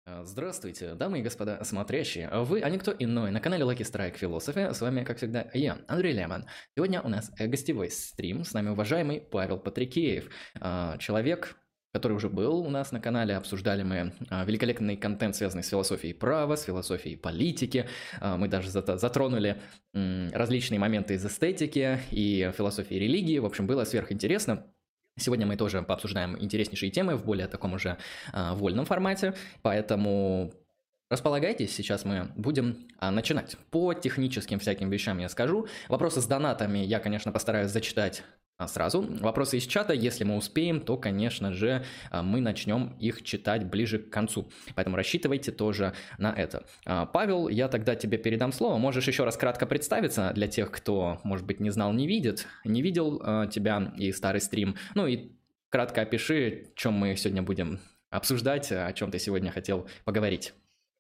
Здравствуйте, дамы и господа смотрящие. Вы, а никто иной, на канале Lucky Strike Philosophy. С вами, как всегда, я, Андрей Лемон. Сегодня у нас гостевой стрим. С нами уважаемый Павел Патрикеев. Человек, который уже был у нас на канале. Обсуждали мы великолепный контент, связанный с философией права, с философией политики. Мы даже затронули различные моменты из эстетики и философии религии. В общем, было сверхинтересно. Сегодня мы тоже пообсуждаем интереснейшие темы в более таком уже вольном формате, поэтому располагайтесь, сейчас мы будем начинать. По техническим всяким вещам я скажу. Вопросы с донатами я, конечно, постараюсь зачитать сразу. Вопросы из чата, если мы успеем, то, конечно же, мы начнем их читать ближе к концу. Поэтому рассчитывайте тоже на это. Павел, я тогда тебе передам слово. Можешь еще раз кратко представиться для тех, кто, может быть, не знал, не видел тебя и старый стрим. Ну и кратко опиши, о чем мы сегодня будем обсуждать, о чем ты сегодня хотел поговорить.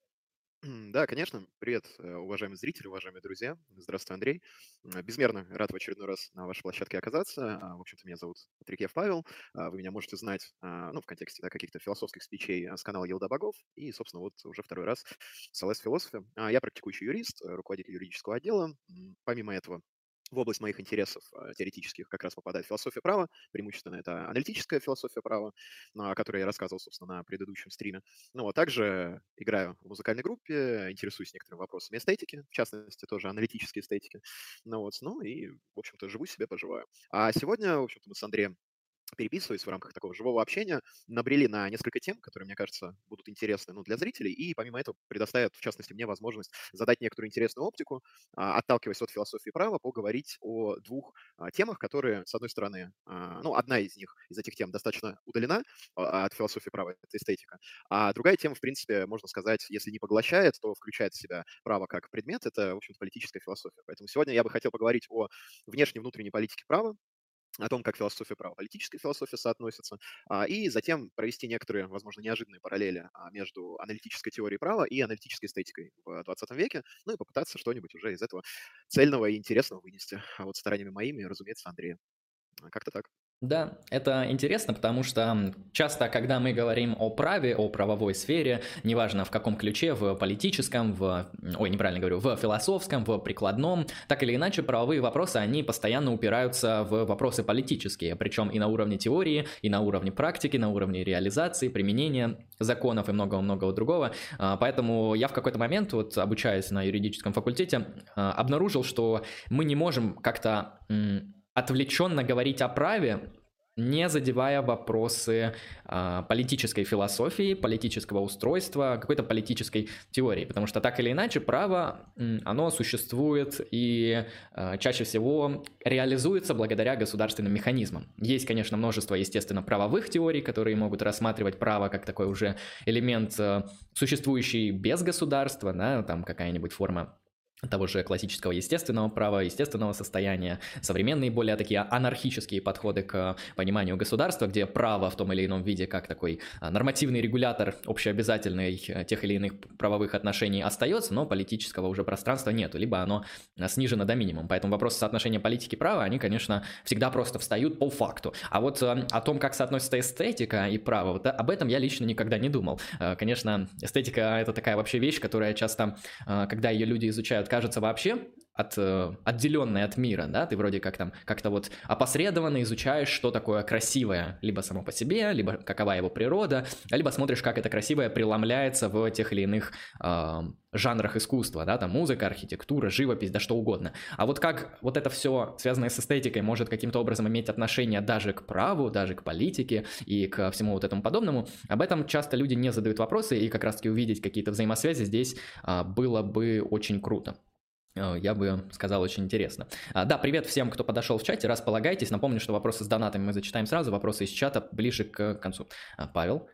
Да, конечно. Привет, уважаемые зрители, уважаемые друзья. Здравствуй, Андрей. Безмерно рад в очередной раз на вашей площадке оказаться. В общем-то, меня зовут Патрикеев Павел. Вы меня можете знать, ну, в контексте каких-то философских спичей с канала Елда Богов. И, собственно, вот уже второй раз с LS Philosophy. Я практикующий юрист, руководитель юридического отдела. Помимо этого, в область моих интересов теоретических как раз попадает философия права, преимущественно это аналитическая философия права, о которой я рассказывал, собственно, на предыдущем стриме. Ну, а также играю в музыкальной группе, интересуюсь некоторыми вопросами эстетики, в частности, тоже аналитической эстетики. Ну, вот, ну и, в общем-то, живу себе, поживаю. А сегодня, в общем-то, мы с Андреем переписываясь в рамках такого живого общения, набрели на несколько тем, которые, мне кажется, будут интересны ну, для зрителей, и помимо этого предоставят, в частности, мне возможность задать некоторую интересную оптику, отталкиваясь от философии права, поговорить о двух темах, которые, с одной стороны, ну, одна из них, из этих тем достаточно удалена от философии права, это эстетика, а другая тема, в принципе, можно сказать, если не поглощает, то включает в себя право как предмет, это, в общем-то, политическая философия. Поэтому сегодня я бы хотел поговорить о внешней и внутренней политике права, о том, как философия права, политическая философия соотносятся, и затем провести некоторые, возможно, неожиданные параллели между аналитической теорией права и аналитической эстетикой в 20 веке, ну и попытаться что-нибудь уже из этого цельного и интересного вынести. А вот стараниями моими, разумеется, Андрея. Как-то так. Да, это интересно, потому что часто, когда мы говорим о праве, о правовой сфере, неважно в каком ключе, в политическом, неправильно говорю, в философском, в прикладном, так или иначе, правовые вопросы, они постоянно упираются в вопросы политические, причем и на уровне теории, и на уровне практики, на уровне реализации, применения законов и многого-многого другого. Поэтому я в какой-то момент, вот обучаясь на юридическом факультете, обнаружил, что мы не можем как-то отвлеченно говорить о праве, не задевая вопросы политической философии, политического устройства, какой-то политической теории. Потому что так или иначе право, оно существует и чаще всего реализуется благодаря государственным механизмам. Есть, конечно, множество, естественно, правовых теорий, которые могут рассматривать право как такой уже элемент, существующий без государства, да, там какая-нибудь форма того же классического естественного права, естественного состояния, современные более такие анархические подходы к пониманию государства, где право в том или ином виде как такой нормативный регулятор общеобязательный тех или иных правовых отношений остается, но политического уже пространства нету, либо оно снижено до минимума. Поэтому вопросы соотношения политики и права, они, конечно, всегда просто встают по факту. А вот о том, как соотносится эстетика и право, вот об этом я лично никогда не думал. Конечно, эстетика — это такая вообще вещь, которая часто, когда ее люди изучают, кажется вообще отделенной от мира, да, ты вроде как там как-то вот опосредованно изучаешь, что такое красивое, либо само по себе, либо какова его природа, либо смотришь, как это красивое преломляется в тех или иных жанрах искусства, да, там музыка, архитектура, живопись, да что угодно. А вот как вот это все, связанное с эстетикой, может каким-то образом иметь отношение даже к праву, даже к политике и к всему вот этому подобному, об этом часто люди не задают вопросы, и как раз-таки увидеть какие-то взаимосвязи здесь было бы очень круто. Я бы сказал, очень интересно. Да, привет всем, кто подошел в чате, располагайтесь. Напомню, что вопросы с донатами мы зачитаем сразу, вопросы из чата ближе к концу. Павел?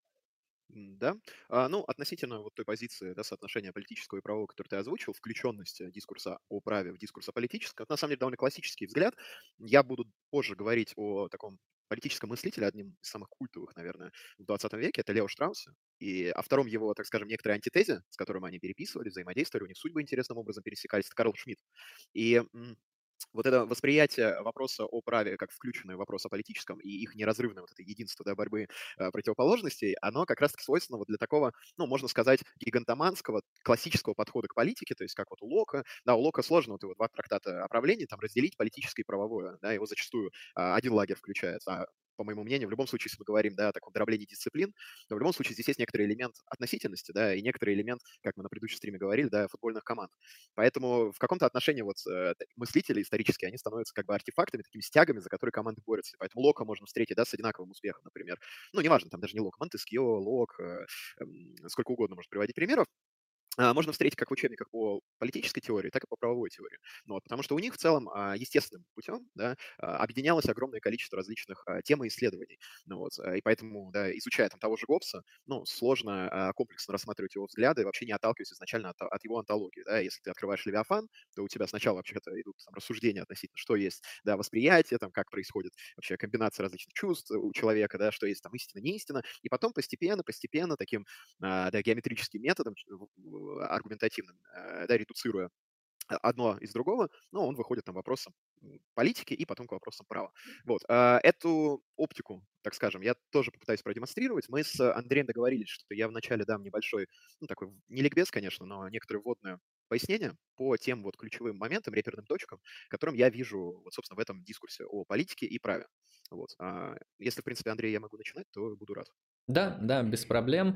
Да. Ну, относительно вот той позиции, да, соотношения политического и правового, который ты озвучил, включенности дискурса о праве в дискурс о политическом, это на самом деле довольно классический взгляд. Я буду позже говорить о таком политическом мыслителе, одним из самых культовых, наверное, в 20 веке, это Лео Штраусе. И о втором его, так скажем, некоторой антитезе, с которым они переписывали, взаимодействовали, у них судьбы интересным образом пересекались, это Карл Шмидт. И вот это восприятие вопроса о праве как включенный вопрос о политическом и их неразрывное вот это единство, да, борьбы противоположностей, оно как раз-таки свойственно вот для такого, ну, можно сказать, гигантоманского, классического подхода к политике, то есть как вот у Лока. Да, у Лока сложно вот его два трактата о правлении там разделить политическое и правовое, да, его зачастую один лагерь включается, по моему мнению, в любом случае, если мы говорим, да, о таком дроблении дисциплин, то в любом случае здесь есть некоторый элемент относительности, да, и некоторый элемент, как мы на предыдущем стриме говорили, да, футбольных команд. Поэтому в каком-то отношении вот мыслители исторические, они становятся как бы артефактами, такими стягами, за которые команды борются. Поэтому Лока можно встретить, да, с одинаковым успехом, например. Ну, неважно, там даже не Лок, Монтескьё, Лок, сколько угодно можно приводить примеров. Можно встретить как в учебниках по политической теории, так и по правовой теории. Ну, вот, потому что у них в целом естественным путем, да, объединялось огромное количество различных тем и исследований. Ну, вот, и поэтому, да, изучая там того же Гоббса, ну, сложно комплексно рассматривать его взгляды, вообще не отталкиваясь изначально от его антологии. Да. Если ты открываешь «Левиафан», то у тебя сначала вообще-то идут там, рассуждения относительно, что есть, да, восприятие, там, как происходит вообще комбинация различных чувств у человека, да, что есть там истина, не истина, и потом постепенно таким да, геометрическим методом, аргументативным, да, редуцируя одно из другого, но он выходит там вопросом политики и потом к вопросам права. Вот. Эту оптику, так скажем, я тоже попытаюсь продемонстрировать. Мы с Андреем договорились, что я вначале дам небольшой, ну, такой, не ликбез, конечно, но некоторое вводное пояснение по тем вот ключевым моментам, реперным точкам, которым я вижу, вот, собственно, в этом дискурсе о политике и праве. Вот. Если, в принципе, Андрей, я могу начинать, то буду рад. Да, да, без проблем.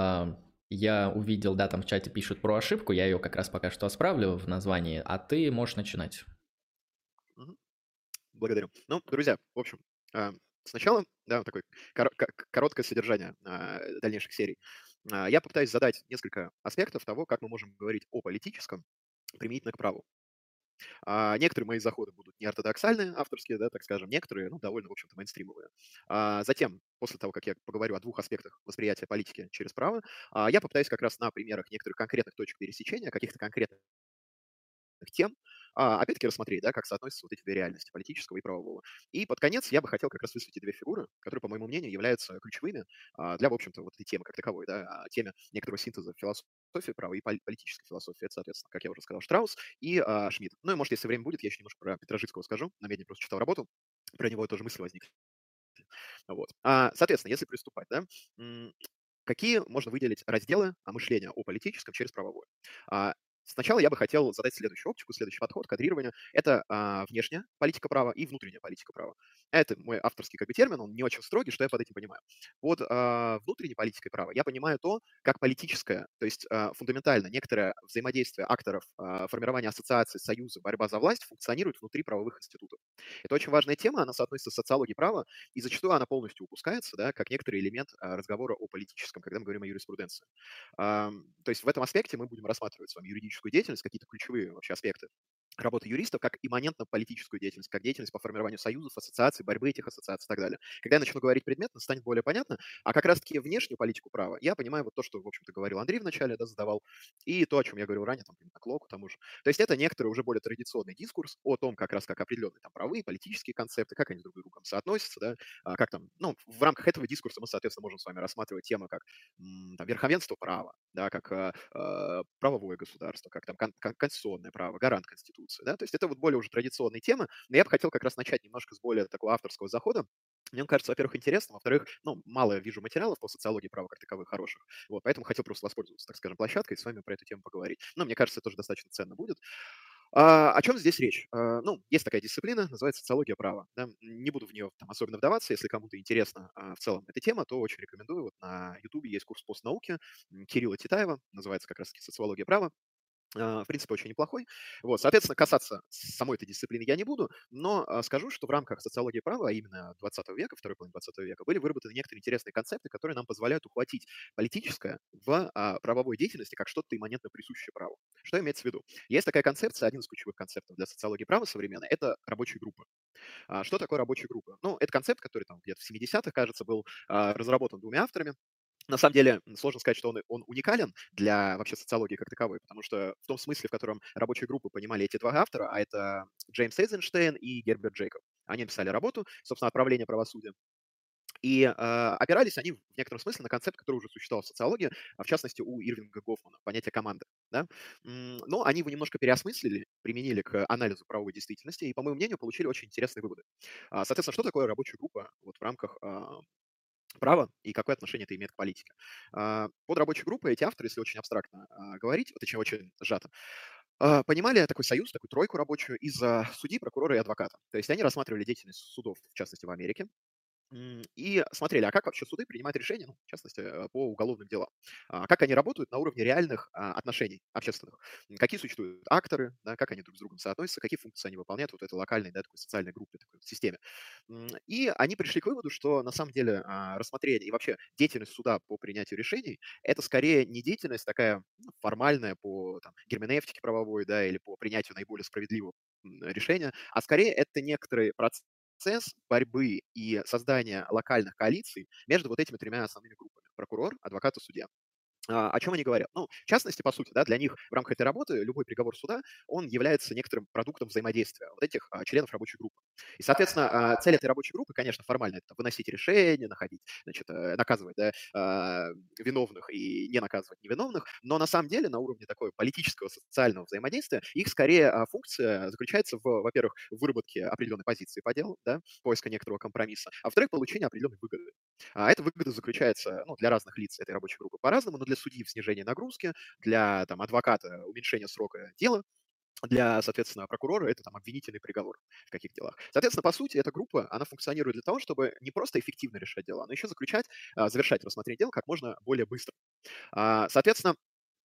Я увидел, да, там в чате пишут про ошибку, я ее как раз пока что исправлю в названии, а ты можешь начинать. Мгм. Благодарю. Ну, друзья, в общем, а, сначала, да, вот такое короткое содержание дальнейших серий. Я попытаюсь задать несколько аспектов того, как мы можем говорить о политическом применительно к праву. Некоторые мои заходы будут неортодоксальные, авторские, да, так скажем, некоторые, ну, довольно, в общем-то, мейнстримовые. Затем, после того, как я поговорю о двух аспектах восприятия политики через право, я попытаюсь как раз на примерах некоторых конкретных точек пересечения, каких-то конкретных тем, опять-таки рассмотреть, да, как соотносятся вот эти две реальности, политического и правового. И под конец я бы хотел как раз высветить две фигуры, которые, по моему мнению, являются ключевыми для, в общем-то, вот этой темы как таковой, да, теме некоторого синтеза философии права и политической философии. Это, соответственно, как я уже сказал, Штраус и Шмидт. Ну и, может, если время будет, я еще немножко про Петрожицкого скажу. На медне просто читал работу, про него тоже мысли возникли. Вот. Соответственно, если приступать, да, какие можно выделить разделы мышления о политическом через правовое? А, Сначала я бы хотел задать следующую оптику, следующий подход, кадрирование. Это внешняя политика права и внутренняя политика права. Это мой авторский как бы термин, он не очень строгий, что я под этим понимаю. Под внутренней политикой права я понимаю то, как политическое, то есть фундаментально некоторое взаимодействие акторов, формирование ассоциаций, союза, борьба за власть функционирует внутри правовых институтов. Это очень важная тема, она соотносится с социологией права, и зачастую она полностью упускается, да, как некоторый элемент разговора о политическом, когда мы говорим о юриспруденции. То есть в этом аспекте мы будем рассматривать с вами юридическую деятельность, какие-то ключевые вообще аспекты работы юристов, как имманентно политическую деятельность, как деятельность по формированию союзов, ассоциаций, борьбы этих ассоциаций и так далее. Когда я начну говорить предметно, станет более понятно, а как раз-таки внешнюю политику права я понимаю вот то, что, в общем-то, говорил Андрей вначале, да, задавал, и то, о чем я говорил ранее, там, к Локу тому же. То есть это некоторый уже более традиционный дискурс о том, как раз как определенные там правовые, политические концепты, как они друг к другу соотносятся, да, как там, ну, в рамках этого дискурса мы, соответственно, можем с вами рассматривать темы как там, верховенство права, да, как правовое государство, как там конституционное право, гарант Конституции. Да? То есть это вот более уже традиционные темы, но я бы хотел как раз начать немножко с более такого авторского захода. Мне он кажется, во-первых, интересным, во-вторых, ну, мало я вижу материалов по социологии права как таковых хороших, вот, поэтому хотел просто воспользоваться, так скажем, площадкой и с вами про эту тему поговорить. Но мне кажется, это тоже достаточно ценно будет. О чем здесь речь? Ну, есть такая дисциплина, называется социология права. Да. Не буду в нее там особенно вдаваться. Если кому-то интересна в целом эта тема, то очень рекомендую. Вот на Ютубе есть курс постнауки Кирилла Титаева, называется как раз-таки «Социология права». В принципе, очень неплохой. Вот, соответственно, касаться самой этой дисциплины я не буду, но скажу, что в рамках социологии права, а именно 20 века, второй половины 20 века, были выработаны некоторые интересные концепты, которые нам позволяют ухватить политическое в правовой деятельности как что-то имманентно присущее праву. Что имеется в виду? Есть такая концепция, один из ключевых концептов для социологии права современной, это рабочие группы. Что такое рабочая группа? Ну, это концепт, который там где-то в 70-х, кажется, был разработан двумя авторами. На самом деле, сложно сказать, что он уникален для вообще социологии как таковой, потому что в том смысле, в котором рабочие группы понимали эти два автора, а это Джеймс Эйзенштейн и Герберт Джейкоб. Они написали работу, собственно, «Отправление правосудия». И опирались они в некотором смысле на концепт, который уже существовал в социологии, в частности, у Ирвинга Гофмана, понятие команды. Да? Но они его немножко переосмыслили, применили к анализу правовой действительности и, по моему мнению, получили очень интересные выводы. Соответственно, что такое рабочая группа вот в рамках права и какое отношение это имеет к политике? Под рабочей группой эти авторы, если очень абстрактно говорить, точнее, очень сжато, понимали такой союз, такую тройку рабочую из судей, прокурора и адвоката. То есть они рассматривали деятельность судов, в частности, в Америке, и смотрели, а как вообще суды принимают решения, ну, в частности, по уголовным делам. Как они работают на уровне реальных отношений общественных. Какие существуют акторы, да, как они друг с другом соотносятся, какие функции они выполняют вот этой локальной, да, такой социальной группе, такой системе. И они пришли к выводу, что на самом деле рассмотрение и вообще деятельность суда по принятию решений — это скорее не деятельность такая формальная по там, герменевтике правовой, да, или по принятию наиболее справедливого решения, а скорее это некоторый процесс борьбы и создания локальных коалиций между вот этими тремя основными группами: прокурор, адвокат и судья. О чем они говорят? Ну, в частности, по сути, да, для них в рамках этой работы любой приговор суда, он является некоторым продуктом взаимодействия вот этих членов рабочей группы. И, соответственно, цель этой рабочей группы, конечно, формально это выносить решения, находить, значит, наказывать, да, виновных и не наказывать невиновных, но на самом деле на уровне такой политического, социального взаимодействия их скорее функция заключается в, во-первых, в выработке определенной позиции по делу, да, поиска некоторого компромисса, а во-вторых, получение определенной выгоды. Эта выгода заключается, ну, для разных лиц этой рабочей группы по-разному, но для судьи в снижении нагрузки, для там, адвоката уменьшение срока дела, для, соответственно, прокурора это там обвинительный приговор в каких делах. Соответственно, по сути, эта группа, она функционирует для того, чтобы не просто эффективно решать дела, но еще завершать рассмотрение дел как можно более быстро. Соответственно,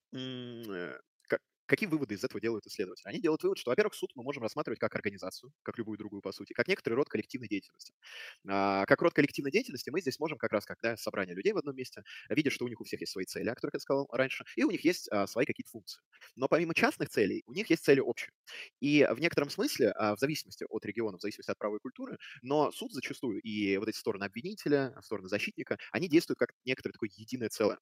М, э, ка какие выводы из этого делают исследователи? Они делают вывод, что, во-первых, суд мы можем рассматривать как организацию, как любую другую по сути, как некоторый род коллективной деятельности. Как род коллективной деятельности мы здесь можем как раз как, да, собрание людей в одном месте, видя, что у них у всех есть свои цели, о которых я сказал раньше, и у них есть свои какие-то функции. Но помимо частных целей, у них есть цели общие. И в некотором смысле, в зависимости от региона, в зависимости от правовой культуры, но суд зачастую и вот эти стороны обвинителя, стороны защитника, они действуют как некоторое такое единое целое.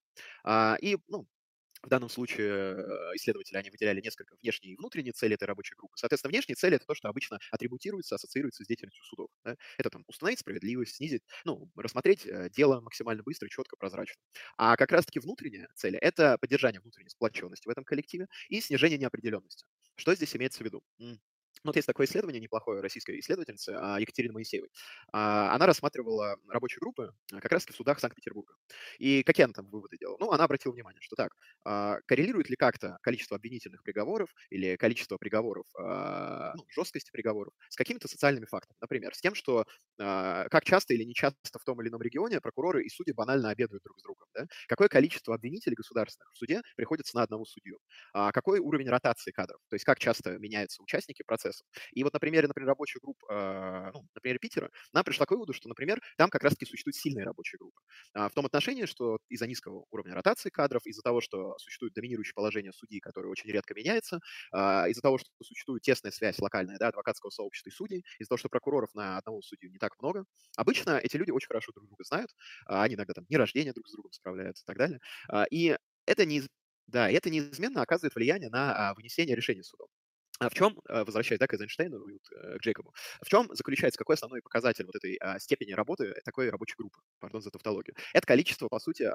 Ну, в данном случае исследователи, они выделяли несколько внешние и внутренние цели этой рабочей группы. Соответственно, внешние цели — это то, что обычно атрибутируется, ассоциируется с деятельностью судов. Да. Это там установить справедливость, снизить, ну, рассмотреть дело максимально быстро, четко, прозрачно. А как раз-таки внутренние цели — это поддержание внутренней сплоченности в этом коллективе и снижение неопределенности. Что здесь имеется в виду? Вот есть такое исследование неплохое российской исследовательницы Екатерины Моисеевой. Она рассматривала рабочие группы как раз-таки в судах Санкт-Петербурга. И какие она там выводы делала? Ну, она обратила внимание, что так, коррелирует ли как-то количество обвинительных приговоров или количество приговоров, ну, жесткости приговоров с какими-то социальными факторами. Например, с тем, что как часто или не часто в том или ином регионе прокуроры и судьи банально обедают друг с другом. Да? Какое количество обвинителей государственных в суде приходится на одного судью? Какой уровень ротации кадров? То есть как часто меняются участники процесса? И вот на примере, например, рабочих групп, ну, на примере Питера, нам пришла к выводу, что, например, там как раз-таки существуют сильные рабочие группы. В том отношении, что из-за низкого уровня ротации кадров, из-за того, что существует доминирующее положение судьи, которое очень редко меняется, из-за того, что существует тесная связь локальная, да, адвокатского сообщества и судей, из-за того, что прокуроров на одного судью не так много, обычно эти люди очень хорошо друг друга знают, они иногда там дни рождения друг с другом справляются и так далее. И это да, и это неизменно оказывает влияние на вынесение решений судом. В чем, возвращаясь, да, к Эйзенштейну и вот, к Джейкобу, в чем заключается, какой основной показатель вот этой степени работы такой рабочей группы, пардон за тавтологию? Это количество, по сути,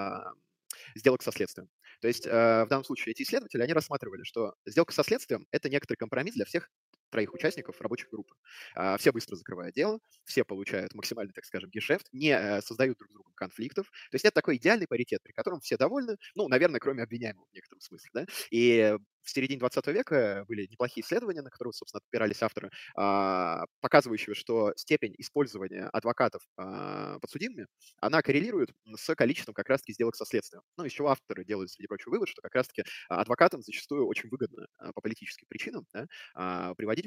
сделок со следствием. То есть в данном случае эти исследователи, они рассматривали, что сделка со следствием — это некоторый компромисс для всех троих участников рабочей группы. Все быстро закрывают дело, все получают максимальный, так скажем, гешефт, не создают друг с другом конфликтов. То есть это такой идеальный паритет, при котором все довольны, ну, наверное, кроме обвиняемого в некотором смысле. Да? И в середине 20 века были неплохие исследования, на которые, собственно, опирались авторы, показывающие, что степень использования адвокатов подсудимыми, она коррелирует с количеством как раз-таки сделок со следствием. Ну, из чего авторы делают, среди прочего, вывод, что как раз-таки адвокатам зачастую очень выгодно по политическим причинам, да, приводить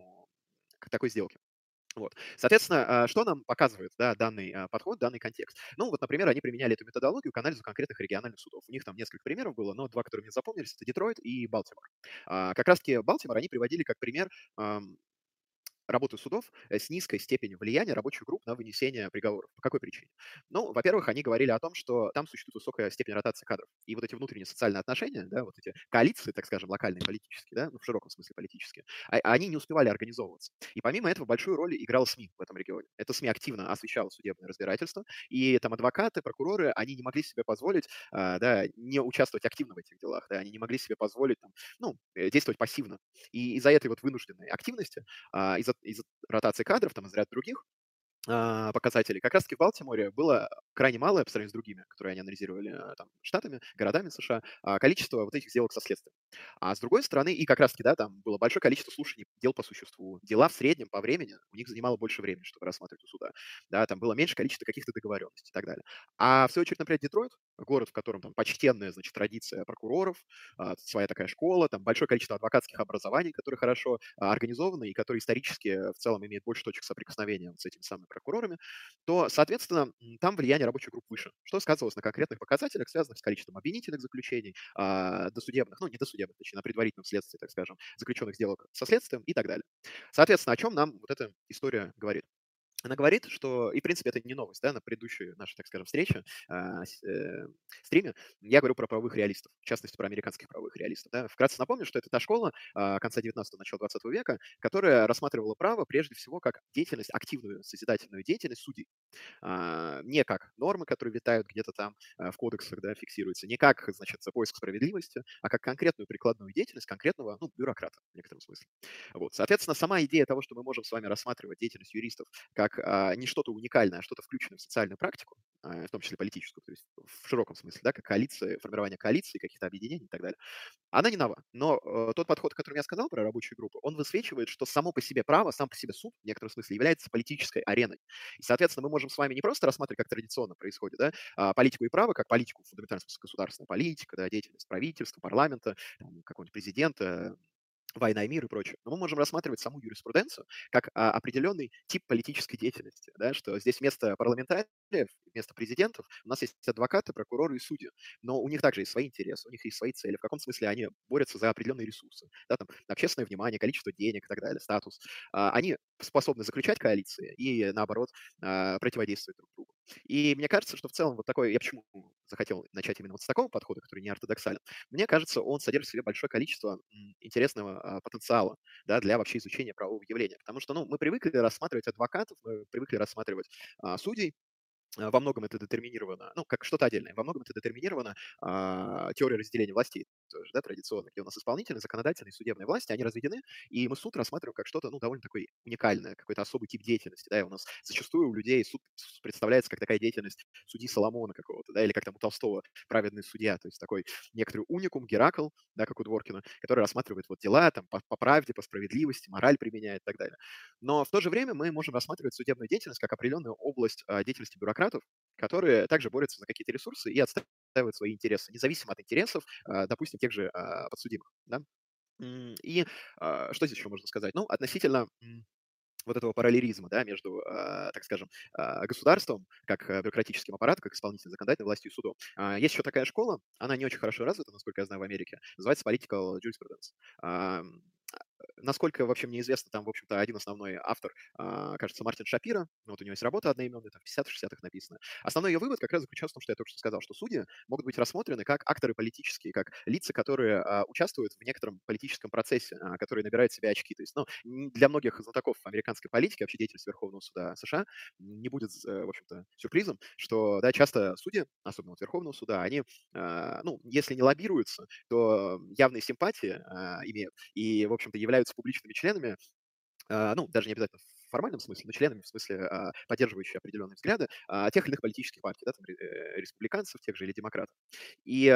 к такой сделке. Вот. Соответственно, что нам показывает, да, данный подход, данный контекст? Ну, вот, например, они применяли эту методологию к анализу конкретных региональных судов. У них там несколько примеров было, но два, которые мне запомнились, это Детройт и Балтимор. Как раз-таки Балтимор они приводили как пример работы судов с низкой степенью влияния рабочих групп на вынесение приговоров. По какой причине? Ну, во-первых, они говорили о том, что там существует высокая степень ротации кадров. И вот эти внутренние социальные отношения, да, вот эти коалиции, так скажем, локальные политические, да, ну, в широком смысле политические, они не успевали организовываться. И помимо этого большую роль играл СМИ в этом регионе. Это СМИ активно освещало судебное разбирательство, и там адвокаты, прокуроры, они не могли себе позволить, да, не участвовать активно в этих делах, да, они не могли себе позволить там, ну, действовать пассивно. И из-за этой вот вынужденной активности, из-за ротации кадров, там, из ряда других, показателей. Как раз-таки в Балтиморе было крайне малое по сравнению с другими, которые они анализировали, там, штатами, городами США, количество вот этих сделок со следствием. А с другой стороны, и как раз-таки, да, там было большое количество слушаний дел по существу. Дела в среднем по времени у них занимало больше времени, чтобы рассматривать у суда. Да, там было меньше количества каких-то договоренностей и так далее. А в свою очередь, например, Детройт, город, в котором там почтенная, значит, традиция прокуроров, своя такая школа, там большое количество адвокатских образований, которые хорошо организованы и которые исторически в целом имеют больше точек соприкосновения вот с этими самыми прокурорами, то, соответственно, там влияние рабочих групп выше, что сказывалось на конкретных показателях, связанных с количеством обвинительных заключений, досудебных, ну, не досудебных, точнее, на предварительном следствии, так скажем, заключенных сделок со следствием и так далее. Соответственно, о чем нам вот эта история говорит? Она говорит, что, и в принципе это не новость, да, на предыдущей нашей, так скажем, встрече, стриме, я говорю про правовых реалистов, в частности, про американских правовых реалистов. Да. Вкратце напомню, что это та школа конца 19-го, начала 20 века, которая рассматривала право прежде всего как деятельность, активную созидательную деятельность судей. Не как нормы, которые витают где-то там в кодексах, да, фиксируются, не как, значит, поиск справедливости, а как конкретную прикладную деятельность конкретного, ну, бюрократа в некотором смысле. Вот. Соответственно, сама идея того, что мы можем с вами рассматривать деятельность юристов как не что-то уникальное, а что-то включенное в социальную практику, в том числе политическую, то есть в широком смысле, да, как коалиция, формирование коалиции, каких-то объединений и так далее, она не нова. Но тот подход, о котором я сказал про рабочие группы, он высвечивает, что само по себе право, сам по себе суд в некотором смысле является политической ареной. И, соответственно, мы можем с вами не просто рассматривать, как традиционно происходит, да, политику и право, как политику в фундаментальном смысле государственная политика, да, деятельность правительства, парламента, там, какого-нибудь президента, «Война и мир» и прочее. Но мы можем рассматривать саму юриспруденцию как определенный тип политической деятельности, да, что здесь вместо парламентариев, вместо президентов у нас есть адвокаты, прокуроры и судьи. Но у них также есть свои интересы, у них есть свои цели. В каком смысле они борются за определенные ресурсы, да, там, общественное внимание, количество денег и так далее, статус. Они способны заключать коалиции и, наоборот, противодействовать друг другу. И мне кажется, что в целом вот такой, я почему захотел начать именно вот с такого подхода, который не ортодоксален, мне кажется, он содержит в себе большое количество интересного потенциала, да, для вообще изучения правового явления. Потому что, ну, мы привыкли рассматривать адвокатов, мы привыкли рассматривать судей, во многом это детерминировано, ну, как что-то отдельное, во многом это детерминировано теорией разделения властей тоже, да, традиционно, где у нас исполнительная, законодательная и судебная власти, они разведены, и мы суд рассматриваем как что-то, ну, довольно такое уникальное, какой-то особый тип деятельности, да, и у нас зачастую у людей суд представляется как такая деятельность судьи Соломона какого-то, да, или как там у Толстого праведный судья, то есть такой некоторый уникум, Геракл, да, как у Дворкина, который рассматривает вот дела там по правде, по справедливости, мораль применяет и так далее. Но в то же время мы можем рассматривать судебную деятельность как определенную область деятельности бюрократов, которые также борются за какие-то ресурсы и отстаивают свои интересы, независимо от интересов, допустим, тех же подсудимых. Да? И что здесь еще можно сказать? Ну, относительно вот этого параллелизма, да, между, так скажем, государством, как бюрократическим аппаратом, как исполнительной, законодательной властью и судом. Есть еще такая школа, она не очень хорошо развита, насколько я знаю, в Америке, называется political jurisprudence. Насколько вообще мне известно, там, в общем-то, один основной автор, кажется, Мартин Шапира, ну, вот у него есть работа одноименная, там, в 50-60-х написано. Основной ее вывод как раз заключался в том, что я только что сказал, что судьи могут быть рассмотрены как акторы политические, как лица, которые участвуют в некотором политическом процессе, который набирает себе очки. То есть, ну, для многих знатоков американской политики, вообще деятельности Верховного суда США, не будет, в общем-то, сюрпризом, что, да, часто судьи, особенно вот Верховного суда, они, ну, если не лоббируются, то явные симпатии имеют и, в общем-то, являются публичными членами, ну, даже не обязательно в формальном смысле, но членами в смысле поддерживающие определенные взгляды тех или иных политических партий, да, там, республиканцев, тех же или демократов. И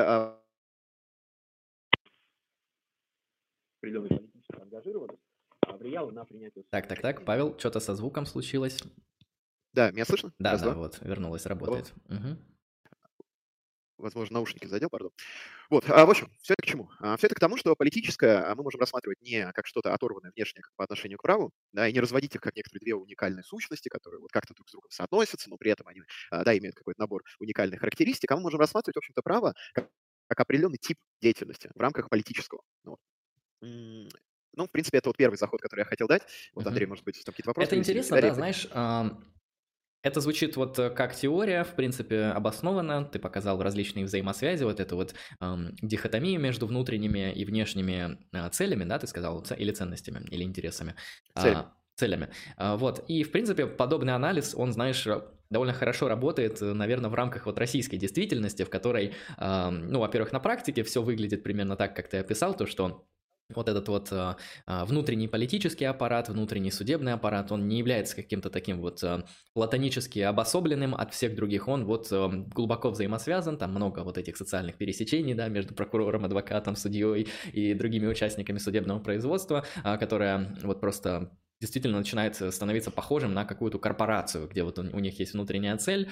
определенная политическая ангажированность влияла на принятие Так, так, так, решений. Павел, что-то со звуком случилось. Да, меня слышно? Да, Раз, да, два. вот, вернулось, Алло. работает. Мгм. Возможно, наушники задел, пардон. Вот, в общем, все это к чему? Все это к тому, что политическое мы можем рассматривать не как что-то оторванное внешнее как по отношению к праву, да, и не разводить их как некоторые две уникальные сущности, которые вот как-то друг с другом соотносятся, но при этом они, да, имеют какой-то набор уникальных характеристик, а мы можем рассматривать, в общем-то, право как определенный тип деятельности в рамках политического. Вот. Ну, в принципе, это вот первый заход, который я хотел дать. Вот, Андрей, Мгм. может быть, там какие-то вопросы Это есть или интересно, да, реплики? знаешь, это звучит вот как теория, в принципе, обоснованно. Ты показал различные взаимосвязи, вот эту вот дихотомию между внутренними и внешними целями, да, ты сказал, или ценностями, или интересами, Целями. целями. Вот, и, в принципе, подобный анализ, он, знаешь, довольно хорошо работает, наверное, в рамках вот российской действительности, в которой, ну, во-первых, на практике все выглядит примерно так, как ты описал, то, что вот этот вот внутренний политический аппарат, внутренний судебный аппарат, он не является каким-то таким вот платонически обособленным от всех других, он вот глубоко взаимосвязан, там много вот этих социальных пересечений, да, между прокурором, адвокатом, судьей и другими участниками судебного производства, которое вот просто действительно начинает становиться похожим на какую-то корпорацию, где вот у них есть внутренняя цель,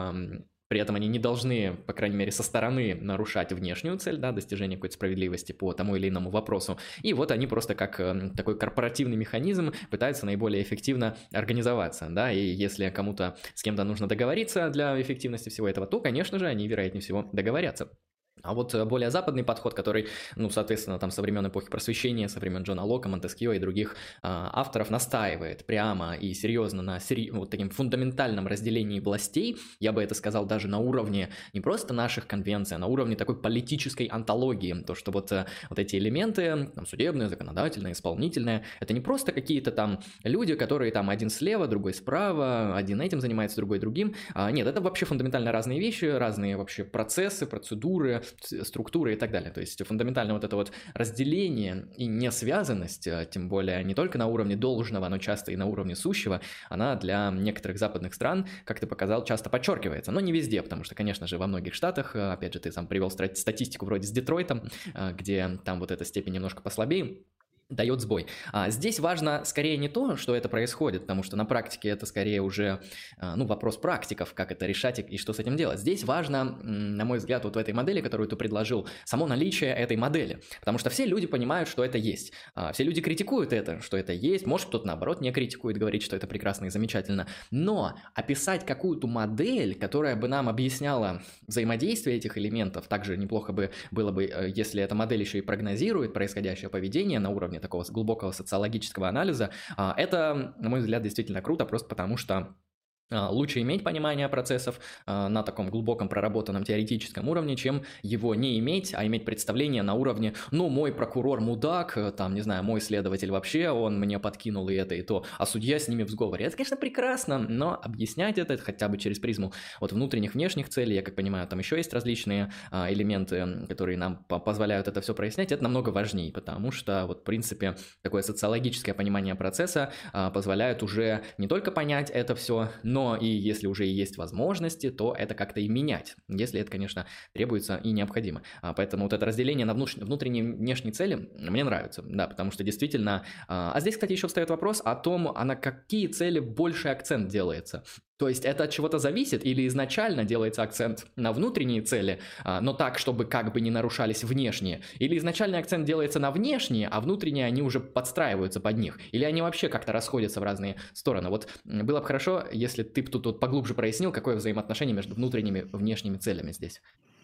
при этом они не должны, по крайней мере, со стороны нарушать внешнюю цель, да, достижения какой-то справедливости по тому или иному вопросу. И вот они просто как такой корпоративный механизм пытаются наиболее эффективно организоваться, да, и если кому-то с кем-то нужно договориться для эффективности всего этого, то, конечно же, они, вероятнее всего, договорятся. А вот более западный подход, который, ну, соответственно, там со времен эпохи Просвещения, со времен Джона Лока, Монтескьё и других авторов настаивает прямо и серьезно на вот таким фундаментальном разделении властей, я бы это сказал даже на уровне не просто наших конвенций, а на уровне такой политической антологии, то, что вот эти элементы, там, судебное, законодательное, исполнительное, это не просто какие-то там люди, которые там один слева, другой справа, один этим занимается, другой другим. Нет, это вообще фундаментально разные вещи, разные вообще процессы, процедуры, структуры и так далее. То есть фундаментально вот это вот разделение и несвязанность, тем более не только на уровне должного, но часто и на уровне сущего, она для некоторых западных стран, как ты показал, часто подчеркивается. Но не везде, потому что, конечно же, во многих штатах, опять же, ты сам привел статистику вроде с Детройтом, где там вот эта степень немножко послабее, дает сбой. Здесь важно скорее не то, что это происходит, потому что на практике это скорее уже ну, вопрос практиков, как это решать и что с этим делать. Здесь важно, на мой взгляд, вот в этой модели, которую ты предложил, само наличие этой модели, потому что все люди понимают, что это есть. Все люди критикуют это, что это есть, может кто-то наоборот не критикует, говорит, что это прекрасно и замечательно, но описать какую-то модель, которая бы нам объясняла взаимодействие этих элементов, также неплохо бы было бы, если эта модель еще и прогнозирует происходящее поведение на уровне такого глубокого социологического анализа, это, на мой взгляд, действительно круто, просто потому что лучше иметь понимание процессов на таком глубоком проработанном теоретическом уровне, чем его не иметь, а иметь представление на уровне, ну, мой прокурор мудак, там, не знаю, мой следователь вообще, он мне подкинул и это, и то, а судья с ними в сговоре. Это, конечно, прекрасно, но объяснять это хотя бы через призму вот внутренних, внешних целей, я как понимаю, там еще есть различные элементы, которые нам позволяют это все прояснять, это намного важнее, потому что, вот, в принципе, такое социологическое понимание процесса позволяет уже не только понять это все, но и если уже и есть возможности, то это как-то и менять, если это, конечно, требуется и необходимо. Поэтому вот это разделение на внутренние и внешние цели мне нравится, да, потому что действительно... А здесь, кстати, еще встает вопрос о том, а на какие цели больше акцент делается. То есть это от чего-то зависит или изначально делается акцент на внутренние цели, но так, чтобы как бы не нарушались внешние? Или изначальный акцент делается на внешние, а внутренние они уже подстраиваются под них? Или они вообще как-то расходятся в разные стороны? Вот было бы хорошо, если ты бы тут вот поглубже прояснил, какое взаимоотношение между внутренними и внешними целями здесь.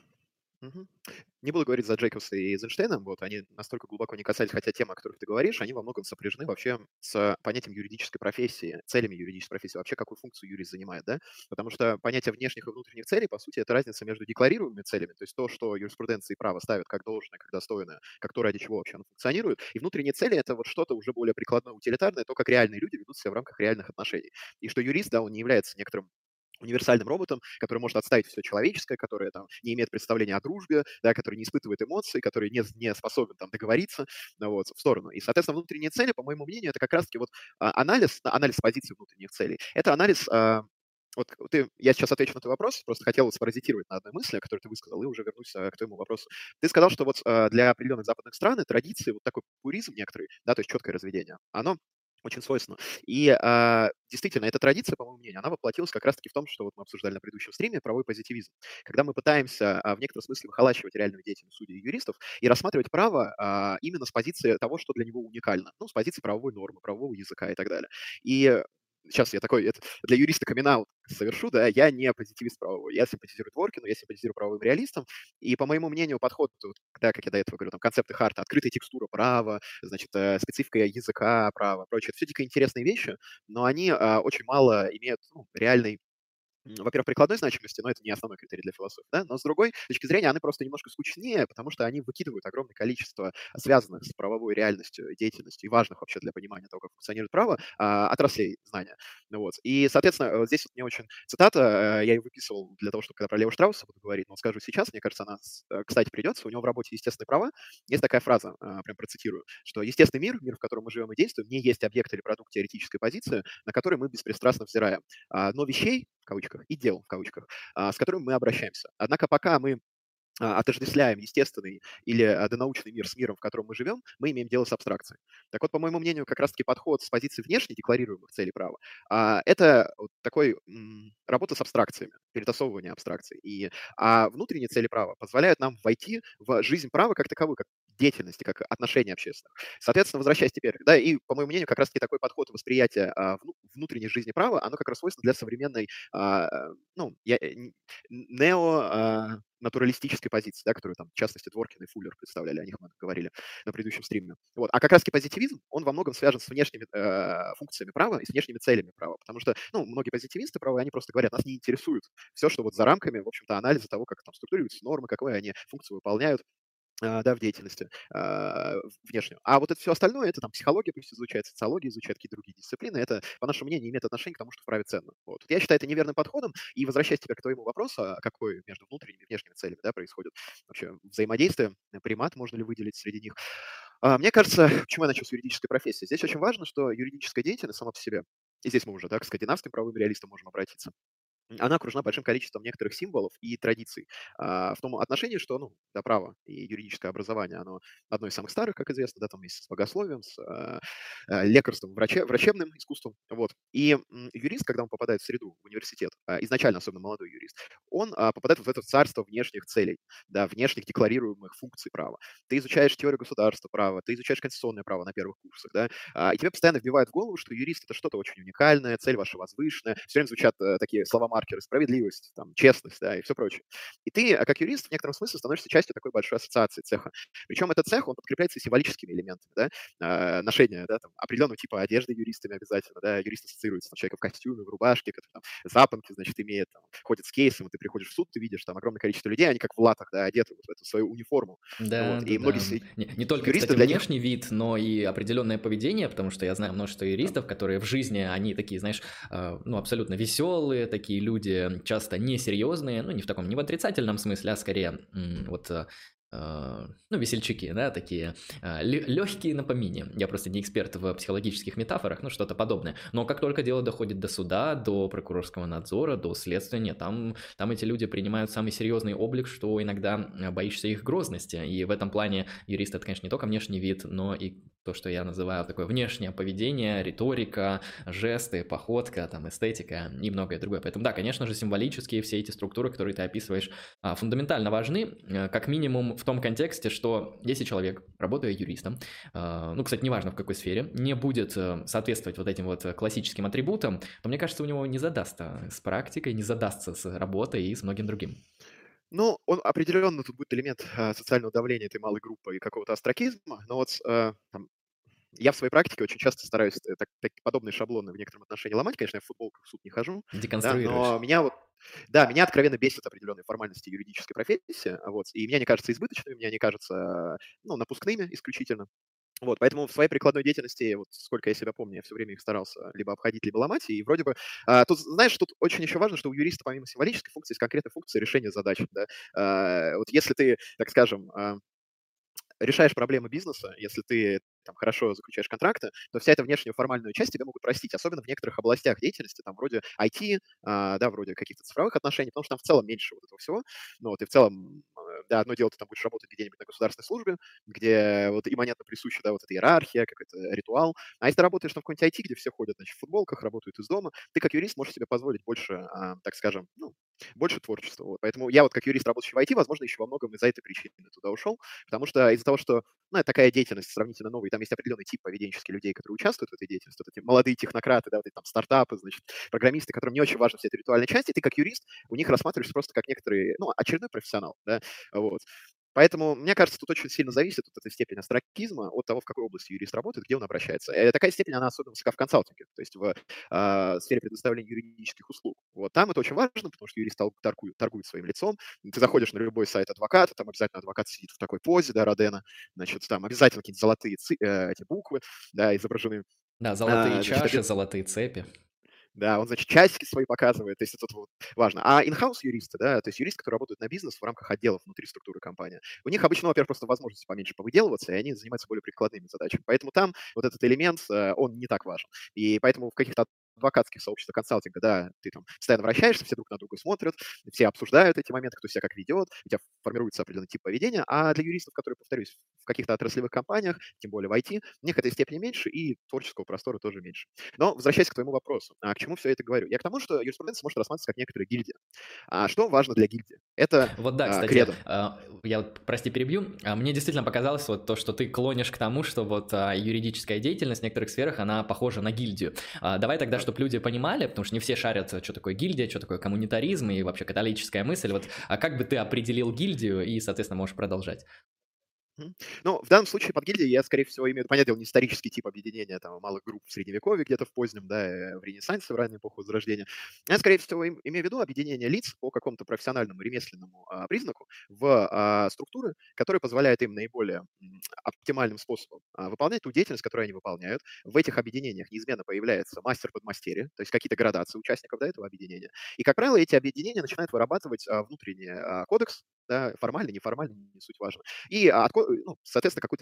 Мгм. Не буду говорить за Джейкобса и Эйзенштейна, вот, они настолько глубоко не касались, хотя темы, о которых ты говоришь, они во многом сопряжены вообще с понятием юридической профессии, целями юридической профессии, вообще какую функцию юрист занимает, да? Потому что понятие внешних и внутренних целей, по сути, это разница между декларируемыми целями, то есть то, что юриспруденция и право ставят как должное, как достойное, как то, ради чего вообще оно функционирует, и внутренние цели — это вот что-то уже более прикладное, утилитарное, то, как реальные люди ведут себя в рамках реальных отношений. И что юрист, да, он не является некоторым универсальным роботом, который может отставить все человеческое, который там не имеет представления о дружбе, да, который не испытывает эмоций, который не способен там договориться, ну, вот, в сторону. И, соответственно, внутренние цели, по моему мнению, это как раз-таки вот анализ позиции внутренних целей. Это анализ вот я сейчас отвечу на твой вопрос, просто хотел спаразитировать на одной мысли, которую ты высказал, и уже вернусь к твоему вопросу. Ты сказал, что вот для определенных западных стран и традиции вот такой пуризм некоторый, да, то есть четкое разведение, оно очень свойственно. И действительно, эта традиция, по моему мнению, она воплотилась как раз-таки в том, что вот мы обсуждали на предыдущем стриме, правовой позитивизм. Когда мы пытаемся в некотором смысле выхолачивать реальную деятельность судей и юристов и рассматривать право именно с позиции того, что для него уникально, ну, с позиции правовой нормы, правового языка и так далее. И сейчас я такой, это для юриста камин совершу, да, я не позитивист правовой, я симпатизирую Дворкину, я симпатизирую правовым реалистам, и, по моему мнению, подход, вот, да, как я до этого говорю, там, концепты Харта, открытая текстура права, значит, специфика языка права, прочее, это все дико интересные вещи, но они очень мало имеют ну, реальной во-первых, прикладной значимости, но это не основной критерий для философии, да, но с другой точки зрения они просто немножко скучнее, потому что они выкидывают огромное количество связанных с правовой реальностью, деятельностью и важных вообще для понимания того, как функционирует право, отраслей знания. Ну вот. И, соответственно, вот здесь вот мне очень цитата, я ее выписывал для того, чтобы когда про Лео Штрауса буду говорить, но скажу сейчас, мне кажется, она, кстати, придется. У него в работе «Естественные права» есть такая фраза, прям процитирую, что естественный мир, в котором мы живем и действуем, не есть объект или продукт теоретической позиции, на который мы беспристрастно взираем но вещей, в кавычках, и дел, в кавычках, с которыми мы обращаемся. Однако пока мы отождествляем естественный или донаучный мир с миром, в котором мы живем, мы имеем дело с абстракцией. Так вот, по моему мнению, как раз-таки подход с позиции внешне декларируемых целей права, это вот такой работа с абстракциями, перетасовывание абстракций. А внутренние цели права позволяют нам войти в жизнь права как таковую, как деятельности, как отношения общественных. Соответственно, возвращаясь теперь, да, и, по моему мнению, как раз-таки такой подход восприятия внутренней жизни права, оно как раз свойственно для современной, ну, натуралистической позиции, да, которую там, в частности, Дворкин и Фуллер представляли, о них мы говорили на предыдущем стриме. Вот. А как раз-таки позитивизм, он во многом связан с внешними функциями права и с внешними целями права, потому что, ну, многие позитивисты права, они просто говорят, нас не интересует все, что вот за рамками, в общем-то, анализа того, как там структурируются нормы, какую они функцию выполняют, да, в деятельности внешнюю. А вот это все остальное, это там психология пусть изучает, социология изучает, какие-то другие дисциплины, это, по нашему мнению, имеет отношение к тому, что в праве ценно. Вот. Я считаю это неверным подходом, и возвращаясь теперь к твоему вопросу, какой между внутренними и внешними целями да, происходит вообще взаимодействие, примат можно ли выделить среди них. Мне кажется, почему я начал с юридической профессии? Здесь очень важно, что юридическая деятельность сама по себе, и здесь мы уже да, к скандинавским правовым реалистам можем обратиться, она окружена большим количеством некоторых символов и традиций. В том отношении, что, ну, да, право и юридическое образование, оно одно из самых старых, как известно, да, там вместе с богословием, с лекарством, врачебным искусством. Вот. И юрист, когда он попадает в среду, в университет, изначально, особенно молодой юрист, он попадает в это царство внешних целей, да, внешних декларируемых функций права. Ты изучаешь теорию государства права, ты изучаешь конституционное право на первых курсах, да, и тебе постоянно вбивают в голову, что юрист — это что-то очень уникальное, цель ваша возвышенная. Все время звучат такие слова-маркеры: справедливость, там, честность, да, и все прочее. И ты, как юрист, в некотором смысле становишься частью такой большой ассоциации цеха. Причем этот цех, он подкрепляется символическими элементами, да, ношение, да, там, определенного типа одежды юристами обязательно, да, юрист ассоциируется, там, человек в костюме, в рубашке, который там запонки, значит, имеет, там, ходит с кейсом, и ты приходишь в суд, ты видишь там огромное количество людей, они как в латах, да, одеты вот в эту свою униформу. Вот. Да, да, И многие да. Не только, юристы кстати, для них внешний вид, но и определенное поведение, потому что я знаю множество юристов, которые в жизни, они такие, знаешь, ну, абсолютно веселые, такие люди, часто несерьезные, ну, не в таком, не в отрицательном смысле, а скорее вот ну, весельчаки, да, такие легкие на помине. Я просто не эксперт в психологических метафорах, ну, что-то подобное. Но как только дело доходит до суда, до прокурорского надзора, до следствия, нет, там эти люди принимают самый серьезный облик, что иногда боишься их грозности. И в этом плане юрист — это, конечно, не только внешний вид, но и то, что я называю такое внешнее поведение, риторика, жесты, походка, там, эстетика и многое другое. Поэтому, да, конечно же, символические все эти структуры, которые ты описываешь, фундаментально важны, как минимум в том контексте, что если человек, работая юристом, ну, кстати, неважно в какой сфере, не будет соответствовать вот этим вот классическим атрибутам, то, мне кажется, у него не задастся с практикой, не задастся с работой и с многим другим. ну, он определенно тут будет элемент социального давления этой малой группы и какого-то остракизма, но вот там, я в своей практике очень часто стараюсь подобные шаблоны в некотором отношении ломать. Конечно, я в футболках в суд не хожу, да, Деконструируешь. но меня вот, да, меня откровенно бесит определенные формальности юридической профессии, вот, и мне они кажутся избыточными, мне они кажутся, ну, напускными исключительно. Вот, поэтому в своей прикладной деятельности, вот сколько я себя помню, я все время их старался либо обходить, либо ломать, и вроде бы... тут, знаешь, тут очень еще важно, что у юриста помимо символической функции есть конкретная функция решения задач, да. Вот если ты, так скажем, решаешь проблемы бизнеса, если ты там хорошо заключаешь контракты, то вся эта внешняя формальная часть тебе могут простить, особенно в некоторых областях деятельности, там вроде IT, да, вроде каких-то цифровых отношений, потому что там в целом меньше вот этого всего. Ну вот и в целом, да, одно дело, ты там будешь работать где-нибудь на государственной службе, где вот имманентно присуща, да, вот эта иерархия, какой-то ритуал. А если ты работаешь там в какой-нибудь IT, где все ходят, значит, в футболках, работают из дома, ты как юрист можешь себе позволить больше, так скажем, ну, больше творчества. Вот. Поэтому я вот как юрист, работающий в IT, возможно, еще во многом из-за этой причины туда ушел, потому что из-за того, что ну, это такая деятельность сравнительно новая, и там есть определенный тип поведенческих людей, которые участвуют в этой деятельности, вот эти молодые технократы, да, вот эти там стартапы, значит, программисты, которым не очень важна вся эта ритуальная часть, и ты как юрист у них рассматриваешься просто как некоторые, ну, очередной профессионал, да, вот. Поэтому, мне кажется, тут очень сильно зависит от этой степени астракизма, от того, в какой области юрист работает, где он обращается. Такая степень, она особенно высока в консалтинге, то есть в сфере предоставления юридических услуг. Вот там это очень важно, потому что юрист торгует своим лицом. Ты заходишь на любой сайт адвоката, там обязательно адвокат сидит в такой позе, да, Родена, значит, там обязательно какие-нибудь золотые эти буквы, да, изображены. Да, золотые Значит, чаши, золотые цепи. да, он, значит, часики свои показывает, то есть это вот важно. А in-house юристы, да, то есть юристы, которые работают на бизнес в рамках отделов внутри структуры компании, у них обычно, во-первых, просто возможности поменьше повыделываться, и они занимаются более прикладными задачами. Поэтому там вот этот элемент, он не так важен. И поэтому в каких-то адвокатских сообществах консалтинга, да, ты там постоянно вращаешься, все друг на друга смотрят, все обсуждают эти моменты, кто себя как ведет, у тебя формируется определенный тип поведения, а для юристов, которые, повторюсь, в каких-то отраслевых компаниях, тем более в IT, у них этой степени меньше, и творческого простора тоже меньше. Но возвращаясь к твоему вопросу, к чему все это говорю? Я к тому, что юриспруденция может рассматриваться как некоторая гильдия. А что важно для гильдии? Это Вот да, кстати, кредо. я вот, прости, перебью. Мне действительно показалось вот то, что ты клонишь к тому, что вот юридическая деятельность в некоторых сферах, она похожа на гильдию. Давай тогда, Да. чтобы люди понимали, потому что не все шарят, что такое гильдия, что такое коммунитаризм и вообще католическая мысль. Вот, как бы ты определил гильдию и, соответственно, можешь продолжать? Мгм. Ну, в данном случае под гильдией я, скорее всего, имею, понятное дело, не исторический тип объединения там, малых групп в Средневековье, где-то в позднем, да, в Ренессансе, в раннюю эпоху Возрождения. Я, скорее всего, имею в виду объединение лиц по какому-то профессиональному, ремесленному признаку в структуры, которые позволяют им наиболее оптимальным способом выполнять ту деятельность, которую они выполняют. В этих объединениях неизменно появляется мастер-подмастерье, то есть какие-то градации участников, да, этого объединения. И, как правило, эти объединения начинают вырабатывать внутренний кодекс, да, формально, неформально, не суть важно, и, ну, соответственно, какую-то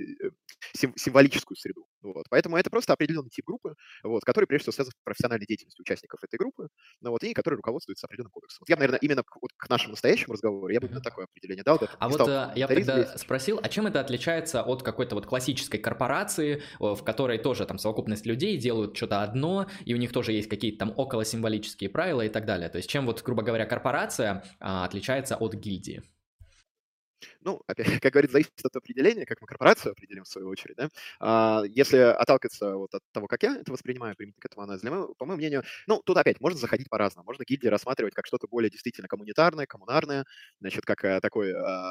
символическую среду. Вот. Поэтому это просто определенный тип группы, вот, который, прежде всего, связан с профессиональной деятельностью участников этой группы, ну, вот, и который руководствуется определенным кодексом. Вот я бы, наверное, именно вот к нашему настоящему разговору я бы именно такое определение дал, да, А не вот стал я бы коммунитаризм тогда лезть. спросил, а чем это отличается от какой-то вот классической корпорации, в которой тоже там совокупность людей делают что-то одно, и у них тоже есть какие-то там околосимволические правила и так далее. То есть чем вот, грубо говоря, корпорация отличается от гильдии? Ну, опять, как говорится, зависит от определения, как мы корпорацию определим в свою очередь, да. Если отталкиваться вот от того, как я это воспринимаю, применительно к этому анализу, по моему мнению, ну, тут опять можно заходить по-разному. Можно гильдии рассматривать как что-то более действительно коммунитарное, коммунарное, значит, как такой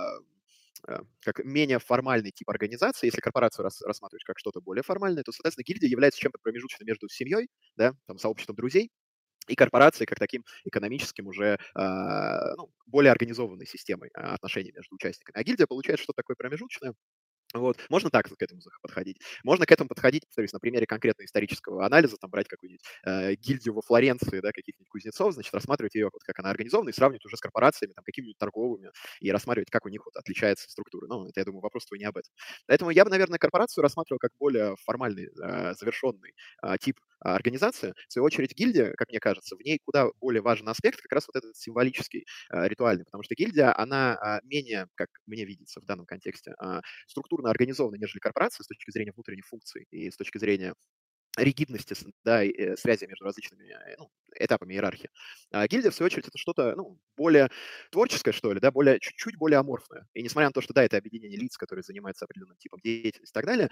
как менее формальный тип организации. Если корпорацию рассматривать как что-то более формальное, то, соответственно, гильдия является чем-то промежуточным между семьей, да, там, сообществом друзей, и корпорацией как таким экономическим уже ну, более организованной системой отношений между участниками. А гильдия получает что-то такое промежуточное. Вот. Можно так к этому подходить. Можно к этому подходить, повторюсь, на примере конкретно исторического анализа, там брать какую-нибудь гильдию во Флоренции, да, каких-нибудь кузнецов, значит, рассматривать ее, вот, как она организована, и сравнивать уже с корпорациями, там, какими-нибудь торговыми, и рассматривать, как у них вот отличается структура. Ну, это, я думаю, вопрос твой не об этом. Поэтому я бы, наверное, корпорацию рассматривал как более формальный, завершенный тип организации. В свою очередь, гильдия, как мне кажется, в ней куда более важен аспект, как раз вот этот символический, ритуальный, потому что гильдия, она менее, как мне видится в данном контексте, структурно организованы, нежели корпорации с точки зрения внутренних функций и с точки зрения ригидности, да, и, связи между различными ну, этапами иерархии. А гильдия, в свою очередь, это что-то ну, более творческое, что ли, да, чуть-чуть более аморфное. И несмотря на то, что, да, это объединение лиц, которые занимаются определенным типом деятельности и так далее,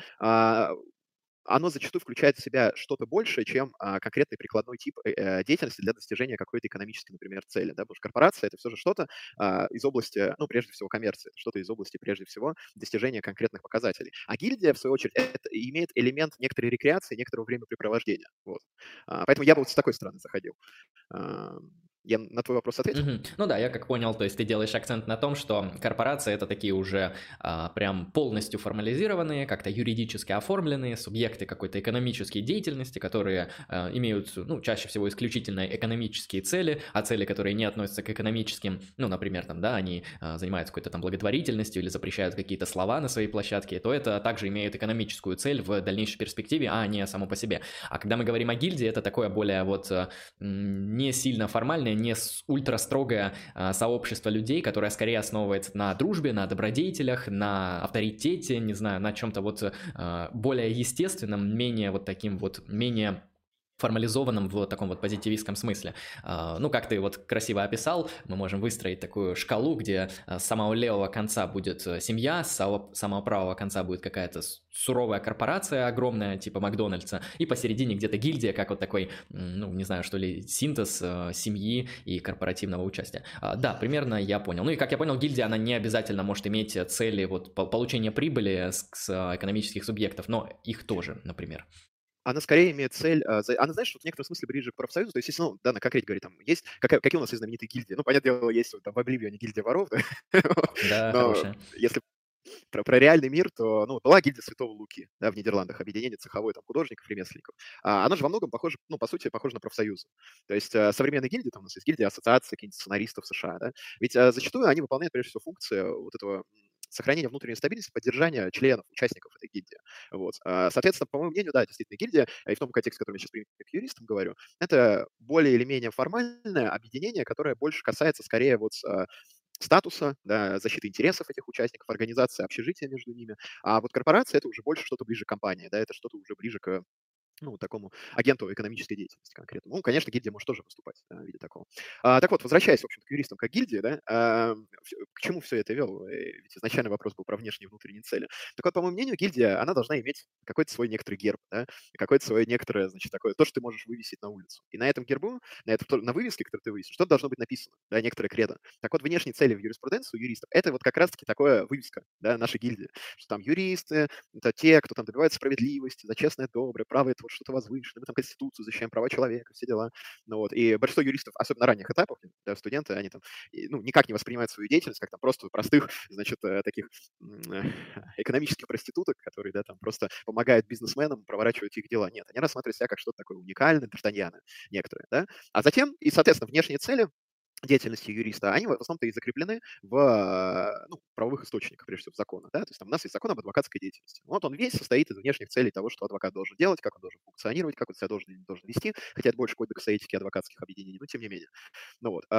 оно зачастую включает в себя что-то большее, чем конкретный прикладной тип деятельности для достижения какой-то экономической, например, цели. Да? Потому что корпорация — это все же что-то из области, ну, прежде всего, коммерции, это что-то из области, прежде всего, достижения конкретных показателей. А гильдия, в свою очередь, это имеет элемент некоторой рекреации, некоторого времяпрепровождения. Вот. Поэтому я бы вот с такой стороны заходил. А, Я на твой вопрос ответил? Мгм. Ну да, я как понял, то есть ты делаешь акцент на том, что корпорации это такие уже прям полностью формализированные, как-то юридически оформленные субъекты какой-то экономической деятельности, которые имеют, ну, чаще всего исключительно экономические цели, а цели, которые не относятся к экономическим, ну, например, там, да, они занимаются какой-то там благотворительностью или запрещают какие-то слова на своей площадке, то это также имеет экономическую цель в дальнейшей перспективе, а не само по себе. А когда мы говорим о гильдии, это такое более вот не сильно формальное, не ультра строгое сообщество людей, которое скорее основывается на дружбе, на добродетелях, на авторитете, не знаю, на чем-то вот более естественном, менее вот таким вот, менее формализованном в таком вот позитивистском смысле. Ну, как ты вот красиво описал, мы можем выстроить такую шкалу, где с самого левого конца будет семья, с самого правого конца будет какая-то суровая корпорация огромная, типа Макдональдса, и посередине где-то гильдия, как вот такой, ну, не знаю, что ли, синтез семьи и корпоративного участия. Да, примерно я понял. Ну и как я понял, гильдия, она не обязательно может иметь цели вот получения прибыли с экономических субъектов, но их тоже, например. Она скорее имеет цель, она, знаешь, вот в некотором смысле ближе к профсоюзу. То есть, если, ну, да, на конкретно говорить, там есть, какие у нас есть знаменитые гильдии? Ну, понятное дело, есть вот, там, в Обливионе гильдия воров, да? Да, Но хорошая. если про реальный мир, то, ну, была гильдия Святого Луки, да, в Нидерландах, объединение цеховой, там, художников, ремесленников. Она же во многом похожа, ну, по сути, похожа на профсоюзы. То есть современные гильдии, там у нас есть гильдия ассоциации каких-нибудь сценаристов США, да, ведь зачастую они выполняют, прежде всего, функции вот этого сохранения внутренней стабильности, поддержания членов, участников этой гильдии. Вот. Соответственно, по моему мнению, да, действительно, гильдия, и в том контексте, в котором я сейчас к юристам говорю, это более или менее формальное объединение, которое больше касается скорее вот статуса, да, защиты интересов этих участников, организации общежития между ними. А вот корпорация — это уже больше что-то ближе к компании, да, это что-то уже ближе к, ну, такому агенту экономической деятельности конкретно. Ну, конечно, гильдия может тоже выступать в виде такого. Так вот, возвращаясь, в общем-то, к юристам как гильдии, да, к чему все это вел? Ведь изначально вопрос был про внешние и внутренние цели. Так вот, по моему мнению, гильдия, она должна иметь какой-то свой некоторый герб, да, какое-то свое некоторое, значит, такое, то, что ты можешь вывесить на улицу. И на этом гербу, на вывеске, которую ты вывесишь, что-то должно быть написано, да, некоторое кредо. Так вот, внешние цели в юриспруденции у юристов — это вот как раз-таки такое вывеска, да, нашей гильдии, что там юристы, это те, кто там добивается справедливости, за честное, доброе, право — это вот что-то возвышенное, мы там Конституцию защищаем, права человека, все дела. Ну вот. И большинство юристов, особенно на ранних этапах, да, студенты, они там ну, никак не воспринимают свою деятельность как там просто простых, значит, таких экономических проституток, которые, да, там просто помогают бизнесменам проворачивать их дела. Нет, они рассматривают себя как что-то такое уникальное, д'Артаньяны некоторые, да. А затем, и, соответственно, внешние цели деятельности юриста, они в основном-то и закреплены в ну, правовых источниках, прежде всего, в законах. Да? То есть там у нас есть закон об адвокатской деятельности. Вот он весь состоит из внешних целей того, что адвокат должен делать, как он должен функционировать, как он себя должен или не должен вести, хотя это больше кодекса этики адвокатских объединений, но тем не менее. Ну вот.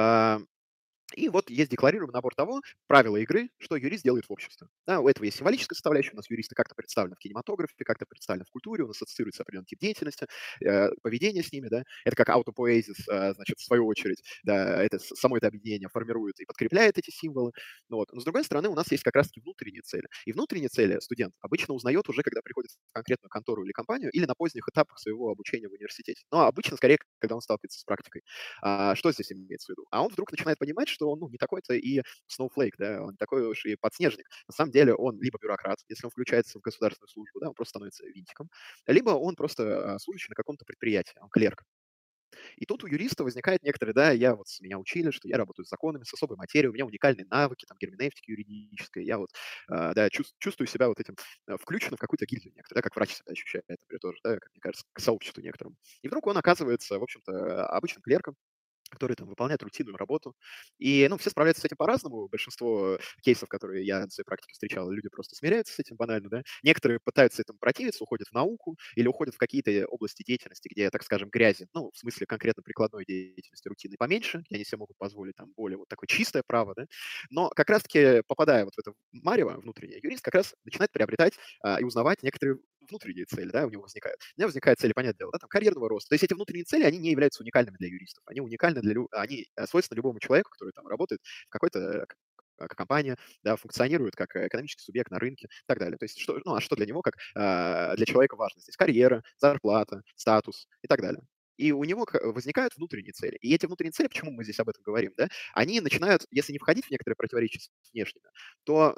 И вот есть декларируемый набор того, правила игры, что юрист делает в обществе. Да, у этого есть символическая составляющая, у нас юристы как-то представлены в кинематографе, как-то представлены в культуре, у нас ассоциируется определенный тип деятельности, поведение с ними, да, это как аутопоэзис, значит, в свою очередь, да, это само это объединение формирует и подкрепляет эти символы. Ну, вот. Но с другой стороны, у нас есть как раз-таки внутренние цели. И внутренние цели студент обычно узнает уже, когда приходит в конкретную контору или компанию, или на поздних этапах своего обучения в университете. Но обычно скорее, когда он сталкивается с практикой. Что здесь имеется в виду? А он вдруг начинает понимать, что он, ну, не такой-то и snowflake, да, он такой уж и подснежник. На самом деле он либо бюрократ, если он включается в государственную службу, да, он просто становится винтиком, либо он просто служащий на каком-то предприятии, он клерк. И тут у юриста возникает некоторые, да, меня учили, что я работаю с законами, с особой материей, у меня уникальные навыки, там, герменевтики юридической, я вот, да, чувствую себя вот этим включенным в какую-то гильдию некоторую, да, как врач себя ощущает, например, тоже, да, как мне кажется, к сообществу некоторому. И вдруг он оказывается, в общем-то, обычным клерком, которые там выполняют рутинную работу. И, ну, все справляются с этим по-разному. Большинство кейсов, которые я на своей практике встречал, люди просто смиряются с этим банально, да. Некоторые пытаются этому противиться, уходят в науку или уходят в какие-то области деятельности, где, так скажем, грязи, ну, в смысле конкретно прикладной деятельности, рутины поменьше, где они себе могут позволить там более вот такое чистое право, да. Но как раз-таки, попадая вот в это марево внутреннее, юрист как раз начинает приобретать и узнавать некоторые внутренние цели, да, у него возникают. У меня возникают цели, понятное дело, да, там, карьерного роста. То есть эти внутренние цели, они не являются уникальными для юристов. Они уникальны они свойственны любому человеку, который там работает в какой-то компания, да, функционирует как экономический субъект на рынке и так далее. То есть, что, ну, а что для него, как для человека важно здесь? Карьера, зарплата, статус и так далее. И у него возникают внутренние цели. И эти внутренние цели, почему мы здесь об этом говорим, да, они начинают, если не входить в некоторые противоречия с внешними, то,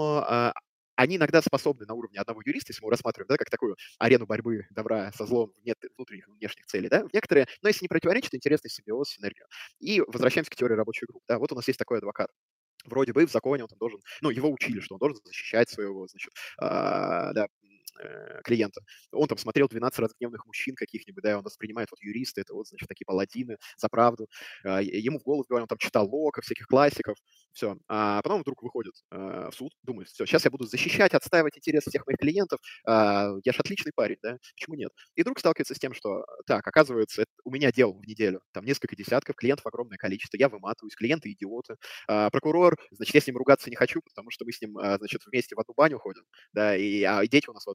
они иногда способны на уровне одного юриста, если мы его рассматриваем, да, как такую арену борьбы добра со злом, нет внутренних и внешних целей, да, некоторые, но если не противоречат, интересный симбиоз, синергия. И возвращаемся к теории рабочих групп. Да, вот у нас есть такой адвокат. Вроде бы в законе он там должен, ну, его учили, что он должен защищать своего, значит, да, клиента. Он там смотрел 12 разгневанных мужчин каких-нибудь, да, и он воспринимает вот юристы, это вот, значит, такие паладины за правду. Ему в голову говорят, он там читал Лока, всяких классиков, все. А потом вдруг выходит в суд, думает, все, сейчас я буду защищать, отстаивать интересы всех моих клиентов, я же отличный парень, да, почему нет? И вдруг сталкивается с тем, что, так, оказывается, у меня дел в неделю, там несколько десятков, клиентов огромное количество, я выматываюсь, клиенты идиоты, прокурор, значит, я с ним ругаться не хочу, потому что мы с ним, значит, вместе в одну баню ходим, да, и дети у нас в одну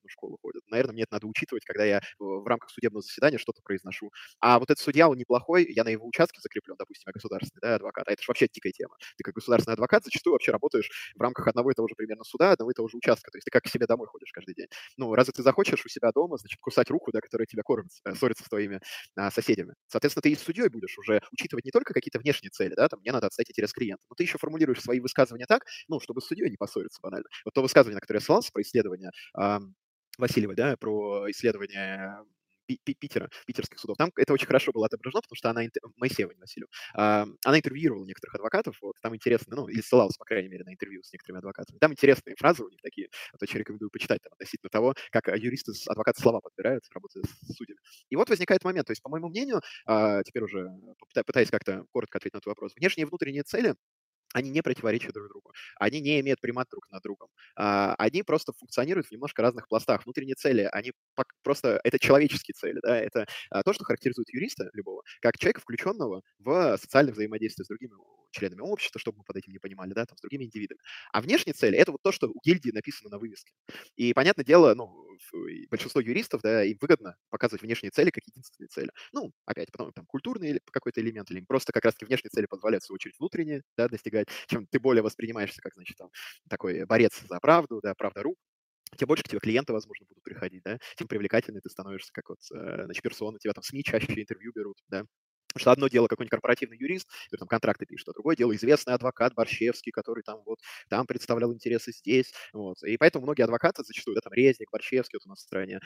адвокатную школу ходят. Наверное, мне это надо учитывать, когда я в рамках судебного заседания что-то произношу. А вот этот судья, он неплохой, я на его участке закреплен, допустим, я государственный, да, адвокат, а это же вообще дикая тема. Ты как государственный адвокат зачастую вообще работаешь в рамках одного и того же примерно суда, одного и того же участка, то есть ты как к себе домой ходишь каждый день. Ну, разве ты захочешь у себя дома, значит, кусать руку, да, которая тебя кормит, ссориться с твоими соседями? Соответственно, ты и с судьей будешь уже учитывать не только какие-то внешние цели, да, там, мне надо отстоять интерес клиента, но ты еще формулируешь свои высказывания так, ну, чтобы с судьей не поссориться банально. Вот то высказывание, на которое я ссылался про исследование Васильевой, да, про исследование Питера, питерских судов. Там это очень хорошо было отображено, потому что она, Моисеева, не Васильева, она интервьюировала некоторых адвокатов, вот, там интересно, ну, или ссылалась, по крайней мере, на интервью с некоторыми адвокатами. Там интересные фразы у них такие, вот очень рекомендую почитать там относительно того, как юристы, адвокаты слова подбирают, работая с судьями. И вот возникает момент, то есть, по моему мнению, теперь уже пытаясь как-то коротко ответить на этот вопрос, внешние и внутренние цели они не противоречат друг другу, они не имеют примат друг над другом. Они просто функционируют в немножко разных пластах. Внутренние цели, они просто, это человеческие цели, да, это то, что характеризует юриста любого, как человека, включенного в социальное взаимодействие с другими членами общества, чтобы мы под этим не понимали, да, там, с другими индивидами. А внешние цели — это вот то, что у гильдии написано на вывеске. И, понятное дело, ну, большинство юристов, да, им выгодно показывать внешние цели как единственные цели. Ну, опять, потом там культурный или какой-то элемент, или им просто как раз-таки внешние цели позволяют, в свою очередь, внутренние, да, достигать, чем ты более воспринимаешься как, значит, там, такой борец за правду, да, правда-ру, тем больше к тебе клиенты, возможно, будут приходить, да, тем привлекательнее ты становишься как вот, значит, персона, тебя там СМИ чаще интервью берут, да. Потому что одно дело какой-нибудь корпоративный юрист, который там контракты пишет, а другое дело известный адвокат Борщевский, который там вот там представлял интересы здесь. Вот. И поэтому многие адвокаты зачастую, да, там Резник, Борщевский вот у нас в стране,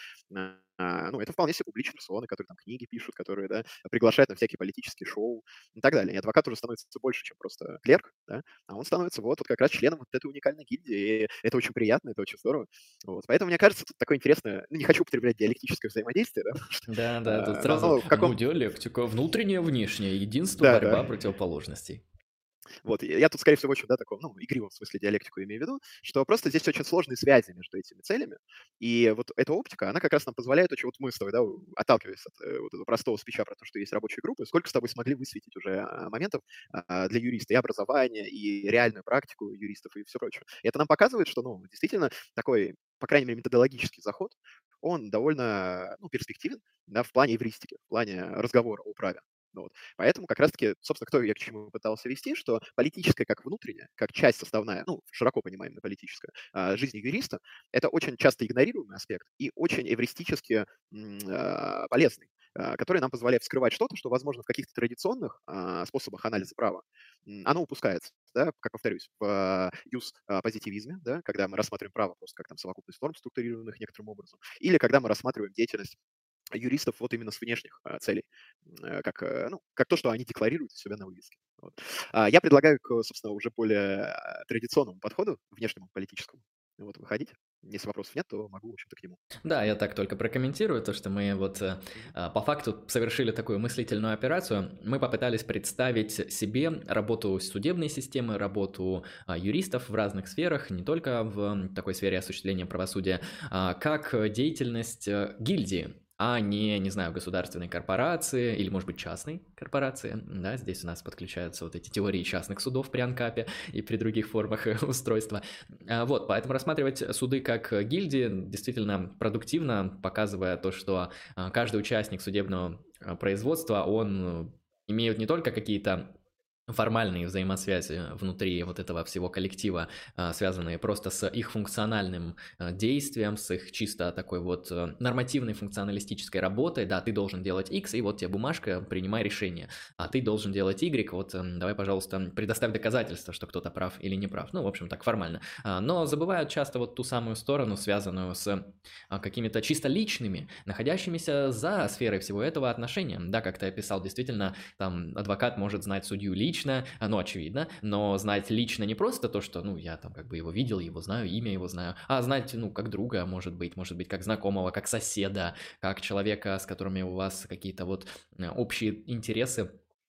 ну, это вполне себе публичные персоны, которые там книги пишут, которые, да, приглашают на всякие политические шоу и так далее. И адвокат уже становится больше, чем просто клерк, да, а он становится вот как раз членом вот этой уникальной гильдии. И это очень приятно, это очень здорово. Вот. Поэтому, мне кажется, тут такое интересное, ну, не хочу употреблять диалектическое взаимодействие, да, потому что, Да, тут сразу, но в ну, каком... диалектика, внутреннее, внешнее, единство, Да, да. борьба противоположностей. Вот, я тут, скорее всего, очень, да, таком, ну, игривом смысле диалектику имею в виду, что просто здесь очень сложные связи между этими целями, и вот эта оптика, она как раз нам позволяет очень, вот мы с тобой, да, отталкиваясь от вот этого простого спича про то, что есть рабочие группы, сколько с тобой смогли высветить уже моментов для юриста, и образования, и реальную практику юристов, и все прочее. И это нам показывает, что, ну, действительно, такой, по крайней мере, методологический заход, он довольно, ну, перспективен, да, в плане эвристики, в плане разговора о праве. Ну вот. Поэтому как раз-таки, собственно, кто я к чему пытался вести, что политическая как внутренняя, как часть составная, ну, широко понимаемая политическая, жизни юриста, это очень часто игнорируемый аспект и очень эвристически полезный, который нам позволяет вскрывать что-то, что, возможно, в каких-то традиционных способах анализа права оно упускается. Да, как повторюсь, в юз-позитивизме, да, когда мы рассматриваем право просто как там совокупность норм, структурированных некоторым образом, или когда мы рассматриваем деятельность юристов вот именно с внешних целей, как, ну, как то, что они декларируют у себя на вывеске. Вот. Я предлагаю к, собственно, уже более традиционному подходу, внешнему политическому, вот, выходить. Если вопросов нет, то могу, в общем-то, к нему Да, я приступить. так только прокомментирую то, что мы вот Мгм. по факту совершили такую мыслительную операцию. Мы попытались представить себе работу судебной системы, работу юристов в разных сферах, не только в такой сфере осуществления правосудия, как деятельность гильдии, а не знаю, государственной корпорации или, может быть, частной корпорации. Да, здесь у нас подключаются вот эти теории частных судов при Анкапе и при других формах устройства. Вот, поэтому рассматривать суды как гильдии действительно продуктивно, показывая то, что каждый участник судебного производства, он имеет не только какие-то формальные взаимосвязи внутри вот этого всего коллектива, связанные просто с их функциональным действием, с их чисто такой вот нормативной функционалистической работой. Да, ты должен делать X, и вот тебе бумажка, принимай решение. А ты должен делать Y, вот давай, пожалуйста, предоставь доказательства, что кто-то прав или не прав. Ну, в общем, так формально. Но забывают часто вот ту самую сторону, связанную с какими-то чисто личными, находящимися за сферой всего этого отношения. Да, как ты описал, действительно, там адвокат может знать судью лично, ну, очевидно, но знать лично не просто то, что, ну, я там как бы его видел, его знаю, имя его знаю, а знать, ну, как друга, может быть, как знакомого, как соседа, как человека, с которыми у вас какие-то вот общие интересы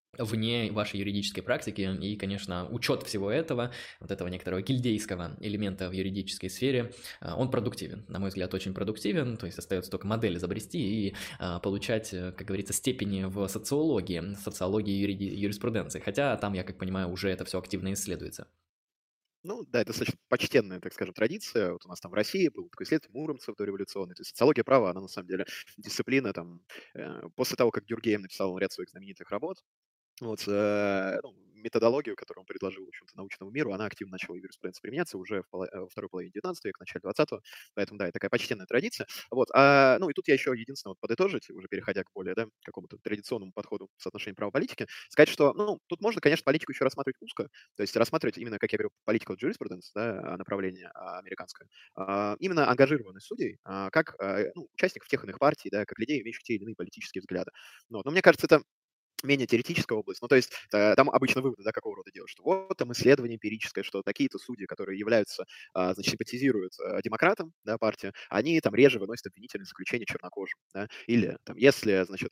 вне вашей юридической практики, и, конечно, учет всего этого, вот этого некоторого гильдейского элемента в юридической сфере, он продуктивен, на мой взгляд, очень продуктивен, то есть остается только модель изобрести и получать, как говорится, степени в социологии юриспруденции, хотя там, я как понимаю, уже это все активно исследуется. Ну, да, это достаточно почтенная, так скажем, традиция. Вот у нас там в России был такой исследователь Муромцев дореволюционный. То есть социология права, она на самом деле дисциплина там, после того, как Дюркгейм написал ряд своих знаменитых работ, вот, ну, методологию, которую он предложил, в общем-то, научному миру, она активно начала в юриспруденции применяться уже во второй половине 19 века, начале 20-го, поэтому, да, это такая почтенная традиция. Вот, ну, и тут я еще единственное вот подытожить, уже переходя к более, да, какому-то традиционному подходу в соотношении права политики, сказать, что, ну, тут можно, конечно, политику еще рассматривать узко, то есть рассматривать именно, как я говорю, political jurisprudence, да, направление американское, именно ангажированность судей, как ну, участников тех иных партий, да, как людей, имеющих те или иные политические взгляды. Ну вот. Но мне кажется, это менее теоретическая область. Ну, то есть там обычно выводы, да, какого рода делают, что вот там исследование эмпирическое, что такие-то судьи, которые являются, значит, симпатизируют демократам, да, партии, они там реже выносят обвинительное заключение чернокожим, да, или там, если, значит,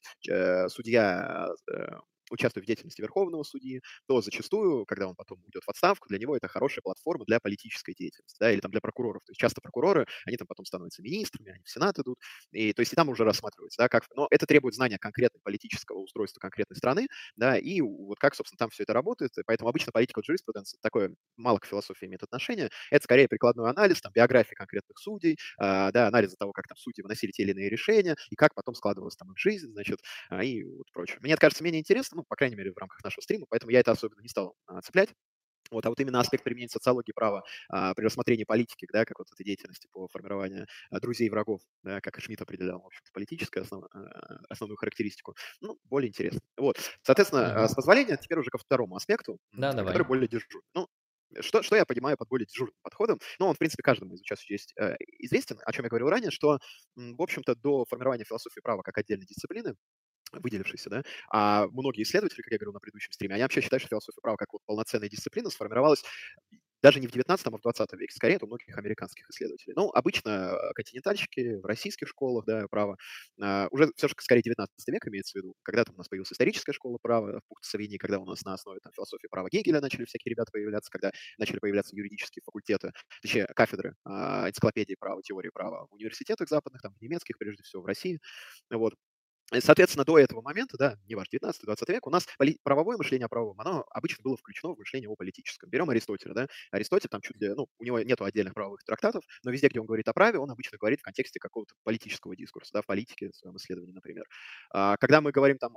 судья участвует в деятельности верховного судьи, то зачастую, когда он потом уйдет в отставку, для него это хорошая платформа для политической деятельности, да, или там для прокуроров. То есть часто прокуроры, они там потом становятся министрами, они в Сенат идут, и то есть и там уже рассматривается, да, как, но это требует знания конкретной политического устройства конкретной страны, да, и вот как, собственно, там все это работает, и поэтому обычно political jurisprudence, такое мало к философии имеет отношение, это скорее прикладной анализ, там, биографии конкретных судей, да, анализа того, как там судьи выносили те или иные решения, и как потом складывалась там их жизнь, значит, и вот прочее. Мне это кажется менее интересно, ну, по крайней мере, в рамках нашего стрима, поэтому я это особенно не стал цеплять. Вот, а вот именно аспект применения социологии права при рассмотрении политики, да, как вот этой деятельности по формированию друзей и врагов, да, как и Шмидт определял, в общем-то, политическую основную характеристику, ну, более интересно. Вот, соответственно, с Мгм. позволения теперь уже ко второму аспекту, Да, который давай. более дежурный. Ну, что я понимаю под более дежурным подходом? Ну, он, в принципе, каждому из участников здесь известен, о чем я говорил ранее, что, в общем-то, до формирования философии права как отдельной дисциплины выделившийся, да. А многие исследователи, как я говорил на предыдущем стриме, они вообще считают, что философия права как вот полноценная дисциплина сформировалась даже не в 19 а в 20 веке, скорее, это у многих американских исследователей. Ну, обычно континентальщики в российских школах, да, права, уже все же скорее 19 век имеется в виду, когда там у нас появилась историческая школа права в Пухта-Савиньи, когда у нас на основе там, философии права Гегеля начали всякие ребята появляться, когда начали появляться юридические факультеты, точнее, кафедры энциклопедии права, теории права в университетах западных, там, в немецких, прежде всего, в России. Вот. Соответственно, до этого момента, да, неважно, 19-20 век, у нас правовое мышление о правовом, оно обычно было включено в мышление о политическом. Берем Аристотеля, да, Аристотель там чуть ли, ну, у него нету отдельных правовых трактатов, но везде, где он говорит о праве, он обычно говорит в контексте какого-то политического дискурса, да, в политике, в своем исследовании, например. Когда мы говорим там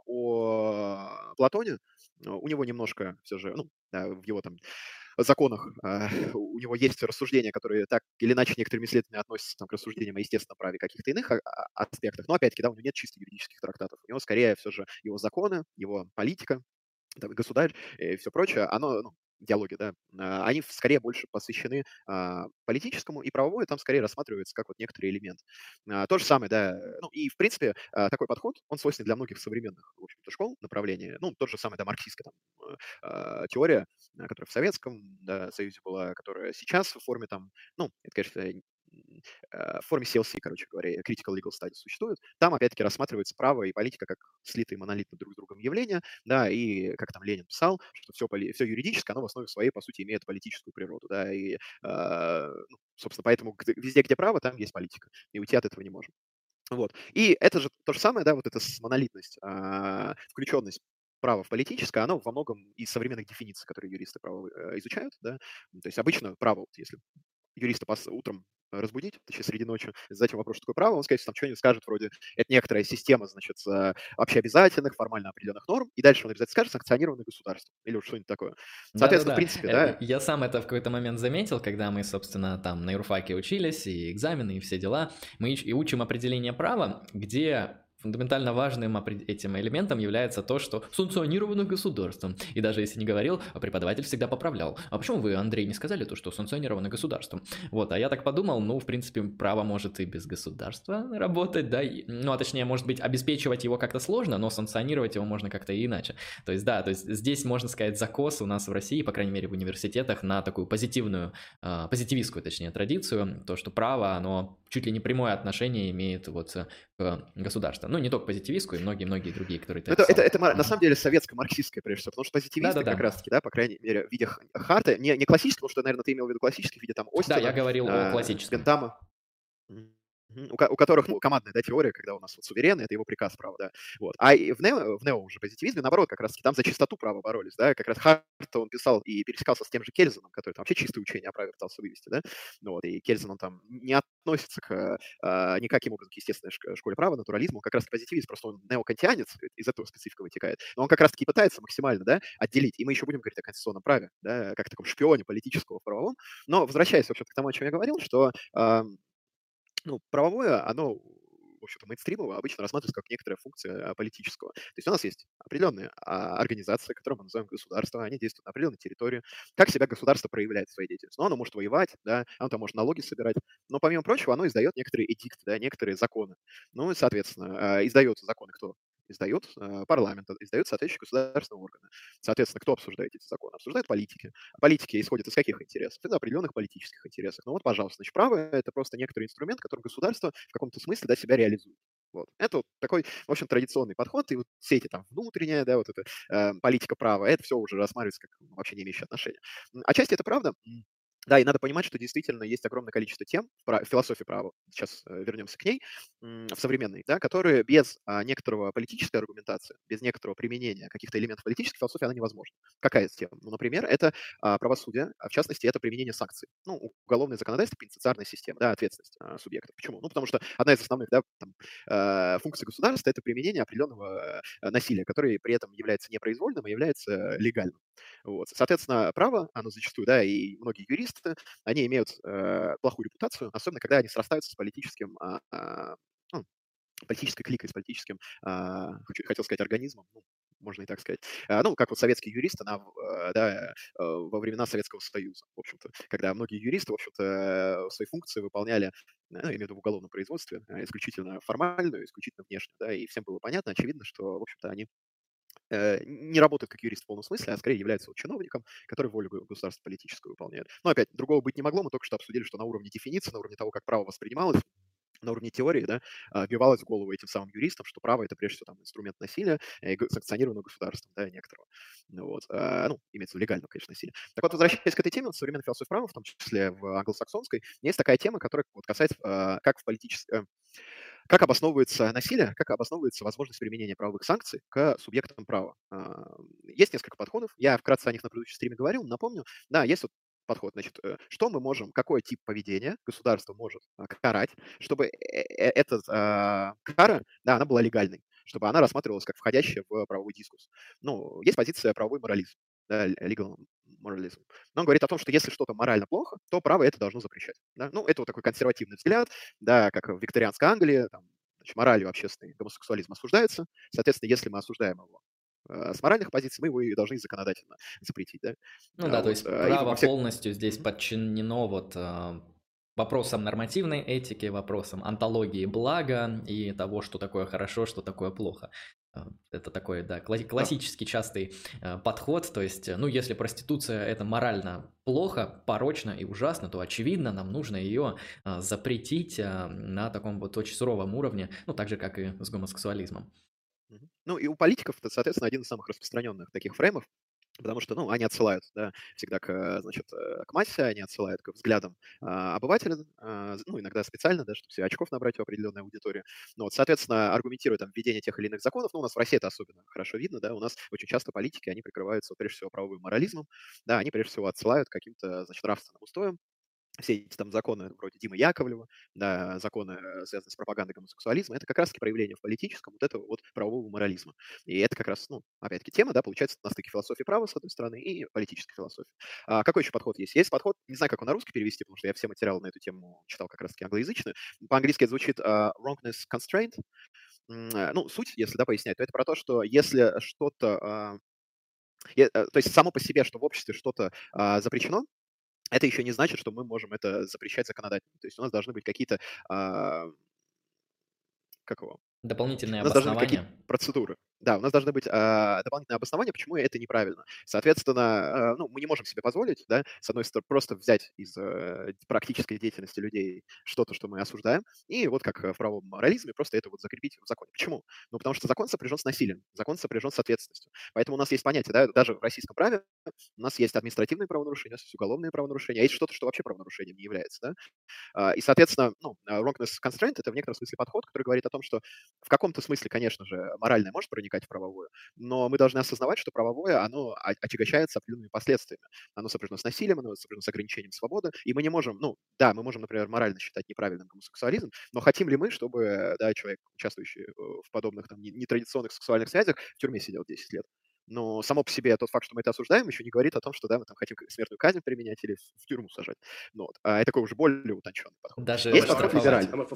о Платоне, у него немножко все же, ну, да, в его там законах у него есть рассуждения, которые так или иначе некоторыми исследователями относятся там, к рассуждениям о естественном праве каких-то иных аспектах, но опять-таки, да, у него нет чисто юридических трактатов. У него скорее все же его законы, его политика, там, государь и все прочее, оно, ну, диалоги, да, они скорее больше посвящены политическому, и правовое там скорее рассматривается как вот некоторый элемент. То же самое, да, ну и в принципе такой подход, он свойственен для многих современных, в общем-то, школ, направлений, ну, тот же самый, да, марксистская там, теория, которая в Советском, да, Союзе была, которая сейчас в форме там, ну, это, конечно, в форме CLC, короче говоря, Critical Legal Studies существует. Там, опять-таки, рассматривается право и политика как слитые монолитно друг с другом явления, да, и, как там Ленин писал, что все юридическое, оно в основе своей, по сути, имеет политическую природу, да, и, ну, собственно, поэтому везде, где право, там есть политика, и уйти от этого не можем. Вот. И это же то же самое, да, вот эта монолитность, включенность права в политическое, оно во многом из современных дефиниций, которые юристы права изучают, да, то есть обычно право, вот если юриста утром разбудить, точнее, среди ночи, задать ему вопрос, что такое право, он, скорее всего, там что-нибудь скажет вроде, это некоторая система, значит, общеобязательных, формально определенных норм, и дальше он обязательно скажет, санкционированных государством, или вот что-нибудь такое. Соответственно, в Да-да-да. принципе, да, Я сам это в какой-то момент заметил, когда мы, собственно, там на юрфаке учились, и экзамены, и все дела. Мы и учим определение права, где фундаментально важным этим элементом является то, что санкционировано государством. И даже если не говорил, преподаватель всегда поправлял. А почему вы, Андрей, не сказали то, что санкционировано государством? Вот, а я так подумал, ну, в принципе, право может и без государства работать, да, ну, а точнее, может быть, обеспечивать его как-то сложно, но санкционировать его можно как-то и иначе. То есть, да, то есть здесь, можно сказать, закос у нас в России, по крайней мере, в университетах, на такую позитивную, позитивистскую, точнее, традицию, то, что право, оно чуть ли не прямое отношение имеет вот к государству. Ну, не только позитивистскую, и многие-многие другие, которые ты но это, это, описал. это на самом деле советско-марксистское, прежде всего, потому что позитивисты как Да-да-да. раз-таки, да, по крайней мере, в виде Харта, не классического, потому что, наверное, ты имел в виду классический, в виде там Да, я Остина, говорил о классическом. Бентама. У которых, ну, командная, да, теория, когда у нас вот суверен, это его приказ права, да. Вот. А и в нео уже позитивизме, наоборот, как раз-таки там за чистоту права боролись, да, как раз Харт, он писал и пересекался с тем же Кельзеном, который там вообще чистое учение о праве пытался вывести, да. Ну вот, и Кельзен, он там не относится никаким образом к естественной школе права, натурализму, он как раз позитивист, просто он неокантианец, из этого специфика вытекает. Но он как раз-таки пытается максимально, да, отделить, и мы еще будем говорить о конституционном праве, да, как о таком шпионе политического в правовом. Но возвращаясь, в общем-то, к тому, о чем я говорил, что ну, правовое, оно, в общем-то, мейнстримово обычно рассматривается как некоторая функция политического. То есть у нас есть определенные организации, которые мы называем государства, они действуют на определенной территории. Как себя государство проявляет в своей деятельности? Ну, оно может воевать, да, оно там может налоги собирать, но, помимо прочего, оно издает некоторые эдикты, да, некоторые законы. Ну, и, соответственно, издает законы кто? Издает парламент, издают соответствующие государственные органы. Соответственно, кто обсуждает эти законы? Обсуждают политики. А политики исходят из каких интересов? Из определенных политических интересов. Ну вот, пожалуйста, значит, право– это просто некоторый инструмент, которым государство в каком-то смысле, да, себя реализует. Вот. Это вот такой, в общем, традиционный подход, и вот все эти там внутренняя, да, вот эта политика права, это все уже рассматривается как вообще не имеющее отношения. Отчасти это правда. Да, и надо понимать, что действительно есть огромное количество тем в философии права, сейчас вернемся к ней, в современной, да, которые без некоторого политической аргументации, без некоторого применения каких-то элементов политической философии, она невозможна. Какая из тем? Ну, например, это правосудие, а в частности, это применение санкций. Ну, уголовное законодательство, пенитенциарная система, да, ответственность субъектов. Почему? Ну, потому что одна из основных, да, там, функций государства– это применение определенного насилия, которое при этом является непроизвольным, а является легальным. Вот. Соответственно, право, оно зачастую, да, и многие юристы, они имеют плохую репутацию, особенно когда они срастаются с политическим, ну, политической кликой, с политическим, хотел сказать, организмом, ну, можно и так сказать. Ну, как вот советские юристы да, во времена Советского Союза, в общем-то, когда многие юристы, в общем-то, свои функции выполняли, ну, я имею в виду в уголовном производстве, исключительно формальную, исключительно внешнюю, да, и всем было понятно, очевидно, что, в общем-то, они не работает как юрист в полном смысле, а скорее является вот чиновником, который волю государства политическую выполняет. Но опять, другого быть не могло. Мы только что обсудили, что на уровне дефиниции, на уровне того, как право воспринималось, на уровне теории, да, вбивалось в голову этим самым юристам, что право– это прежде всего там, инструмент насилия, санкционированного государством, да, некоторого. Ну, вот, ну, имеется в виду легального, конечно, насилия. Так вот, возвращаясь к этой теме, в современной философии права, в том числе в англосаксонской, есть такая тема, которая вот, касается, как в политической как обосновывается насилие, как обосновывается возможность применения правовых санкций к субъектам права? Есть несколько подходов. Я вкратце о них на предыдущем стриме говорил, напомню. Да, есть вот подход. Значит, что мы можем, какой тип поведения государство может карать, чтобы эта кара, да, она была легальной, чтобы она рассматривалась как входящая в правовой дискурс. Ну, есть позиция правовой морализм, да, legal moralism. Но он говорит о том, что если что-то морально плохо, то право это должно запрещать. Да? Ну, это вот такой консервативный взгляд, да, как в викторианской Англии, там, значит, моралью общественный гомосексуализм осуждается. Соответственно, если мы осуждаем его с моральных позиций, мы его и должны законодательно запретить. Да? Ну да, то Вот. есть И право во всех... полностью здесь Мгм. подчинено вот вопросам нормативной этики, вопросам антологии блага и того, что такое хорошо, что такое плохо. Это такой, да, Да. классический частый подход. То есть, ну, если проституция это морально плохо, порочно и ужасно, то очевидно нам нужно ее запретить на таком вот очень суровом уровне, ну, так же, как и с гомосексуализмом. Мгм. Ну и у политиков это, соответственно, один из самых распространенных таких фреймов, потому что, ну, они отсылают, да, всегда значит, к массе, они отсылают к взглядам обывателя, ну, иногда специально, да, чтобы себе очков набрать у определенной аудитории. Ну, вот, соответственно, аргументируя там введение тех или иных законов, ну, у нас в России это особенно хорошо видно, да, у нас очень часто политики, они прикрываются, прежде всего, правовым морализмом, да, они, прежде всего, отсылают к каким-то, значит, нравственным устоям, все эти там законы вроде Димы Яковлева, да, законы, связанные с пропагандой гомосексуализма, это как раз-таки проявление в политическом вот этого вот правового морализма. И это как раз, ну, опять-таки, тема, да, получается, на стыке философии права, с одной стороны, и политической философии. Какой еще подход есть? Есть подход, не знаю, как его на русский перевести, потому что я все материалы на эту тему читал как раз-таки англоязычные. По-английски это звучит wrongness constraint. Ну, суть, если, да, пояснять, то это про то, что если что-то, то есть само по себе, что в обществе что-то запрещено, это еще не значит, что мы можем это запрещать законодательно. То есть у нас должны быть какие-то, а, как его, Дополнительные у нас должны быть какие-то обоснования. процедуры. Да, у нас должны быть дополнительные обоснования, почему это неправильно. Соответственно, ну, мы не можем себе позволить, да, с одной стороны, просто взять из практической деятельности людей что-то, что мы осуждаем, и вот как в правовом морализме просто это вот закрепить в законе. Почему? Ну, потому что закон сопряжен с насилием, закон сопряжен с ответственностью. Поэтому у нас есть понятие, да, даже в российском праве у нас есть административные правонарушения, у нас есть уголовные правонарушения, а есть что-то, что вообще правонарушением не является, да. И, соответственно, ну, wrongness constraint — это в некотором смысле подход, который говорит о том, что в каком-то смысле, конечно же, моральное может проникать в правовое, но мы должны осознавать, что правовое, оно отягощается определенными последствиями. Оно сопряжено с насилием, оно сопряжено с ограничением свободы, и мы не можем, ну, да, мы можем, например, морально считать неправильным гомосексуализм, но хотим ли мы, чтобы, да, человек, участвующий в подобных там нетрадиционных сексуальных связях, в тюрьме сидел 10 лет? Но само по себе тот факт, что мы это осуждаем, еще не говорит о том, что да, мы там хотим смертную казнь применять или в тюрьму сажать. Ну, вот. Это такой уже более утонченный подход. Даже Есть подход штрафовать. либеральный.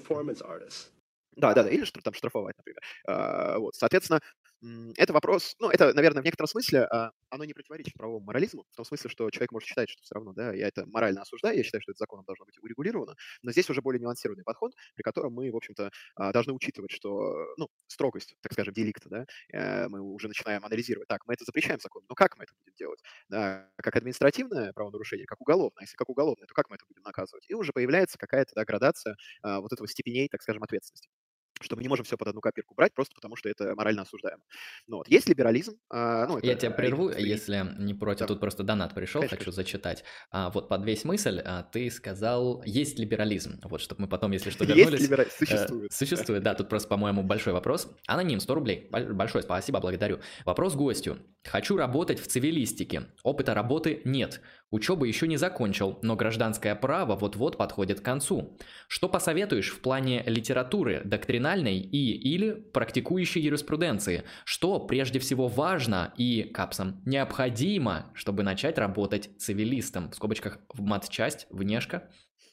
Да-да-да, или там штрафовать, например. Вот, соответственно, это вопрос, ну, это, наверное, в некотором смысле, оно не противоречит правовому морализму, в том смысле, что человек может считать, что все равно, да, я это морально осуждаю, я считаю, что это законом должно быть урегулировано, но здесь уже более нюансированный подход, при котором мы, в общем-то, должны учитывать, что, ну, строгость, так скажем, деликта, да, мы уже начинаем анализировать. Так, мы это запрещаем законом, но как мы это будем делать? Да, как административное правонарушение, как уголовное? Если как уголовное, то как мы это будем наказывать? И уже появляется какая-то, да, градация вот этого степеней, так скажем, ответственности, что мы не можем все под одну копирку брать просто потому, что это морально осуждаемо. Ну, вот. Есть либерализм, ну, Я это тебя именно прерву, если не против. да, Тут просто донат пришел, конечно, хочу конечно. зачитать. Вот под весь мысль ты сказал, есть либерализм. Вот, чтобы мы потом, если что, Есть вернулись. либерализм, существует. Да. Существует, да, тут просто, по-моему, большой вопрос. Аноним, 100 рублей. Большое спасибо, благодарю. Вопрос гостю. Хочу работать в цивилистике. Опыта работы нет. Учебу еще не закончил, но гражданское право вот-вот подходит к концу. Что посоветуешь в плане литературы, доктринальной и или практикующей юриспруденции? Что прежде всего важно и, капсом, необходимо, чтобы начать работать цивилистом? В скобочках в матчасть, внешка.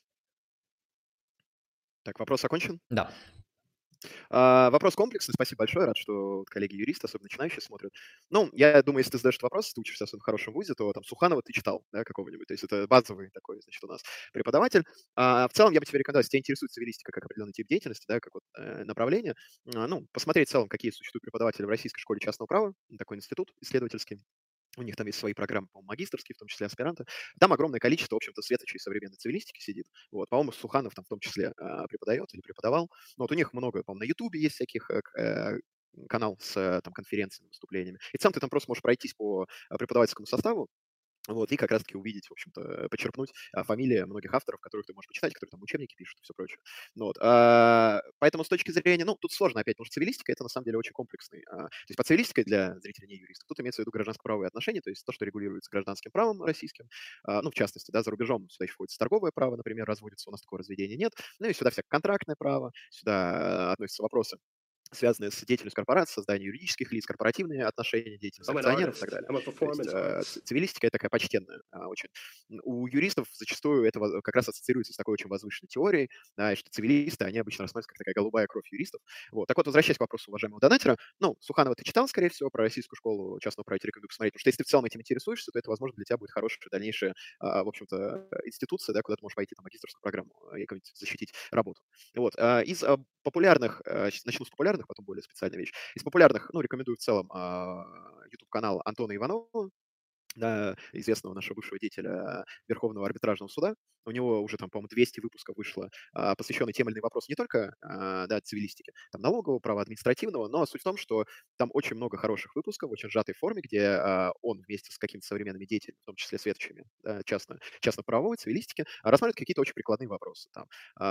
Так, вопрос окончен. Да. Вопрос комплексный, спасибо большое, рад, что вот коллеги-юристы, особенно начинающие, смотрят. Ну, я думаю, если ты задаешь этот вопрос, ты учишься особенно в хорошем вузе, то там Суханова ты читал, да, какого-нибудь, то есть это базовый такой, значит, у нас преподаватель. В целом я бы тебе рекомендовал, если тебя интересует цивилистика как определенный тип деятельности, да, как вот направление, ну, посмотреть в целом, какие существуют преподаватели в Российской школе частного права, такой институт исследовательский. У них там есть свои программы, по-моему, магистерские, в том числе аспиранты. Там огромное количество, в общем-то, светочей современной цивилистики сидит. Вот, по-моему, Суханов там в том числе преподает или преподавал. Но вот у них много, по-моему, на Ютубе есть всяких канал с там конференциями, выступлениями. И сам ты там просто можешь пройтись по преподавательскому составу, вот, и как раз-таки увидеть, в общем-то, почерпнуть фамилии многих авторов, которых ты можешь почитать, которые там учебники пишут и все прочее. Ну, вот, поэтому с точки зрения, ну, тут сложно опять, потому что цивилистика — это на самом деле очень комплексный. То есть под цивилистикой для зрителей не юристов тут имеется в виду гражданско-правовые отношения, то есть то, что регулируется гражданским правом российским, ну, в частности, да, за рубежом сюда еще входит торговое право, например, разводится, у нас такого разведения нет, ну и сюда всякое контрактное право, сюда относятся вопросы, связанные с деятельностью корпораций, созданием юридических лиц, корпоративные отношения, деятельность акционеров и так далее. То есть цивилистика — это такая почтенная очень. У юристов зачастую это как раз ассоциируется с такой очень возвышенной теорией, да, и что цивилисты, они обычно рассматриваются как такая голубая кровь юристов. Вот. Так вот, возвращаясь к вопросу уважаемого донатера, ну, Суханова ты читал, скорее всего, про российскую школу частного права, я тебе рекомендую посмотреть, потому что если ты в целом этим интересуешься, то это, возможно, для тебя будет хорошая дальнейшая, в общем-то, институция, да, куда ты можешь пойти, там, магистерскую программу и какую-нибудь защитить работу. Вот. Из популярных, начну с популярных, потом более специальная вещь. Из популярных, ну, рекомендую в целом YouTube-канал Антона Иванова, да, известного нашего бывшего деятеля Верховного арбитражного суда. У него уже там, по-моему, 200 выпусков вышло, посвященных тем или иным вопросам не только да, цивилистики, там налогового права, административного, но суть в том, что там очень много хороших выпусков в очень сжатой форме, где он вместе с какими-то современными деятелями, в том числе светочами да, частно-правовой цивилистики, рассматривает какие-то очень прикладные вопросы. Там,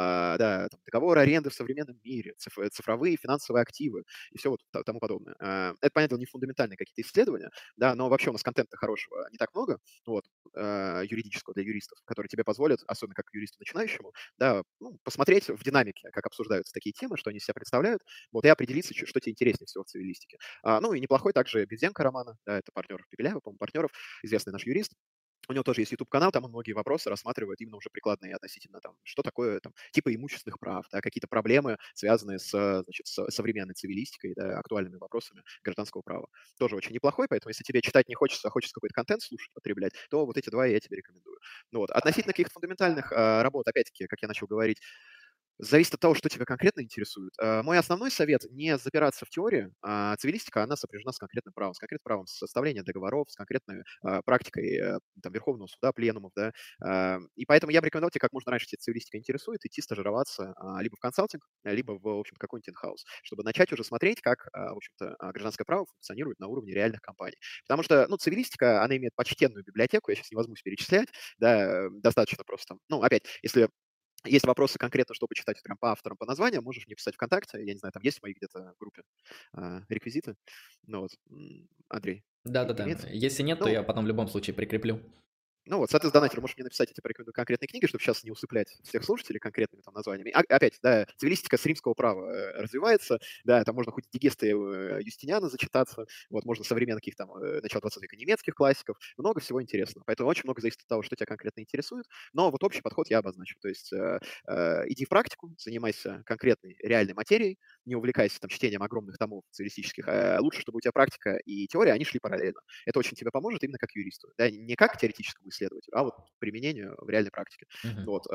да, там, договор аренды в современном мире, цифровые финансовые активы и все вот тому подобное. Это, понятно, не фундаментальные какие-то исследования, да, но вообще у нас контента хорошего не так много, вот, юридического для юристов, которые тебе позволят, особенно как юристу начинающему, да, ну, посмотреть в динамике, как обсуждаются такие темы, что они из себя представляют, вот, и определиться, что тебе интереснее всего в цивилистике. Ну, и неплохой также Безенко Романа, да, это партнер Пепеляева, по-моему, партнеров, известный наш юрист. У него тоже есть YouTube-канал, там он многие вопросы рассматривает именно уже прикладные относительно там, что такое там, типа имущественных прав, да, какие-то проблемы, связанные с, значит, с современной цивилистикой, да, актуальными вопросами гражданского права. Тоже очень неплохой, поэтому если тебе читать не хочется, а хочется какой-то контент слушать, потреблять, то вот эти два я тебе рекомендую. Ну, вот. Относительно каких-то фундаментальных работ, опять-таки, как я начал говорить, Зависит от того, что тебя конкретно интересует. Мой основной совет — не запираться в теории. Цивилистика, она сопряжена с конкретным правом составления договоров, с конкретной практикой там, Верховного суда, пленумов, да. И поэтому я бы рекомендовал тебе как можно раньше, если тебя цивилистика интересует, идти стажироваться либо в консалтинг, либо в общем, какой-нибудь инхаус, чтобы начать уже смотреть, как, в общем-то, гражданское право функционирует на уровне реальных компаний. Потому что, ну, цивилистика, она имеет почтенную библиотеку, я сейчас не возьмусь перечислять, да, достаточно просто там, ну, опять, если есть вопросы конкретно, чтобы читать прям по авторам, по названиям, можешь мне писать ВКонтакте. Я не знаю, там есть в моей где-то группе реквизиты. Ну вот, Андрей, Да-да-да. имеется? Если нет, то Ну, я потом в любом случае прикреплю. ну вот, соответственно, донатер, можешь мне написать, я тебе порекомендую конкретные книги, чтобы сейчас не усыплять всех слушателей конкретными там названиями. Опять, да, цивилистика с римского права развивается, да, там можно хоть Дигеста Юстиниана зачитаться, вот, можно современных там начала 20 века немецких классиков, много всего интересного. Поэтому очень много зависит от того, что тебя конкретно интересует, но вот общий подход я обозначу. То есть иди в практику, занимайся конкретной реальной материей, не увлекайся там чтением огромных томов цивилистических, лучше, чтобы у тебя практика и теория, они шли параллельно. Это очень тебе поможет именно как юристу. Да, не как теоретическому исследователю, а вот применению в реальной практике. Мгм. Вот.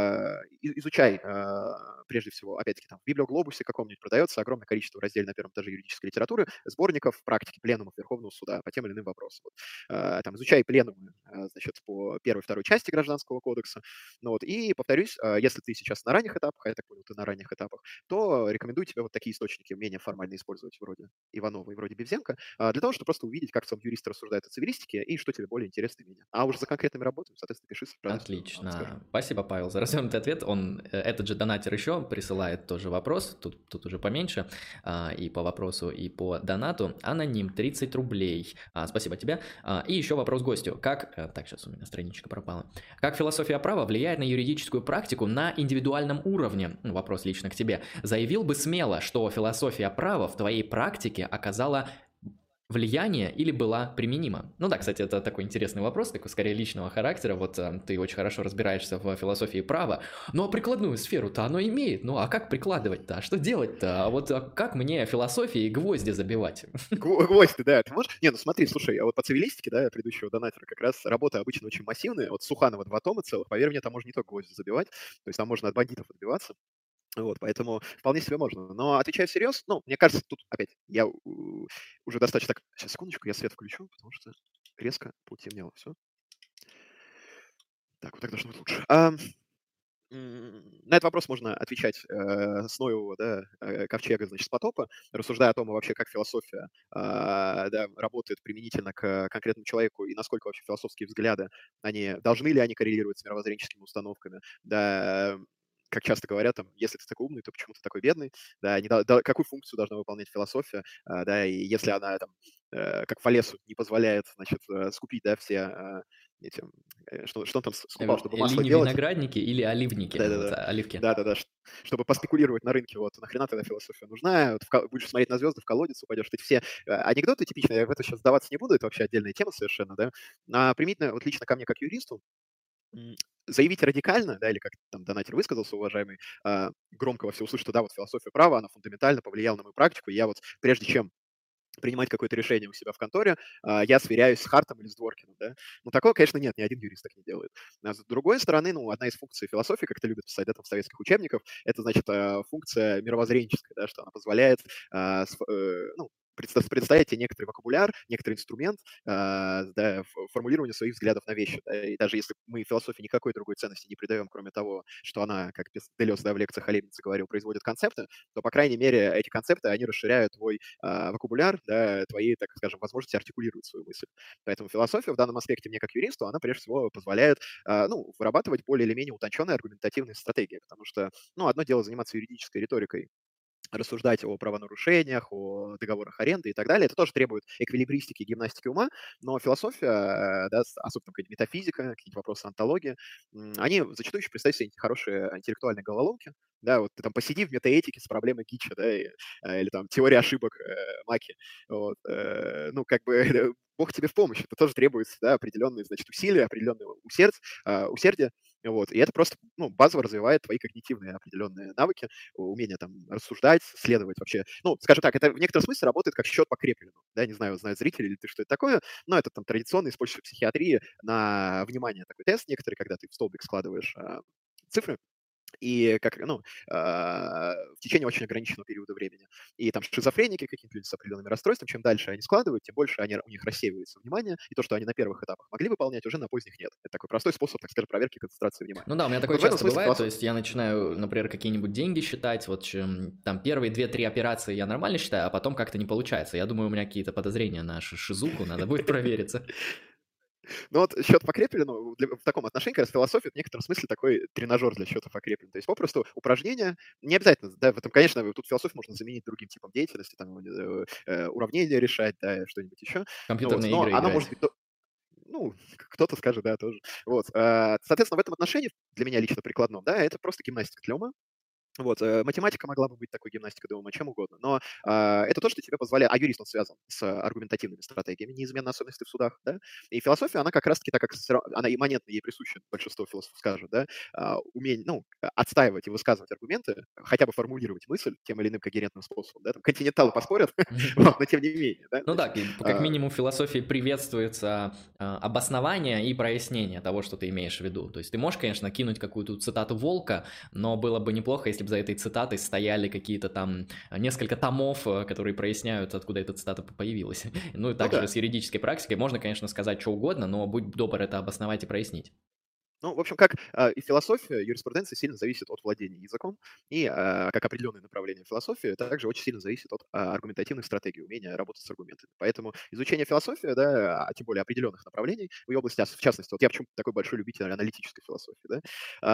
Изучай, прежде всего, опять-таки, там в Библиоглобусе каком-нибудь продается огромное количество в разделе на первом этаже юридической литературы, сборников практики пленумов Верховного суда по тем или иным вопросам. Вот. Там изучай пленумы, значит, по первой и второй части Гражданского кодекса. Ну, вот. И, повторюсь, если ты сейчас на ранних этапах, а я так понял, ты на ранних этапах, то рекомендую тебе вот такие источники менее формально использовать, вроде Иванова и вроде Бевзенко, для того, чтобы просто увидеть, как сам юрист рассуждает о цивилистике и что тебе более интересно менее. А уже за конкретными работами, соответственно, пиши, с радостью расскажу. Отлично. Спасибо, Павел, за развернутый ответ. Этот же донатер еще присылает тоже вопрос, тут уже поменьше, и по вопросу, и по донату. Аноним, 30 рублей. Спасибо тебе. И еще вопрос гостю. Так, сейчас у меня страничка пропала. Как философия права влияет на юридическую практику на индивидуальном уровне? Вопрос лично к тебе. Заявил бы смело, что философия права в твоей практике оказала влияние или была применима? Ну да, кстати, это такой интересный вопрос, такой скорее личного характера. Вот ты очень хорошо разбираешься в философии права, ну а прикладную сферу-то оно имеет. Ну а как прикладывать-то? А что делать-то? Как мне философии гвозди забивать? Гвозди, да, ты можешь? Не, ну смотри, слушай, а вот по цивилистике, да, предыдущего донатера, как раз работа обычно очень массивная. Вот Суханова 2 тома целых, поверь мне, там можно не только гвозди забивать, то есть там можно от бандитов отбиваться. Вот, поэтому вполне себе можно. Но отвечая всерьез, ну, мне кажется, тут опять я уже достаточно так. Сейчас, секундочку, я свет включу, потому что резко потемнело все. Так, вот так должно быть лучше. На этот вопрос можно отвечать с Ноева, да, ковчега, значит, с потопа, рассуждая о том, вообще, как философия да, работает применительно к конкретному человеку и насколько вообще философские взгляды, должны ли они коррелировать с мировоззренческими установками, да, как часто говорят, там, если ты такой умный, то почему ты такой бедный, да, какую функцию должна выполнять философия, да, и если она там, как Фалесу не позволяет, значит, скупить, да, все эти что он там скупал, чтобы масло делать. Линии-виноградники или оливники? Вот, Да-да-да. оливки. Да-да-да, чтобы поспекулировать на рынке, вот. Нахрена тогда философия нужна? Вот будешь смотреть на звезды, в колодец упадешь. Эти все анекдоты типичные, я в это сейчас сдаваться не буду, это вообще отдельная тема совершенно, да. А применительно, вот лично ко мне как юристу, м, заявить радикально, да, или как там донатер высказался, уважаемый, громко во всеуслышание, что да, вот философия права, она фундаментально повлияла на мою практику, и я вот прежде чем принимать какое-то решение у себя в конторе, я сверяюсь с Хартом или с Дворкиным, да. Ну, такого, конечно, нет, ни один юрист так не делает. А с другой стороны, ну, одна из функций философии, как это любят писать, да, там, в советских учебниках, это, значит, функция мировоззренческая, да, что она позволяет, ну, представить тебе некоторый вокабуляр, некоторый инструмент да, формулирования своих взглядов на вещи. Да, и даже если мы философии никакой другой ценности не придаем, кроме того, что она, как Делес да, в лекциях о Лейбнице говорил, производит концепты, то, по крайней мере, эти концепты, они расширяют твой вокабуляр, да, твои, так скажем, возможности артикулировать свою мысль. Поэтому философия в данном аспекте мне как юристу, она прежде всего позволяет ну, вырабатывать более или менее утонченные аргументативные стратегии, потому что, ну, одно дело заниматься юридической риторикой, рассуждать о правонарушениях, о договорах аренды и так далее. Это тоже требует эквилибристики и гимнастики ума, но философия, да, особенно какая-нибудь метафизика, какие-то вопросы антологии, они зачастую еще представляют себе хорошие интеллектуальные головоломки. Да, вот ты там посиди в метаэтике с проблемой Гитча, да, или там теория ошибок Маки. Вот, ну, как бы Бог тебе в помощь. Это тоже требуется, да, определенные, значит, усилия, определенное усердие. Вот, и это просто, ну, базово развивает твои когнитивные определенные навыки, умение там рассуждать, следовать вообще. Ну, скажем так, это в некотором смысле работает как счет по Крепелину. Да, не знаю, знают зрители или ты, что это такое, но это там традиционно используется в психиатрии на внимание такой тест некоторый, когда ты в столбик складываешь цифры, и как, ну, в течение очень ограниченного периода времени. И там шизофреники, какие-то люди с определенными расстройствами, чем дальше они складывают, тем больше у них рассеивается внимание, и то, что они на первых этапах могли выполнять, уже на поздних нет. Это такой простой способ, так скажем, проверки концентрации внимания. Ну да, у меня такое Вот в этом часто смысле бывает, то философия. есть я начинаю, например, какие-нибудь деньги считать, вот там первые две-три операции я нормально считаю, а потом как-то не получается. Я думаю, у меня какие-то подозрения на шизуху, надо будет провериться. Ну вот счет по Крепелину в таком отношении, как раз философия, в некотором смысле такой тренажер для счета по Крепелину. То есть попросту упражнения, не обязательно, да, в этом, конечно, тут философию можно заменить другим типом деятельности, там, уравнения решать, да, что-нибудь еще. Ну вот, Компьютерные но игры она играть. может быть ну, кто-то скажет, да, тоже. Вот. Соответственно, в этом отношении, для меня лично прикладном, да, это просто гимнастика для ума. Вот, математика могла бы быть такой гимнастикой дома, чем угодно, но это то, что тебе позволяет, а юрист, он связан с аргументативными стратегиями, неизменной особенности в судах, да, и философия, она как раз-таки, так как она имманентно ей присуща, большинство философов скажут, да, умение, ну, отстаивать и высказывать аргументы, хотя бы формулировать мысль тем или иным когерентным способом, да, там, континенталы поспорят, вот, но тем не менее, да, Ну да, значит, как минимум в философии приветствуется обоснование и прояснение того, что ты имеешь в виду. То есть ты можешь, конечно, кинуть какую-то цитату Волка, но было бы неплохо, если бы за этой цитатой стояли какие-то там несколько томов, которые проясняют, откуда эта цитата появилась. Ну и ну также да. с юридической практикой можно, конечно, сказать что угодно, но будь добр это обосновать и прояснить. Ну, в общем, как и философия, юриспруденция сильно зависит от владения языком, и как определенное направление философии также очень сильно зависит от аргументативных стратегий, умения работать с аргументами. Поэтому изучение философии, да, а тем более определенных направлений в ее области, в частности, вот я почему такой большой любитель аналитической философии, да,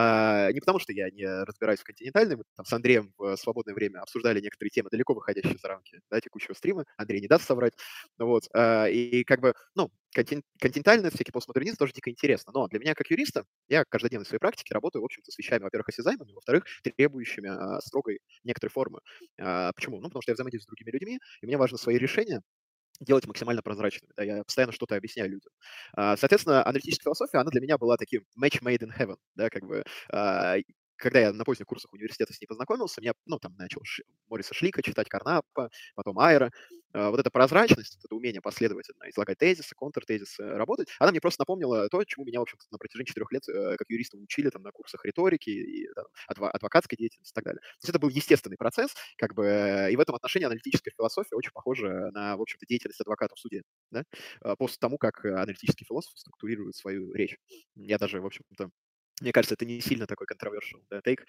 не потому что я не разбираюсь в континентальной, мы там с Андреем в свободное время обсуждали некоторые темы, далеко выходящие за рамки, да, текущего стрима, Андрей не даст соврать, вот, и как бы, ну, континентальный всякий постмодернизм тоже дико интересно, но для меня как юриста я каждодневно в своей практике работаю, в общем-то, с вещами, во-первых, осязаемыми, во-вторых, требующими строгой некоторой формы. Почему? Ну, потому что я взаимодействую с другими людьми, и мне важно свои решения делать максимально прозрачными. Да, я постоянно что-то объясняю людям. Соответственно, аналитическая философия, она для меня была таким match made in heaven. Да, как бы, когда я на поздних курсах университета с ней познакомился, меня, ну, там, начал Мориса Шлика читать, Карнаппа, потом Айра. Вот эта прозрачность, вот это умение последовательно излагать тезисы, контртезисы, работать, она мне просто напомнила то, чему меня, в общем-то, на протяжении 4 лет как юриста учили там, на курсах риторики и там, адвокатской деятельности и так далее. То есть это был естественный процесс, как бы, и в этом отношении аналитическая философия очень похожа на, в общем-то, деятельность адвоката в суде, да, по тому, как аналитические философы структурируют свою речь. Я даже, в общем-то, мне кажется, это не сильно такой controversial да, take.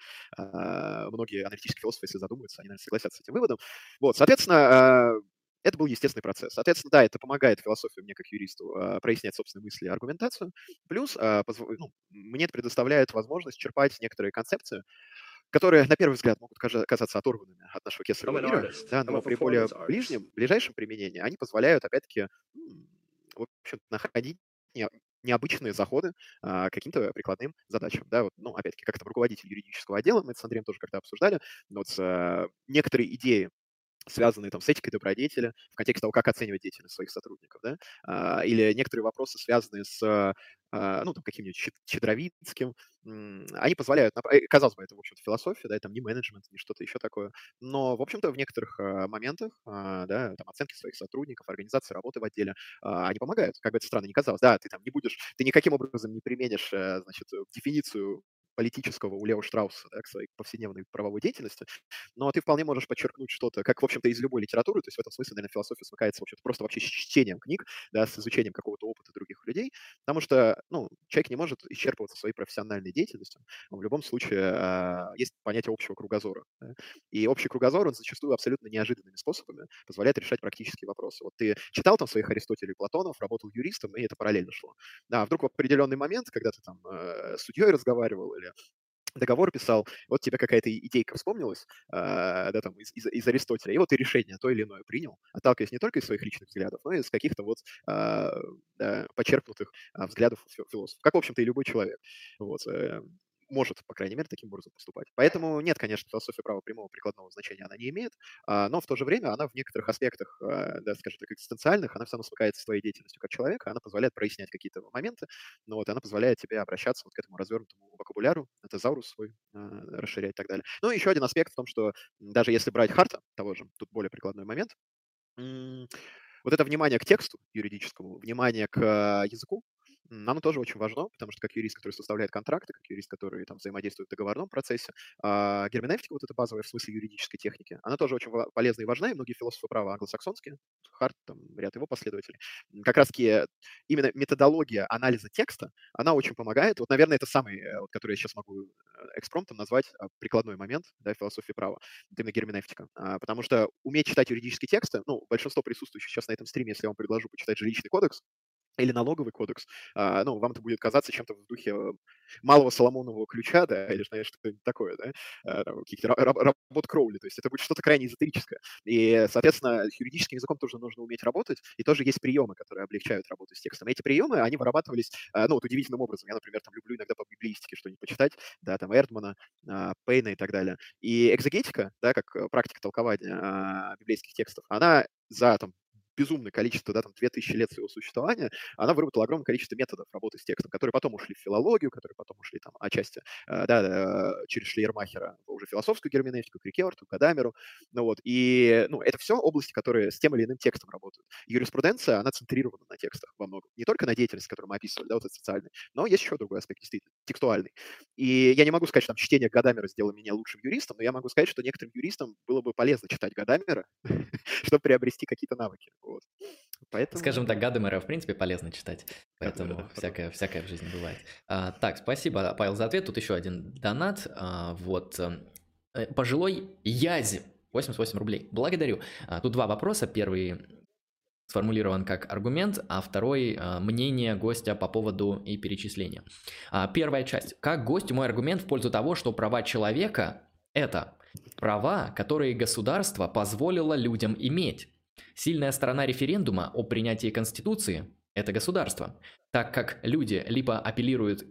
Многие аналитические философы, если задумаются, они, наверное, согласятся с этим выводом. Вот, соответственно, это был естественный процесс. Соответственно, да, это помогает философии мне как юристу прояснять собственные мысли и аргументацию. Плюс ну, мне это предоставляет возможность черпать некоторые концепции, которые, на первый взгляд, могут казаться оторванными от нашего кесарева мира, да, но при более ближайшем применении они позволяют, опять-таки, в общем находить не- необычные заходы к каким-то прикладным задачам. Да, вот, ну, опять-таки, как там руководитель юридического отдела, мы это с Андреем тоже как-то обсуждали, но вот некоторые идеи, связанные там с этикой добродетели, в контексте того, как оценивать деятельность своих сотрудников, да, или некоторые вопросы, связанные с, ну, там, каким-нибудь Щедровицким, они позволяют, казалось бы, это, в общем-то, философия, да, это не менеджмент, не что-то еще такое, но, в общем-то, в некоторых моментах, да, там, оценки своих сотрудников, организации работы в отделе, они помогают, как бы это странно ни казалось, да, ты там не будешь, ты никаким образом не применишь, значит, дефиницию политического у Лео Штрауса да, к своей повседневной правовой деятельности, но ты вполне можешь подчеркнуть что-то, как, в общем-то, из любой литературы, то есть в этом смысле, наверное, философия смыкается, в общем-то, просто вообще с чтением книг, да, с изучением какого-то опыта других людей, потому что, ну, человек не может исчерпываться своей профессиональной деятельностью, в любом случае есть понятие общего кругозора, да, и общий кругозор, он зачастую абсолютно неожиданными способами позволяет решать практические вопросы. Вот ты читал там своих Аристотелей и Платонов, работал юристом, и это параллельно шло. Да, а вдруг в определенный момент, когда ты там с судьей разговаривал или договор писал, вот тебе какая-то идейка вспомнилась, да, там, из Аристотеля, и вот ты решение то или иное принял, отталкиваясь не только из своих личных взглядов, но и из каких-то вот да, почерпнутых взглядов философов, как, в общем-то, и любой человек. Вот. Может, по крайней мере, таким образом поступать. Поэтому нет, конечно, философия права прямого прикладного значения она не имеет, но в то же время она в некоторых аспектах, да, скажем так, экзистенциальных, она все равно смыкается с твоей деятельностью как человека, она позволяет прояснять какие-то моменты, ну вот, и она позволяет тебе обращаться вот к этому развернутому вокабуляру, тезаурус свой расширять и так далее. Ну и еще один аспект в том, что даже если брать Харта, того же, тут более прикладной момент, м, вот это внимание к тексту юридическому, внимание к языку, Оно тоже очень важно, потому что как юрист, который составляет контракты, как юрист, который там взаимодействует в договорном процессе, герменевтика, вот эта базовая в смысле юридической техники, она тоже очень полезна и важна, и многие философы права англосаксонские, Харт, там, ряд его последователей, как раз-таки именно методология анализа текста, она очень помогает. Вот, наверное, это самый, вот, который я сейчас могу экспромтом назвать прикладной момент, да, философии права, это именно герменевтика. Потому что уметь читать юридические тексты, ну, большинство присутствующих сейчас на этом стриме, если я вам предложу почитать жилищный кодекс, или налоговый кодекс, ну, вам это будет казаться чем-то в духе малого Соломонового ключа, да, или, знаешь, что-нибудь такое, да, там, каких-то работ Кроули, то есть это будет что-то крайне эзотерическое. И, соответственно, с юридическим языком тоже нужно уметь работать, и тоже есть приемы, которые облегчают работу с текстом. Эти приемы, они вырабатывались, ну, вот удивительным образом. Я, например, там люблю иногда по библеистике что-нибудь почитать, да, там Эрдмана, Пейна и так далее. И экзегетика, да, как практика толкования библейских текстов, она за там безумное количество, да, там, 2000 лет своего существования, она выработала огромное количество методов работы с текстом, которые потом ушли в филологию, которые потом ушли там отчасти, да, через Шлейермахера в уже философскую герменевтику, к Рикерту, к Адамеру, ну вот, и, ну, это все области, которые с тем или иным текстом работают. Юриспруденция, она центрирована на текстах во многом, не только на деятельности, которую мы описывали, да, вот этот социальный, но есть еще другой аспект, действительно, текстуальный. И я не могу сказать, что там чтение Гадамера сделало меня лучшим юристом, но я могу сказать, что некоторым юристам было бы полезно читать Гадамера, чтобы приобрести какие-то навыки. Вот. Скажем так, Поэтому Гадамера, в принципе, полезно читать, Гадамера, поэтому да, пардон. всякое в жизни бывает. Так, спасибо, Павел, за ответ. Тут еще один донат. Пожилой Язи, 88 рублей. Благодарю. Тут два вопроса. Первый сформулирован как аргумент, а второй мнение гостя по поводу и перечисления. Первая часть. Как гостю мой аргумент в пользу того, что права человека – это права, которые государство позволило людям иметь. Сильная сторона референдума о принятии Конституции – это государство, так как люди либо апеллируют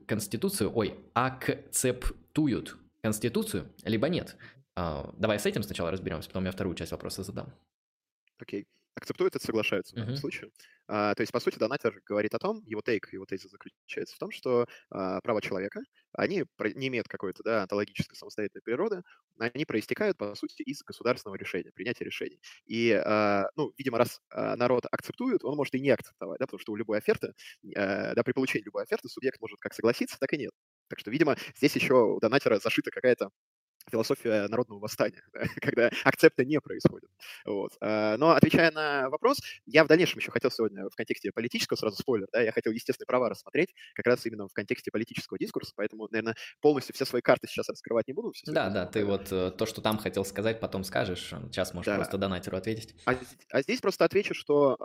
акцептуют Конституцию, либо нет. Давай с этим сначала разберемся, потом я вторую часть вопроса задам. Окей. Акцептуют это, соглашаются в данном Мгм. случае. То есть, по сути, донатор говорит о том, его тезис заключается в том, что права человека, они не имеют какой-то, да, онтологической самостоятельной природы, они проистекают, по сути, из государственного решения, принятия решений. И, ну, видимо, раз народ акцептует, он может и не акцептовать, да, потому что у любой оферты, да, при получении любой оферты субъект может как согласиться, так и нет. Так что, видимо, здесь еще у донатора зашита какая-то философия народного восстания, да, когда акцепта не происходит. Вот. Но отвечая на вопрос, я в дальнейшем еще хотел сегодня в контексте политического, сразу спойлер, да, я хотел естественные права рассмотреть как раз именно в контексте политического дискурса, поэтому, наверное, полностью все свои карты сейчас раскрывать не буду, все свои Да, карты да, вам ты поверю. вот то, что там хотел сказать, потом скажешь. Сейчас можешь Да. просто донатеру ответить. А здесь просто отвечу, что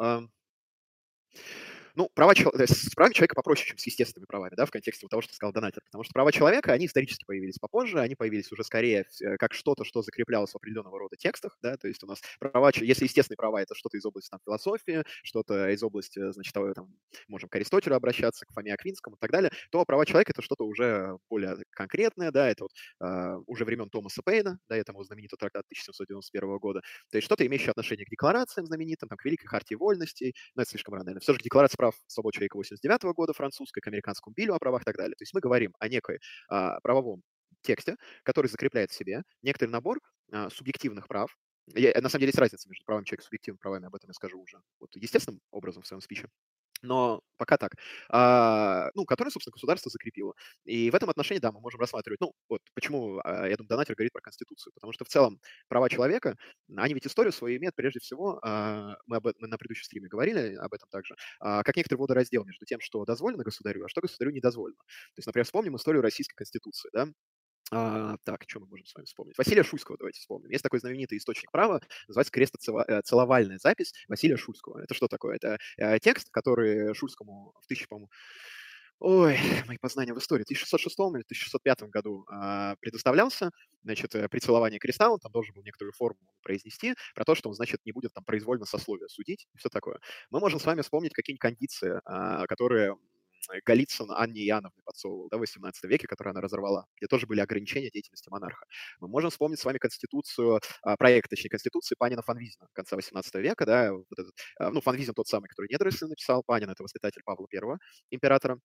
ну, права с правами человека попроще, чем с естественными правами, да, в контексте вот того, что сказал донатор. Потому что права человека, они исторически появились попозже, они появились уже скорее как что-то, что закреплялось в определенного рода текстах, да, то есть у нас права, если естественные права, это что-то из области там, философии, что-то из области, значит, того, там, можем к Аристотелю обращаться, к Фоме Аквинскому и так далее, то права человека это что-то уже более конкретное, да, это вот уже времен Томаса Пейна, да, этому знаменитый трактат 1791 года, то есть что-то, имеющее отношение к декларациям знаменитым, там, к Великой Хартии Вольностей, но это слишком рано, наверное. Все же Декларация прав свобод человека 89 года французская, к американскому Биллю о правах и так далее. То есть мы говорим о некой правовом тексте, который закрепляет в себе некоторый набор субъективных прав. На самом деле есть разница между правами человека и субъективными правами, об этом я скажу уже вот естественным образом в своем спиче. Но пока так. Ну, который, собственно, государство закрепило. И в этом отношении, да, мы можем рассматривать, ну, вот почему, я думаю, донатер говорит про Конституцию. Потому что в целом права человека, они ведь историю свою имеют прежде всего, мы на предыдущем стриме говорили об этом также, как некоторый водораздел между тем, что дозволено государю, а что государю не дозволено. То есть, например, вспомним историю Российской Конституции, да, так, что мы можем с вами вспомнить? Василия Шуйского давайте вспомним. Есть такой знаменитый источник права, называется «Крестоцеловальная запись» Василия Шуйского. Это что такое? Это текст, который Шуйскому в по-моему, ой, мои познания в истории, в 1606 или 1605 году предоставлялся, значит, при целовании креста он там должен был некоторую форму произнести про то, что он, значит, не будет там произвольно сословие судить и все такое. Мы можем с вами вспомнить какие-нибудь кондиции, которые Голицын Анне Иоанновне подсовывал, да, в XVIII веке, которую она разорвала, где тоже были ограничения деятельности монарха. Мы можем вспомнить с вами конституцию, проект, точнее, конституции Панина Фанвизина конца XVIII века, да, вот этот, ну, Фанвизин тот самый, который Недоросль написал, Панин — это воспитатель Павла I, императора,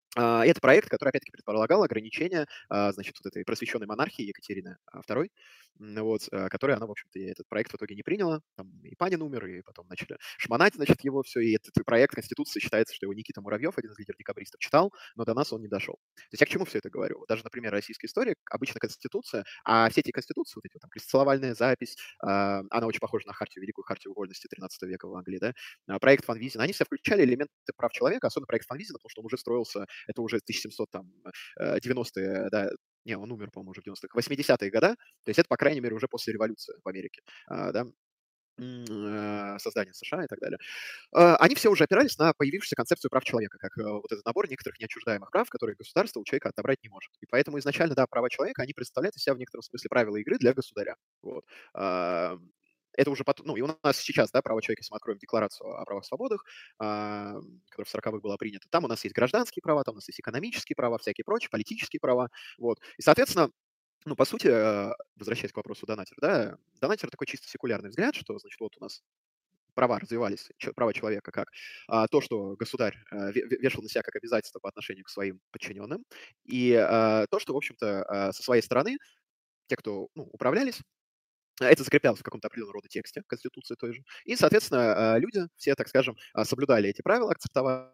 Это проект, который, опять-таки, предполагал ограничение, значит, вот этой просвещенной монархии Екатерины II, вот, которая она, в общем-то, и этот проект в итоге не приняла. Там и Панин умер, и потом начали шмонать, значит, его все. И этот проект Конституции считается, что его Никита Муравьев, один из лидеров декабристов, читал, но до нас он не дошел. То есть я к чему все это говорю? Даже, например, российская история, обычно Конституция, а все эти Конституции, вот эти вот там крестцеловальная запись, она очень похожа на хартию, Великую хартию вольности 13 века в Англии, да, проект Фан Визина, они все включали элементы прав человека, особенно проект Фан Визина, потому что он уже строился, это уже 1700 там 90-е, да, не, он умер, по-моему, уже в 90-х, 80-е года, то есть это, по крайней мере, уже после революции в Америке, да, создания США и так далее. Они все уже опирались на появившуюся концепцию прав человека, как вот этот набор некоторых неотчуждаемых прав, которые государство у человека отобрать не может. И поэтому изначально, да, права человека, они представляют из себя в некотором смысле правила игры для государя. Вот. А, Это уже потом, ну, и у нас сейчас, да, право человека, если мы откроем декларацию о правах и свободах, которая в 40-х была принята, там у нас есть гражданские права, там у нас есть экономические права, всякие прочие, политические права, вот. И, соответственно, ну, по сути, возвращаясь к вопросу донатера, да, донатер такой чисто секулярный взгляд, что, значит, вот у нас права развивались, права человека, как то, что государь вешал на себя как обязательство по отношению к своим подчиненным, и то, что, в общем-то, со своей стороны те, кто ну, управлялись, это закреплялось в каком-то определенном рода тексте Конституции той же. И, соответственно, люди все, так скажем, соблюдали эти правила, акцептовали.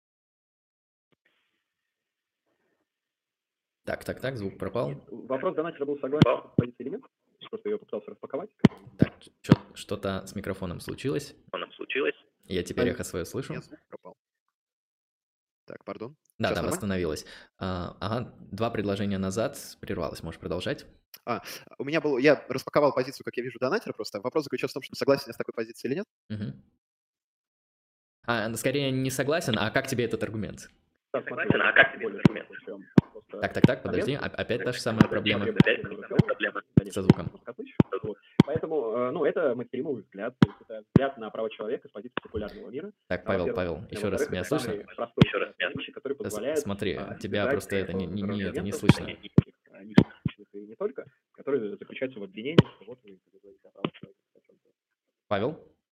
Так, звук Нет, пропал. вопрос донатера был согласен с позицией или нет? Просто я попытался распаковать. Так, что-то с микрофоном случилось. Я теперь эхо свое У меня слышу. звук пропал. Так, пардон. Да, Сейчас нормально? восстановилось. Ага, 2 предложения назад прервалось. Можешь продолжать? А, у меня был, я распаковал позицию, как я вижу, донатера просто. Вопрос заключался в том, что согласен я с такой позицией или нет. Мгм. Скорее не согласен, а как тебе этот аргумент? Согласен, а как тебе этот аргумент? Так, подожди, опять та же самая проблема со звуком. Вот. Поэтому, ну, это мейнстримовый взгляд, то есть это взгляд на права человека с позиции секулярного мира. Так, Во-первых. Павел, еще раз Во-вторых, меня это слышно? самый простой вещи, который позволяет Смотри, тебя избежать просто это не контраргументов, слышно. личных и не только, которые заключаются в обвинении, что вот вы говорите о правах человека. Павел?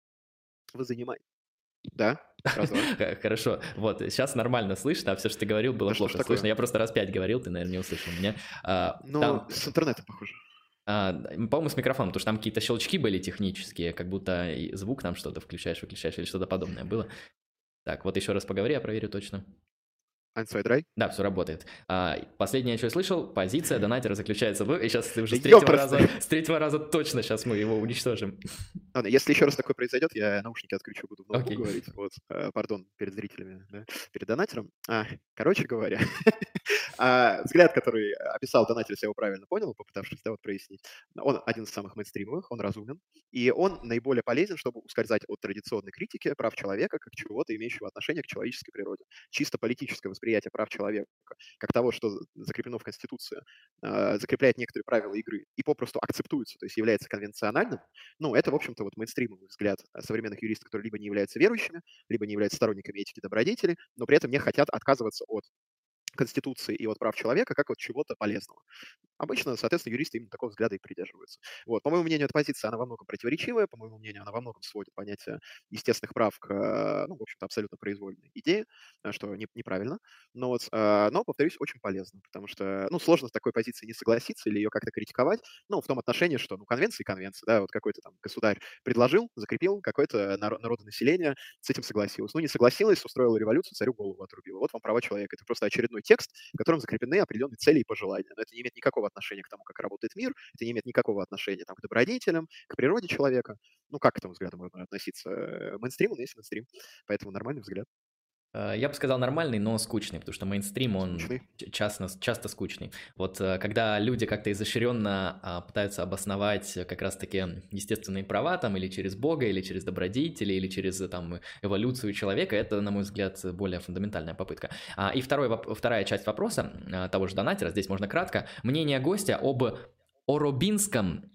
Вы занимаете. Да, раз-два. Хорошо, вот, сейчас нормально слышно, а все, что ты говорил, было Да что ж плохо такое? слышно. Я просто раз 5 говорил, ты, наверное, не услышал меня. Ну, Там, с интернетом похоже. по-моему, с микрофоном, потому что там какие-то щелчки были технические, как будто и звук там что-то включаешь, выключаешь или что-то подобное было. Так, вот еще раз поговори, я проверю точно. Eins, zwei, drei. Да, все работает. Последнее, что я слышал, позиция донатера заключается в... И сейчас уже Да ёпросты. с третьего раза точно сейчас мы его уничтожим. Ладно, если еще раз такое произойдет, я наушники отключу, буду в ноутбук Окей. говорить. Вот, пардон, перед зрителями, да, перед донатером. Короче говоря, взгляд, который описал донатер, если я его правильно понял, попытавшись да, вот прояснить, он один из самых мейнстримовых, он разумен, и он наиболее полезен, чтобы ускользать от традиционной критики прав человека как чего-то, имеющего отношение к человеческой природе. Чисто политическое восприятие прав человека, как того, что закреплено в Конституции, закрепляет некоторые правила игры и попросту акцептуется, то есть является конвенциональным, ну, это, в общем-то, вот мейнстримовый взгляд современных юристов, которые либо не являются верующими, либо не являются сторонниками этики добродетели, но при этом не хотят отказываться от Конституции и от прав человека как от чего-то полезного. Обычно, соответственно, юристы именно такого взгляда и придерживаются. Вот. По моему мнению, эта позиция, она во многом противоречивая, по моему мнению, она во многом сводит понятие естественных прав к, ну, в общем-то, абсолютно произвольной идее, что неправильно. Но, вот, но, повторюсь, очень полезно, потому что, ну, сложно с такой позицией не согласиться или ее как-то критиковать, ну, в том отношении, что, ну, конвенция, да, вот какой-то там государь предложил, закрепил, какое-то народонаселение с этим согласилось. Ну, не согласилось, устроила революцию, царю голову отрубила. Вот вам права человека. Это просто очередной текст, в котором закреплены определенные цели и пожелания. Но это не имеет никакого отношения к тому, как работает мир, это не имеет никакого отношения там, к добродетелям, к природе человека. Ну, как к этому взгляду можно относиться? Мейнстрим, он есть мейнстрим. Поэтому нормальный взгляд. Я бы сказал нормальный, но скучный, потому что мейнстрим, он Скучный. часто скучный. Вот когда люди как-то изощренно пытаются обосновать как раз-таки естественные права там или через Бога, или через добродетели, или через там эволюцию человека, это, на мой взгляд, более фундаментальная попытка. И вторая часть вопроса того же донатера, здесь можно кратко. Мнение гостя об Оробинском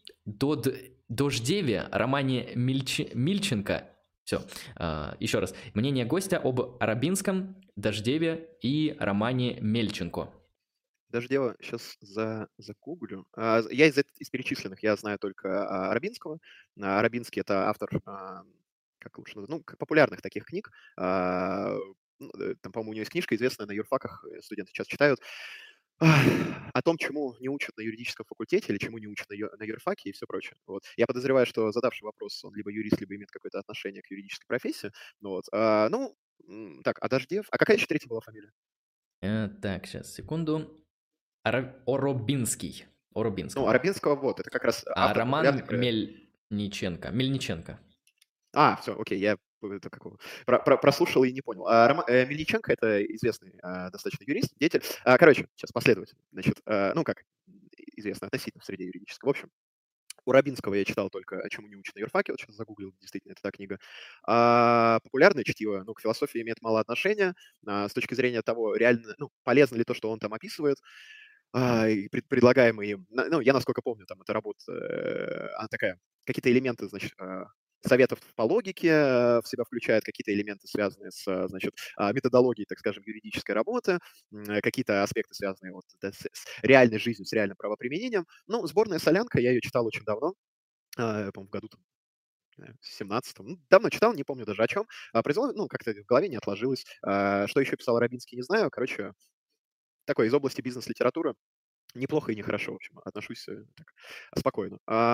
дождеве романе Мильченко. Все. Еще раз. Мнение гостя об Арабинском, Дождеве и романе Мельченко. Дождева сейчас загуглю. Я из перечисленных, я знаю только Арабинского. Арабинский — это автор, как лучше назвать, ну, популярных таких книг. там, по-моему, у нее есть книжка известная на юрфаках, студенты сейчас читают, ах, о том, чему не учат на юридическом факультете или чему не учат на юрфаке и все прочее. Вот. Я подозреваю, что задавший вопрос, он либо юрист, либо имеет какое-то отношение к юридической профессии. Ну вот. Ну, так, а Дождев? А какая еще третья была фамилия? Так, сейчас, секунду. Оробинский. Ну, Оробинского. Арабинского, вот, это как раз А автор популярный Роман про... Мельниченко. Все, окей, я это какого? Прослушал и не понял. Мельниченко — это известный достаточно юрист, деятель. Короче, сейчас последовательно. Значит, ну как, известно относительно в среде юридической. В общем, у Рабинского я читал только «О чем не учат на юрфаке», вот сейчас загуглил, действительно, это та книга. Популярное чтиво, ну, к философии имеет мало отношения, с точки зрения того, реально, ну, полезно ли то, что он там описывает, и предлагаемые им, ну, я насколько помню, там эта работа, она такая, какие-то элементы, значит, советов по логике в себя включает, какие-то элементы, связанные с, значит, методологией, так скажем, юридической работы, какие-то аспекты, связанные вот с реальной жизнью, с реальным правоприменением. Ну, сборная «Солянка», я ее читал очень давно, по-моему, в году там, в 17-м. Ну, давно читал, не помню даже о чем. Произвело, ну, как-то в голове не отложилось. Что еще писал Рабинский, не знаю. Короче, такой из области бизнес-литературы. Неплохо и нехорошо, в общем, отношусь так, спокойно.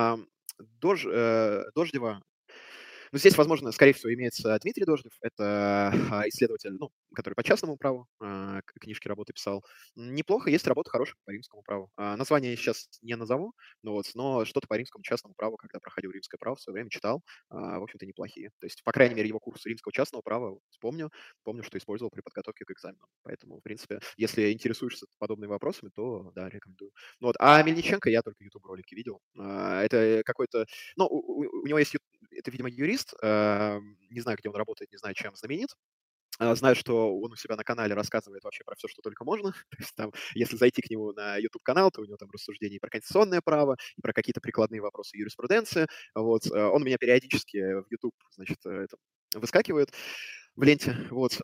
Дождева, ну, здесь, возможно, скорее всего, имеется Дмитрий Дождев. Это исследователь, ну, который по частному праву книжки, работы писал. Неплохо, есть работа хорошая по римскому праву. Название я сейчас не назову, но что-то по римскому частному праву, когда проходил римское право, в свое время читал, в общем-то, неплохие. То есть, по крайней мере, его курс римского частного права помню, что использовал при подготовке к экзаменам. Поэтому, в принципе, если интересуешься подобными вопросами, то, да, рекомендую. Ну вот. А Мельниченко я только YouTube-ролики видел. Это какой-то... Ну, у него есть это, видимо, юрист, не знаю, где он работает, не знаю, чем знаменит. Знаю, что он у себя на канале рассказывает вообще про все, что только можно. То есть там, если зайти к нему на YouTube-канал, то у него там рассуждения и про конституционное право, и про какие-то прикладные вопросы юриспруденции. Вот. Он у меня периодически в YouTube, значит, выскакивает в ленте. Вот.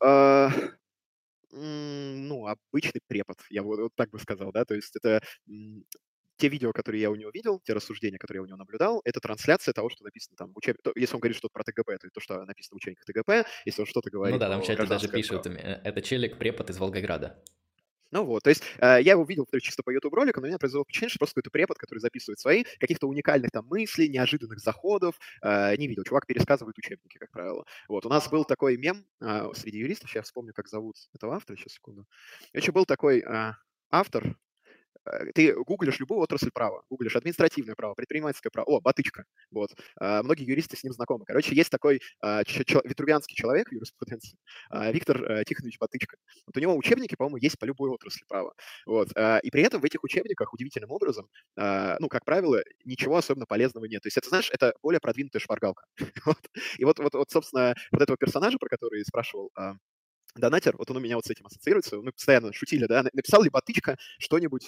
Ну, обычный препод, я вот так бы сказал, да, то есть это те видео, которые я у него видел, те рассуждения, которые я у него наблюдал, это трансляция того, что написано там в учебнике. Если он говорит что-то про ТГП, то это то, что написано в учебниках ТГП. Если он что-то Ну говорит да, там в про чате даже гражданское пишут, право. это челик препод из Волгограда. Ну вот, то есть я его видел чисто по YouTube-роликам, но у меня произвело впечатление, что просто какой-то препод, который записывает свои каких-то уникальных там мыслей, неожиданных заходов, не видел. Чувак пересказывает учебники, как правило. Вот, у нас был такой мем среди юристов, сейчас вспомню, как зовут этого автора, сейчас, секунду. Еще был такой автор, ты гуглишь любую отрасль права, гуглишь административное право, предпринимательское право, Батычка, вот. Многие юристы с ним знакомы. Короче, есть такой витрувианский человек в юриспруденции, Виктор Тихонович Батычка. Вот у него учебники, по-моему, есть по любой отрасли права. Вот. И при этом в этих учебниках удивительным образом, ну, как правило, ничего особенно полезного нет. То есть это, знаешь, это более продвинутая шпаргалка. Вот. И вот, собственно, вот этого персонажа, про который спрашивал донатер, вот он у меня вот с этим ассоциируется. Мы постоянно шутили, да, написал ли Батычка что-нибудь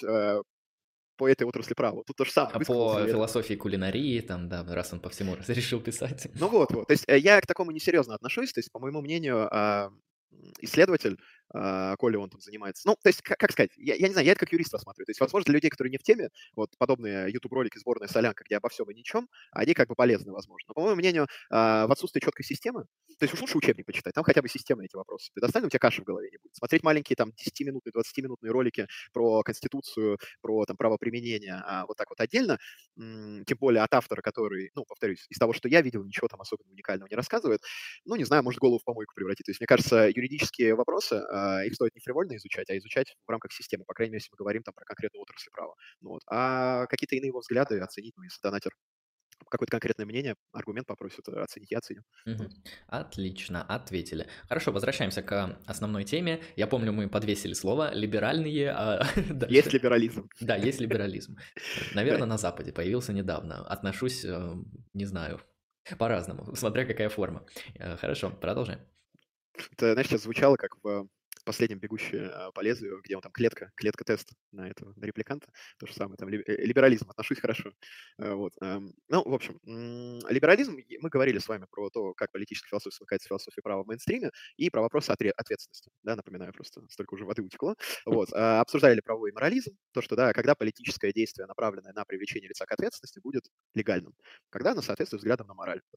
по этой отрасли права. Тут то же самое, А высказался по ли это. философии кулинарии, там, да, раз он по всему решил писать. Ну вот. То есть я к такому несерьезно отношусь. То есть, по моему мнению, исследователь, коли он там занимается. Ну, то есть, как сказать, я не знаю, я это как юрист рассматриваю. То есть, возможно, для людей, которые не в теме, вот подобные YouTube-ролики «Сборная солянка», где обо всем и ничем, они как бы полезны, возможно. Но, по моему мнению, в отсутствии четкой системы, то есть уж лучше учебник почитать, там хотя бы системно эти вопросы предоставлены, у тебя каши в голове не будет. Смотреть маленькие там 10-минутные, 20-минутные ролики про Конституцию, про там правоприменение, вот так вот отдельно, тем более от автора, который, ну, повторюсь, из того, что я видел, ничего там особенно уникального не рассказывает, ну, не знаю, может, голову в помойку превратить. То есть, мне кажется, юридические вопросы, их стоит не фривольно изучать, а изучать в рамках системы, по крайней мере, если мы говорим там про конкретную отрасль права. Ну, вот. А какие-то иные его взгляды оценить, ну, если донатер какое-то конкретное мнение, аргумент попросит оценить, я оценю. Вот. Мгм. Отлично, ответили. Хорошо, возвращаемся к основной теме. Я помню, мы подвесили слово «либеральные», а Есть дальше... либерализм. Да, есть либерализм. Да. Наверное, на Западе появился недавно. Отношусь, не знаю, по-разному, смотря какая форма. Хорошо, продолжаем. Это, знаешь, сейчас звучало как в последнем «Бегущем по лезвию», где он там клетка-тест на этого, на репликанта. То же самое, там либерализм, отношусь хорошо. Вот. Ну, в общем, либерализм, мы говорили с вами про то, как политическая философия смыкается с философией права в мейнстриме, и про вопросы ответственности. Да, напоминаю, просто столько уже воды утекло. Вот. Обсуждали правовой морализм, то, что, да, когда политическое действие, направленное на привлечение лица к ответственности, будет легальным, когда оно соответствует взглядам на мораль. Потом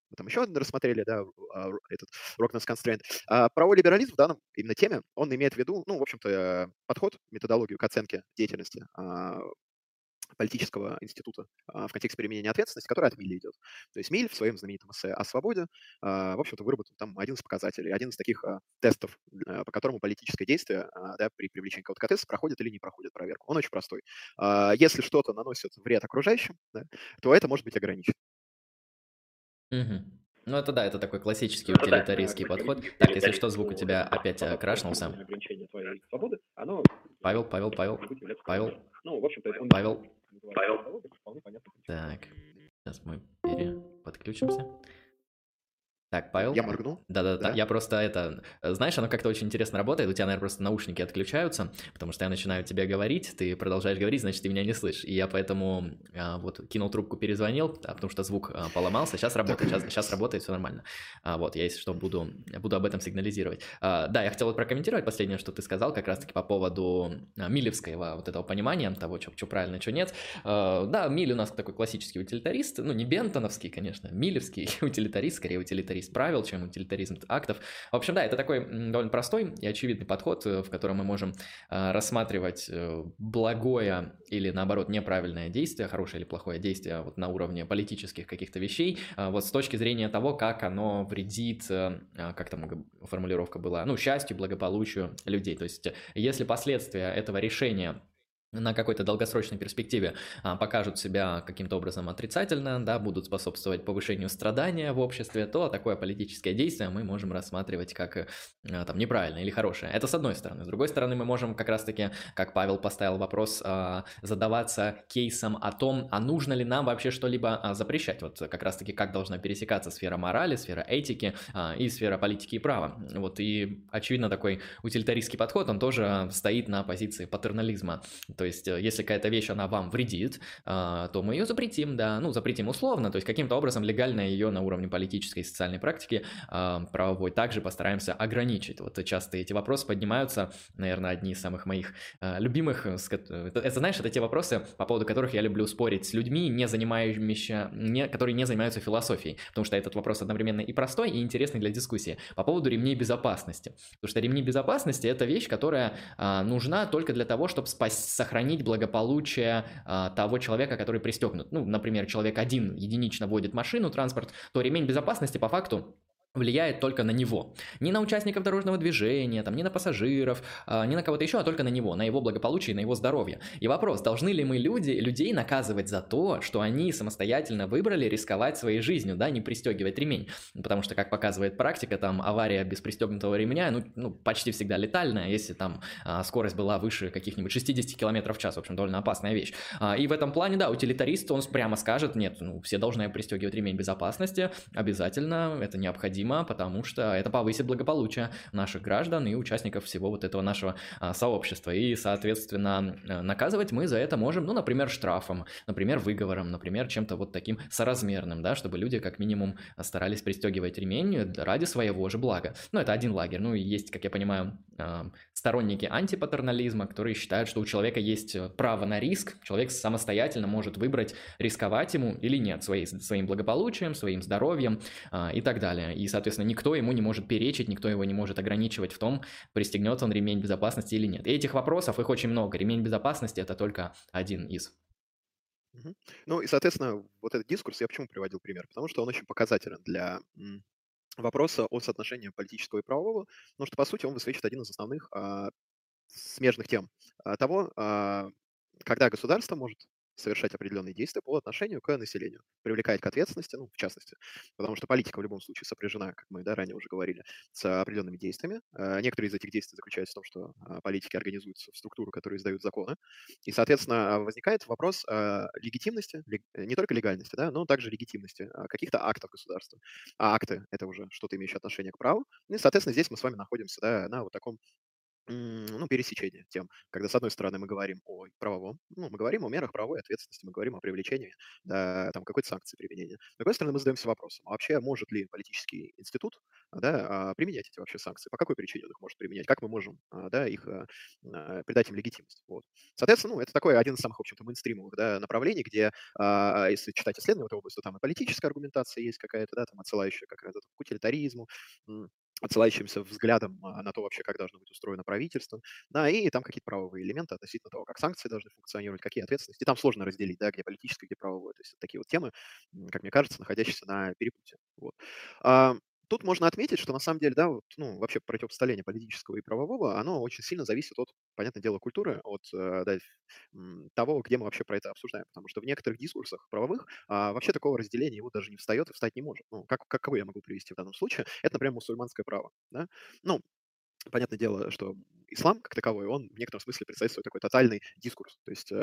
мы там еще один рассмотрели, да, этот Rockness Constraint. Правовой либерализм в данном именно теме, он имеет в виду, ну, в общем-то, подход, методологию к оценке деятельности политического института в контексте применения ответственности, которая от Милли идет. То есть Миль в своем знаменитом эссе о свободе, в общем-то, выработал там один из показателей, один из таких тестов, по которому политическое действие да, при привлечении кого-то к ответственности проходит или не проходит проверку. Он очень простой. Если что-то наносит вред окружающим, да, то это может быть ограничено. Мгм. Ну, это да, это такой классический утилитаристский подход. Так, если что, звук у тебя опять крашнулся. Ограничение твоей свободы, оно Павел, Павел, Павел, может являться Павел, проблемой. Ну, в общем-то, он Павел. вполне понятно. Так, сейчас мы переподключимся. Так, Я Павел? моргнул, Да-да-да, да? я просто знаешь, оно как-то очень интересно работает, у тебя, наверное, просто наушники отключаются, потому что я начинаю тебе говорить, ты продолжаешь говорить, значит, ты меня не слышишь. И я поэтому вот кинул трубку, перезвонил, потому что звук поломался, сейчас Так, работает, сейчас работает, все нормально. Вот, я, если что, буду об этом сигнализировать. Да, я хотел вот прокомментировать последнее, что ты сказал, как раз-таки по поводу милевского вот этого понимания того, что правильно, что нет. Да, Миль у нас такой классический утилитарист, ну, не бентоновский, конечно, милевский утилитарист, скорее утилитарист правил, чем утилитаризм актов. В общем, да, это такой довольно простой и очевидный подход, в котором мы можем рассматривать благое или, наоборот, неправильное действие, хорошее или плохое действие вот на уровне политических каких-то вещей, вот с точки зрения того, как оно вредит, как там формулировка была, ну, счастью, благополучию людей. То есть, если последствия этого решения на какой-то долгосрочной перспективе покажут себя каким-то образом отрицательно, да, будут способствовать повышению страдания в обществе, то такое политическое действие мы можем рассматривать как там неправильное или хорошее. Это с одной стороны. С другой стороны, мы можем как раз-таки, как Павел поставил вопрос, задаваться кейсом о том, а нужно ли нам вообще что-либо запрещать. Вот как раз-таки как должна пересекаться сфера морали, сфера этики и сфера политики и права. Вот и очевидно такой утилитаристский подход, он тоже стоит на позиции патернализма. То есть, если какая-то вещь, она вам вредит, то мы ее запретим, да, ну, запретим условно, то есть каким-то образом легально ее на уровне политической и социальной практики правовой также постараемся ограничить. Вот часто эти вопросы поднимаются, наверное, одни из самых моих любимых. Это, знаешь, это те вопросы, по поводу которых я люблю спорить с людьми, которые не занимаются философией, потому что этот вопрос одновременно и простой, и интересный для дискуссии. По поводу ремней безопасности. Потому что ремни безопасности – это вещь, которая нужна только для того, чтобы сохранить благополучие того человека, который пристегнут. Ну, например, человек один единично водит машину, транспорт, то ремень безопасности по факту влияет только на него. Не на участников дорожного движения, там, не на пассажиров, не на кого-то еще, а только на него, на его благополучие, на его здоровье. И вопрос, должны ли мы людей наказывать за то, что они самостоятельно выбрали рисковать своей жизнью, да, не пристегивать ремень. Потому что, как показывает практика, там авария без пристегнутого ремня, ну почти всегда летальная, если там скорость была выше каких-нибудь 60 км в час, в общем, довольно опасная вещь. И в этом плане, да, утилитарист, он прямо скажет, нет, ну, все должны пристегивать ремень безопасности, обязательно, это необходимо, потому что это повысит благополучие наших граждан и участников всего вот этого нашего сообщества. И, соответственно, наказывать мы за это можем, ну, например, штрафом, например, выговором, например, чем-то вот таким соразмерным, да, чтобы люди как минимум старались пристегивать ремень ради своего же блага. Ну, это один лагерь. Ну, и есть, как я понимаю, сторонники антипатернализма, которые считают, что у человека есть право на риск, человек самостоятельно может выбрать, рисковать ему или нет, своим благополучием, своим здоровьем и так далее. И, соответственно, никто ему не может перечить, никто его не может ограничивать в том, пристегнет он ремень безопасности или нет. И этих вопросов, их очень много. Ремень безопасности – это только один из. Мгм. Ну и, соответственно, вот этот дискурс я почему приводил пример? Потому что он очень показателен для вопроса о соотношении политического и правового, потому что, по сути, он высвечивает один из основных смежных тем того, когда государство может совершать определенные действия по отношению к населению, привлекать к ответственности, ну, в частности, потому что политика в любом случае сопряжена, как мы да, ранее уже говорили, с определенными действиями. Некоторые из этих действий заключаются в том, что политики организуются в структуру, которые издают законы, и, соответственно, возникает вопрос легитимности, не только легальности, да, но также легитимности каких-то актов государства. А акты — это уже что-то, имеющее отношение к праву. Ну и, соответственно, здесь мы с вами находимся да, на вот таком ну, пересечение тем, когда, с одной стороны, мы говорим о правовом, ну, мы говорим о мерах правовой ответственности, мы говорим о привлечении, да, там, какой-то санкции применения. С другой стороны, мы задаемся вопросом, а вообще может ли политический институт да, применять эти вообще санкции, по какой причине он их может применять, как мы можем, да, их придать им легитимность. Вот. Соответственно, ну, это такой один из самых, в общем-то, мейнстримовых, да, направлений, где, если читать исследования в этой области, то там и политическая аргументация есть какая-то, да, там отсылающая как раз к утилитаризму, отсылающимся взглядом на то вообще, как должно быть устроено правительство, да, и там какие-то правовые элементы относительно того, как санкции должны функционировать, какие ответственности. И там сложно разделить, да, где политическое, где правовое. То есть это такие вот темы, как мне кажется, находящиеся на перепутье. Вот. А, Тут можно отметить, что на самом деле, да, вот, ну, вообще противопоставление политического и правового, оно очень сильно зависит от, понятное дело, культуры, от да, того, где мы вообще про это обсуждаем. Потому что в некоторых дискурсах правовых вообще такого разделения его даже не встает и встать не может. Ну, какое я могу привести в данном случае? Это, например, мусульманское право. Да? Ну, понятное дело, что ислам как таковой, он в некотором смысле представляет собой такой тотальный дискурс. То есть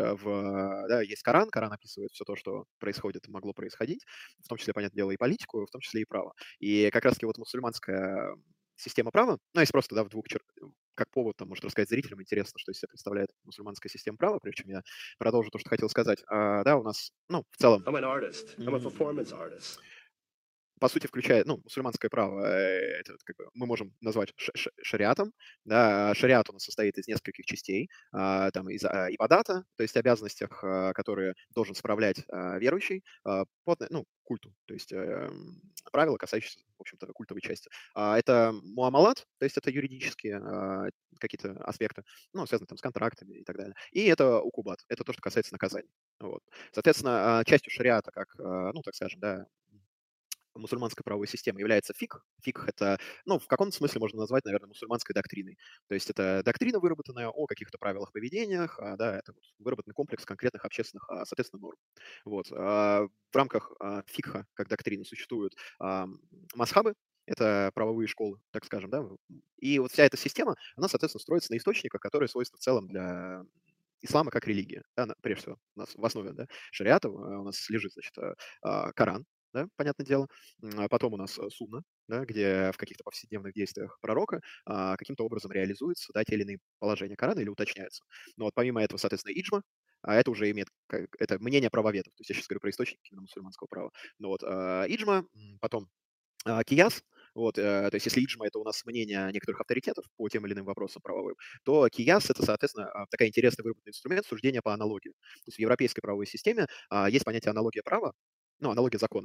да, есть Коран, Коран описывает все то, что происходит, могло происходить, в том числе, понятное дело, и политику, в том числе и право. И как раз-таки вот мусульманская система права, ну, если просто, да, как повод, там, может рассказать зрителям, интересно, что из себя представляет мусульманская система права, прежде чем я продолжу то, что хотел сказать. Да, у нас, ну, в целом, I'm an artist. I'm a performance artist. по сути, включает, ну, мусульманское право, это как бы мы можем назвать шариатом, да, шариат у нас состоит из нескольких частей, там, из ибадата, то есть обязанностях, которые должен справлять верующий ну, культу, то есть правила, касающиеся, в общем-то, культовой части. Это муамалат, то есть это юридические какие-то аспекты, ну, связанные там с контрактами и так далее. И это укубат, это то, что касается наказаний. Вот. Соответственно, частью шариата, как, ну, так скажем, да, мусульманской правовой системы является фикх. Фикх — это, ну, в каком-то смысле можно назвать, наверное, мусульманской доктриной. То есть это доктрина, выработанная о каких-то правилах поведениях, да, это вот выработанный комплекс конкретных общественных, соответственно, норм. Вот. В рамках фикха как доктрины существуют масхабы, это правовые школы, так скажем, да, и вот вся эта система, она, соответственно, строится на источниках, которые свойственны в целом для ислама как религии, да, прежде всего, у нас в основе, да, шариата у нас лежит, значит, Коран, да, понятное дело. Потом у нас сунна, да, где в каких-то повседневных действиях пророка каким-то образом реализуются, да, те или иные положения Корана или уточняются. Но вот помимо этого, соответственно, иджма, это уже имеет, это мнение правоведов, то есть я сейчас говорю про источники именно мусульманского права. Но вот иджма, потом кияс, вот, то есть если иджма — это у нас мнение некоторых авторитетов по тем или иным вопросам правовым, то кияс — это, соответственно, такая интересный выработанный инструмент суждения по аналогии. То есть в европейской правовой системе есть понятие аналогия права, ну, аналогия закона.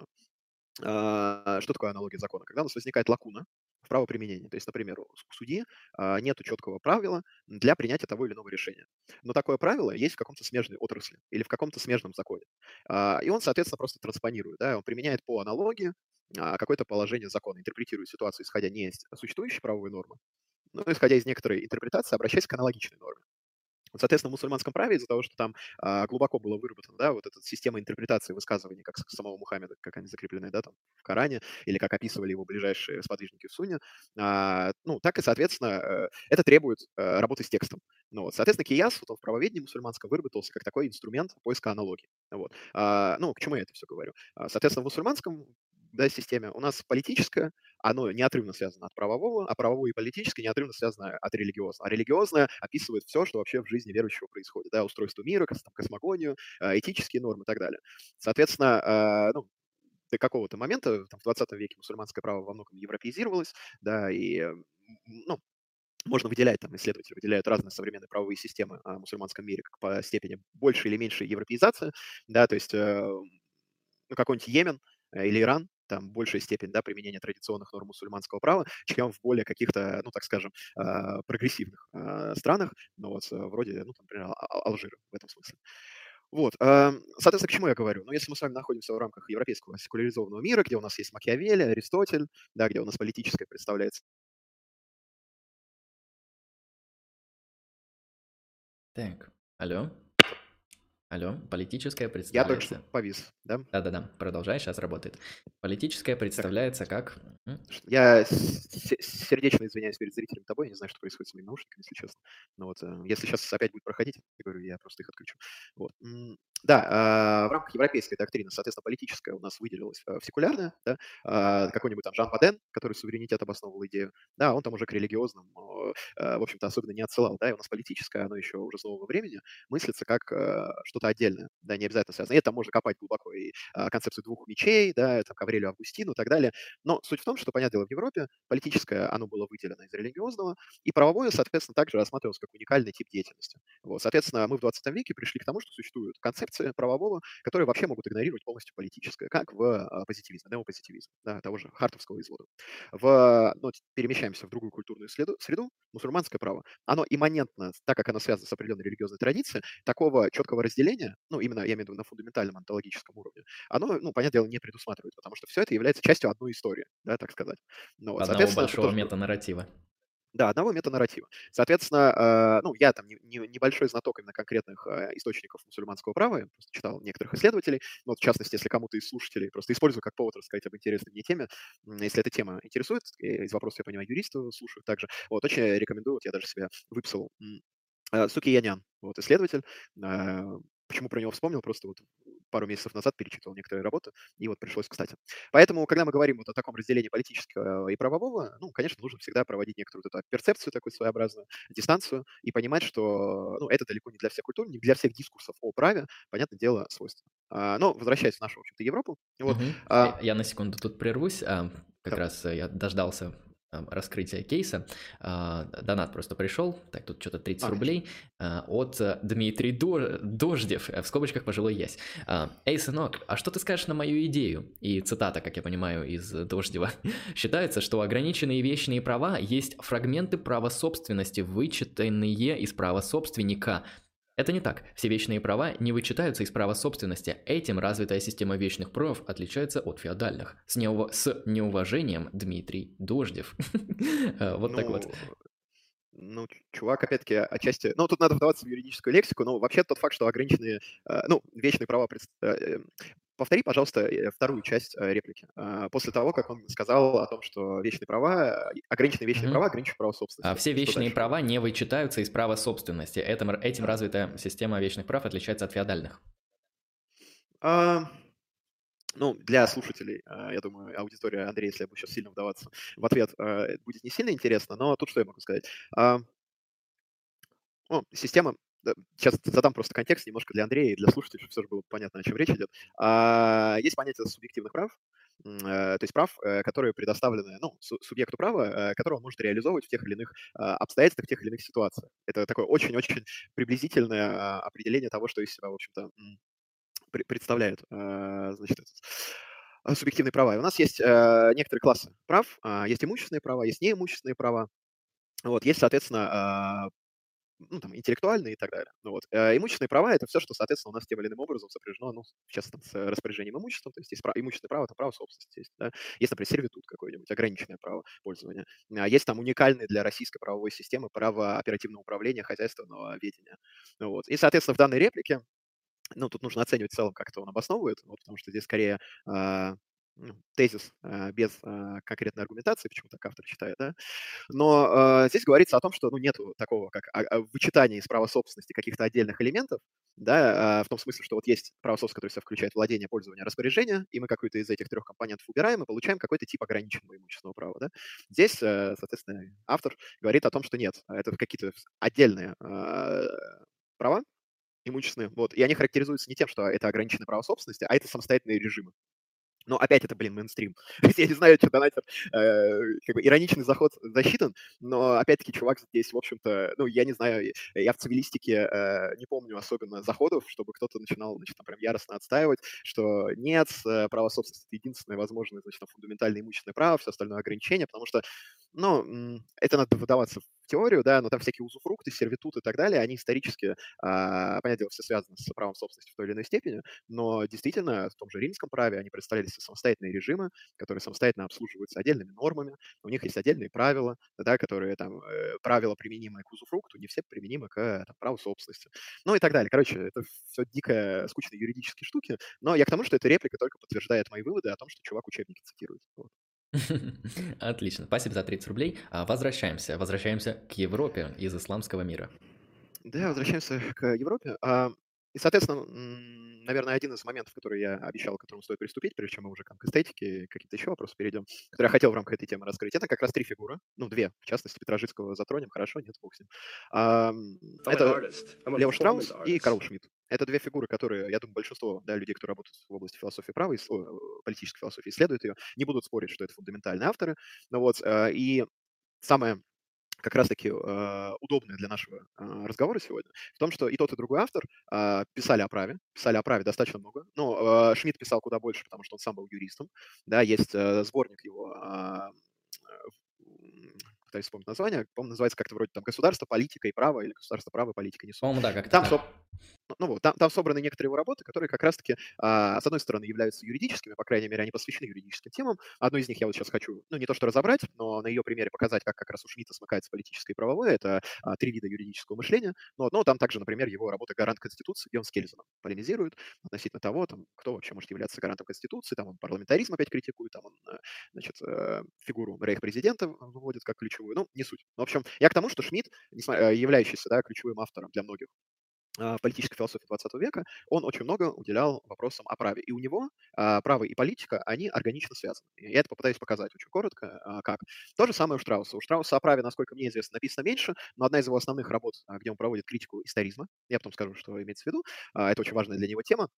Что такое аналогия закона? Когда у нас возникает лакуна в правоприменении. То есть, например, у судьи нет четкого правила для принятия того или иного решения. Но такое правило есть в каком-то смежной отрасли или в каком-то смежном законе. И он, соответственно, просто транспонирует. Да, он применяет по аналогии какое-то положение закона, интерпретирует ситуацию, исходя не из существующей правовой нормы, но исходя из некоторой интерпретации, обращаясь к аналогичной норме. Вот, соответственно, в мусульманском праве из-за того, что там глубоко было выработано, да, вот эта система интерпретации высказываний, как самого Мухаммеда, как они закреплены, да, там, в Коране, или как описывали его ближайшие сподвижники в Сунне, ну, так и, соответственно, это требует работы с текстом. Ну, вот, соответственно, кияс вот, он в правоведении мусульманском выработался как такой инструмент поиска аналогии. Вот. Ну, к чему я это все говорю? Соответственно, в мусульманском, да, системе у нас политическое, оно неотрывно связано от правового, а правовое и политическое неотрывно связано от религиозного. А религиозное описывает все, что вообще в жизни верующего происходит. Да, устройство мира, там, космогонию, этические нормы и так далее. Соответственно, ну, до какого-то момента, там, в 20 веке мусульманское право во многом европеизировалось, да, и ну, можно выделять, там, исследователи выделяют разные современные правовые системы в мусульманском мире как по степени большей или меньшей европеизации, да, то есть ну, какой-нибудь Йемен или Иран, там большая степень, да, применения традиционных норм мусульманского права, чем в более каких-то, ну, так скажем, прогрессивных странах, ну, вот, вроде, ну, там, например, Алжира в этом смысле. Вот, соответственно, к чему я говорю? Ну, если мы с вами находимся в рамках европейского секуляризованного мира, где у нас есть Макиавелли, Аристотель, да, где у нас политическое представляется. Так, алло, алло, политическое Я только что представляется. повис, да? Да-да-да, продолжай, сейчас работает. Политическое Так, представляется как... я сердечно извиняюсь перед зрителями тобой, я не знаю, что происходит с моими наушниками, если честно. Но вот если сейчас опять будет проходить, я говорю, я просто их отключу. Вот. Да, в рамках европейской доктрины, соответственно, политическая у нас выделилась в секулярное, да, какой-нибудь там Жан Паден, который суверенитет обосновывал идею, да, он там уже к религиозным, в общем-то, особенно не отсылал, да, и у нас политическое, оно еще уже с нового времени мыслится как что-то отдельное, да, не обязательно связано. И там можно копать глубоко и концепцию двух мечей, да, там, к Аврелию Августину и так далее. Но суть в том, что, понятное дело, в Европе политическое, оно было выделено из религиозного, и правовое, соответственно, также рассматривалось как уникальный тип деятельности. Вот, соответственно, мы в 20 веке пришли к тому, что существуют концепции правового, которые вообще могут игнорировать полностью политическое, как в позитивизме, неопозитивизме, да, того же хартовского извода. Ну, перемещаемся в другую культурную среду, мусульманское право, оно имманентно, так как оно связано с определенной религиозной традицией, такого четкого разделения, ну, именно, я имею в виду, на фундаментальном онтологическом уровне, оно, ну, понятное дело, не предусматривает, потому что все это является частью одной истории, да, так сказать. Ну, вот, Одного соответственно, это большого тоже метанарратива. да, одного метанарратива. Соответственно, ну, я там небольшой знаток именно конкретных источников мусульманского права, я просто читал некоторых исследователей, ну, вот, в частности, если кому-то из слушателей, просто использую как повод рассказать об интересной мне теме, если эта тема интересует, из вопросов, я понимаю, юристов слушаю также, вот, очень рекомендую, вот я даже себе выписал Сукиянян, вот, исследователь. Э, Почему про него вспомнил? Просто вот пару месяцев назад перечитывал некоторые работы, и вот пришлось кстати. Поэтому, когда мы говорим вот о таком разделении политического и правового, ну, конечно, нужно всегда проводить некоторую вот эту перцепцию такую своеобразную, дистанцию, и понимать, что ну, это далеко не для всех культур, не для всех дискурсов о праве, понятное дело, свойственно. Но возвращаясь в нашу, в общем-то, Европу, вот, Мгм. Я на секунду тут прервусь. Как да, раз я дождался раскрытия кейса. Донат просто пришел. Так, тут что-то 30 отлично. рублей от Дмитрий Дождев, в скобочках пожилой ясь. Эй, сынок, а что ты скажешь на мою идею? И цитата, как я понимаю, из Дождева. Считается, что ограниченные вечные права есть фрагменты права собственности, вычитанные из права собственника. Это не так. Все вечные права не вычитаются из права собственности. Этим развитая система вечных прав отличается от феодальных. С неуважением Дмитрий Дождев. Вот так вот. Ну, ну, чувак, опять-таки, отчасти... Ну, тут надо вдаваться в юридическую лексику, но вообще тот факт, что ограниченные, ну, вечные права... Повтори, пожалуйста, вторую часть реплики. После того, как он сказал о том, что вечные права, ограниченные вечные Мгм. права ограничивают право собственности. Все Что вечные дальше было? права не вычитаются из права собственности. Этим развитая система вечных прав отличается от феодальных. А, Ну, для слушателей, я думаю, аудитория Андрея, если я буду сейчас сильно вдаваться в ответ, будет не сильно интересно, но тут что я могу сказать? А, Ну, система, сейчас задам просто контекст немножко для Андрея и для слушателей, чтобы все же было понятно, о чем речь идет. Есть понятие субъективных прав, то есть прав, которые предоставлены ну, субъекту права, который он может реализовывать в тех или иных обстоятельствах, в тех или иных ситуациях. Это такое очень-очень приблизительное определение того, что из себя, в общем-то, представляют значит, субъективные права. И у нас есть некоторые классы прав, есть имущественные права, есть неимущественные права, вот, есть, соответственно, ну, там, интеллектуальные и так далее. Ну, вот. Имущественные права– это все, что, соответственно, у нас тем или иным образом сопряжено, ну, в частности, с распоряжением имуществом. То есть есть имущественное право– это право собственности. Есть, да? Есть, например, сервитут какой-нибудь, ограниченное право пользования. Есть там уникальные для российской правовой системы право оперативного управления, хозяйственного ведения. Ну, вот. И, соответственно, в данной реплике, ну, тут нужно оценивать в целом, как это он обосновывает, вот, потому что здесь скорее тезис без конкретной аргументации, почему так автор считает, да, но здесь говорится о том, что ну, нету такого, как вычитание из права собственности каких-то отдельных элементов, да, в том смысле, что вот есть право собственности, которое в себя включает владение, пользование, распоряжение, и мы какой-то из этих трех компонентов убираем и получаем какой-то тип ограниченного имущественного права. Да. Здесь, соответственно, автор говорит о том, что нет, это какие-то отдельные права имущественные, вот, и они характеризуются не тем, что это ограниченное право собственности, а это самостоятельные режимы. Но опять это, блин, мейнстрим. Я не знаю, что донатер, как бы ироничный заход засчитан, но опять-таки чувак здесь, в общем-то, ну, я не знаю, я в цивилистике не помню особенно заходов, чтобы кто-то начинал, значит, там прям яростно отстаивать, что нет, право собственности– это единственное возможное, значит, там, фундаментальное имущественное право, все остальное ограничение, потому что, ну, это надо выдаваться в теорию, да, но там всякие узуфрукты, сервитуты и так далее, они исторически, понятное дело, все связаны с правом собственности в той или иной степени, но действительно в том же римском праве они представляли себе самостоятельные режимы, которые самостоятельно обслуживаются отдельными нормами, у них есть отдельные правила, да, которые там, правила, применимые к узуфрукту, не все применимы к там, праву собственности, ну и так далее. Короче, это все дико скучные юридические штуки, но я к тому, что эта реплика только подтверждает мои выводы о том, что чувак учебники цитирует. Вот. Отлично, спасибо за 30 рублей. Возвращаемся к Европе из исламского мира. Да, возвращаемся к Европе. И, соответственно, наверное, один из моментов, который я обещал, к которому стоит приступить, прежде чем мы уже к эстетике, какие-то еще вопросы перейдем, который я хотел в рамках этой темы раскрыть, это как раз три фигуры, ну, две, в частности, Петрожицкого затронем, хорошо, нет, бог с ним. I'm an Это artist. I'm a Лео performance Штраус и artist. Карл Шмидт. Это две фигуры, которые, я думаю, большинство людей, которые работают в области философии права, политической философии, исследуют ее, не будут спорить, что это фундаментальные авторы. Ну вот, и самое как раз-таки удобное для нашего разговора сегодня в том, что и тот, и другой автор писали о праве достаточно много. Но Шмидт писал куда больше, потому что он сам был юристом. Да, есть сборник его, пытаюсь вспомнить название, по-моему, называется как-то вроде там «Государство, политика и право» или «Государство, право, политика, не суть». По-моему, да, как-то Там, так. ну вот, там собраны некоторые его работы, которые как раз-таки, с одной стороны, являются юридическими, по крайней мере, они посвящены юридическим темам. Одну из них я вот сейчас хочу, ну, не то что разобрать, но на ее примере показать, как раз у Шмидта смыкается политическое и правовое. Это три вида юридического мышления. Но там также, например, его работа «Гарант Конституции», где он с Кельзаном полемизирует относительно того, там, кто вообще может являться гарантом Конституции. Там он парламентаризм опять критикует, там он, значит, фигуру рейх-президента выводит как ключевую. Ну, не суть. В общем, я к тому, что Шмидт, являющийся, да, ключевым автором для многих в политической философии 20 века, он очень много уделял вопросам о праве. И у него право и политика, они органично связаны. И я это попытаюсь показать очень коротко, как. То же самое у Штрауса. У Штрауса о праве, насколько мне известно, написано меньше, но одна из его основных работ, где он проводит критику историзма, я потом скажу, что имеется в виду, это очень важная для него тема,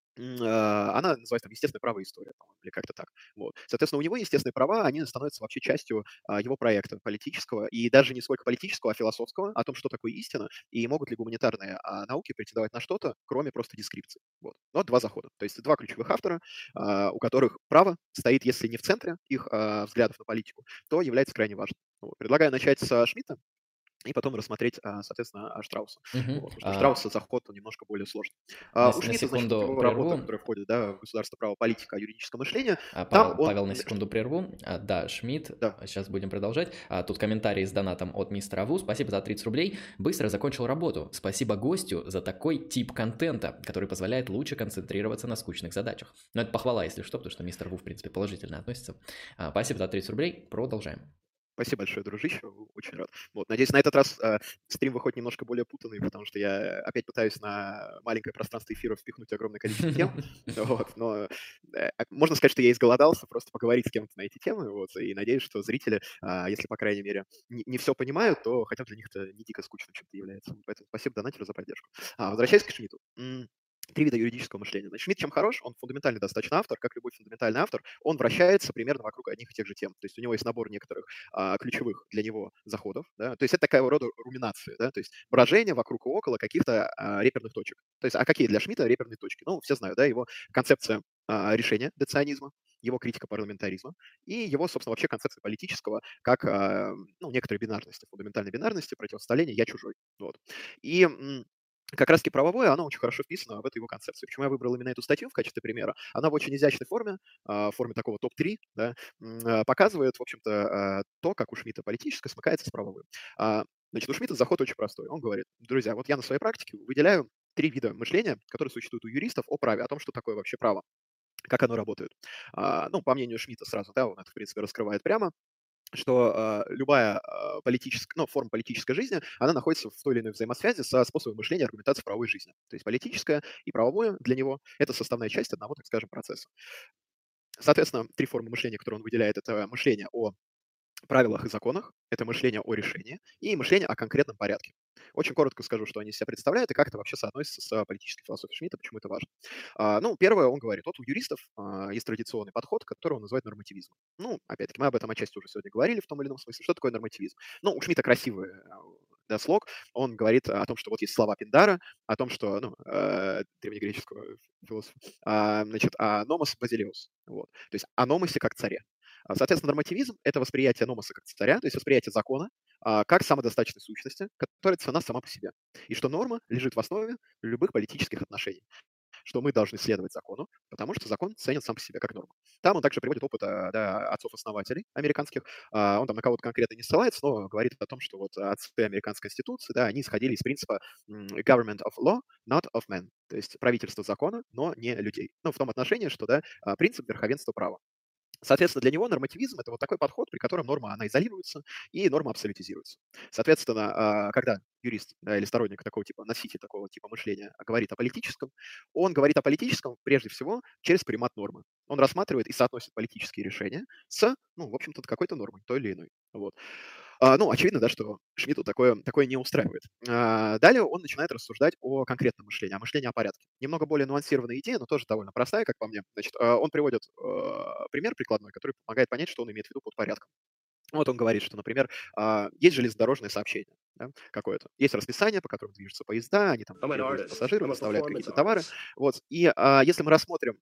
она называется там «Естественное право и история», по-моему, или как-то так. Вот. Соответственно, у него естественные права, они становятся вообще частью его проекта политического, и даже не сколько политического, а философского, о том, что такое истина, и могут ли гуманитарные науки претендовать на что-то, кроме просто дескрипций. Вот. Но два захода. То есть два ключевых автора, у которых право стоит, если не в центре их взглядов на политику, то является крайне важным. Вот. Предлагаю начать с Шмидта, и потом рассмотреть, соответственно, Штрауса. Мгм. Вот, потому что у Штрауса заход он немножко более сложный. У На Шмидта, значит, вот секунду его работа, прерву. которая входит, да, в «Государство, право, политика, юридическое мышление», там Павел, он, Павел, на секунду прерву. Да, Шмидт, да, сейчас будем продолжать. Тут комментарий с донатом от мистера Ву. Спасибо за 30 рублей. Быстро закончил работу. Спасибо гостю за такой тип контента, который позволяет лучше концентрироваться на скучных задачах. Но это похвала, если что, потому что мистер Ву, в принципе, положительно относится. Спасибо за 30 рублей. Продолжаем. спасибо большое, дружище, очень рад. Вот, надеюсь, на этот раз стрим выходит немножко более путанный, потому что я опять пытаюсь на маленькое пространство эфира впихнуть огромное количество тем, вот, но можно сказать, что я изголодался просто поговорить с кем-то на эти темы, вот, и надеюсь, что зрители, если, по крайней мере, не все понимают, то хотя бы для них это не дико скучно чем-то является. Поэтому спасибо донателю за поддержку. Возвращаясь к Шмидту. Три вида юридического мышления. Значит, Шмидт чем хорош? Он фундаментальный достаточно автор, как любой фундаментальный автор. Он вращается примерно вокруг одних и тех же тем. То есть у него есть набор некоторых ключевых для него заходов. Да? То есть это такая рода руминация, да? То есть брожение вокруг и около каких-то реперных точек. То есть, а какие для Шмидта реперные точки? Ну, все знают, да, его концепция решения деционизма, его критика парламентаризма и его, собственно, вообще концепция политического как ну, некоторой бинарности, фундаментальной бинарности, противостояния «я чужой». Вот. И как раз-таки правовое, оно очень хорошо вписано в эту его концепцию. Почему я выбрал именно эту статью в качестве примера? Она в очень изящной форме, в форме такого топ-3, да, показывает, в общем-то, то, как у Шмидта политическое смыкается с правовым. Значит, у Шмидта заход очень простой. Он говорит: друзья, вот я на своей практике выделяю три вида мышления, которые существуют у юристов о праве, о том, что такое вообще право, как оно работает. Ну, по мнению Шмидта сразу, да, он это, в принципе, раскрывает прямо, что любая политическая, ну, форма политической жизни, она находится в той или иной взаимосвязи со способом мышления и аргументации в правовой жизни. То есть политическое и правовое для него — это составная часть одного, так скажем, процесса. Соответственно, три формы мышления, которые он выделяет, это мышление о правилах и законах, это мышление о решении и мышление о конкретном порядке. Очень коротко скажу, что они из себя представляют и как это вообще соотносится с политической философией Шмидта, почему это важно. Ну, первое, он говорит, вот у юристов есть традиционный подход, который он называет нормативизмом. Ну, опять-таки, мы об этом отчасти уже сегодня говорили в том или ином смысле. Что такое нормативизм? Ну, у Шмидта красивый да, слог. Он говорит о том, что вот есть слова Пиндара, о том, что, ну, древнегреческого философа, значит, «номос базилиус». Вот. То есть о номосе как царе. Соответственно, нормативизм — это восприятие номоса как царя, то есть восприятие закона как самодостаточной сущности, которая ценна сама по себе. И что норма лежит в основе любых политических отношений. Что мы должны следовать закону, потому что закон ценен сам по себе как норма. Там он также приводит опыт да, отцов-основателей американских. Он там на кого-то конкретно не ссылается, но говорит о том, что вот отцы американской конституции, да, они исходили из принципа government of law, not of men. То есть правительство закона, но не людей. Ну, в том отношении, что, да, принцип верховенства права. Соответственно, для него нормативизм — это вот такой подход, при котором норма, она изолируется и норма абсолютизируется. Соответственно, когда юрист, да, или сторонник такого типа, носитель такого типа мышления говорит о политическом, он говорит о политическом прежде всего через примат нормы. Он рассматривает и соотносит политические решения с, ну, в общем-то, какой-то нормой, той или иной. Вот. Ну, очевидно, да, что Шмидту такое не устраивает. Далее он начинает рассуждать о конкретном мышлении, о мышлении о порядке. Немного более нуансированная идея, но тоже довольно простая, как по мне. Значит, он приводит пример прикладной, который помогает понять, что он имеет в виду под порядком. Вот он говорит, что, например, есть железнодорожное сообщение, да, какое-то. Есть расписание, по которому движутся поезда, они там перевозят пассажиров, доставляют какие-то товары. Вот. И если мы рассмотрим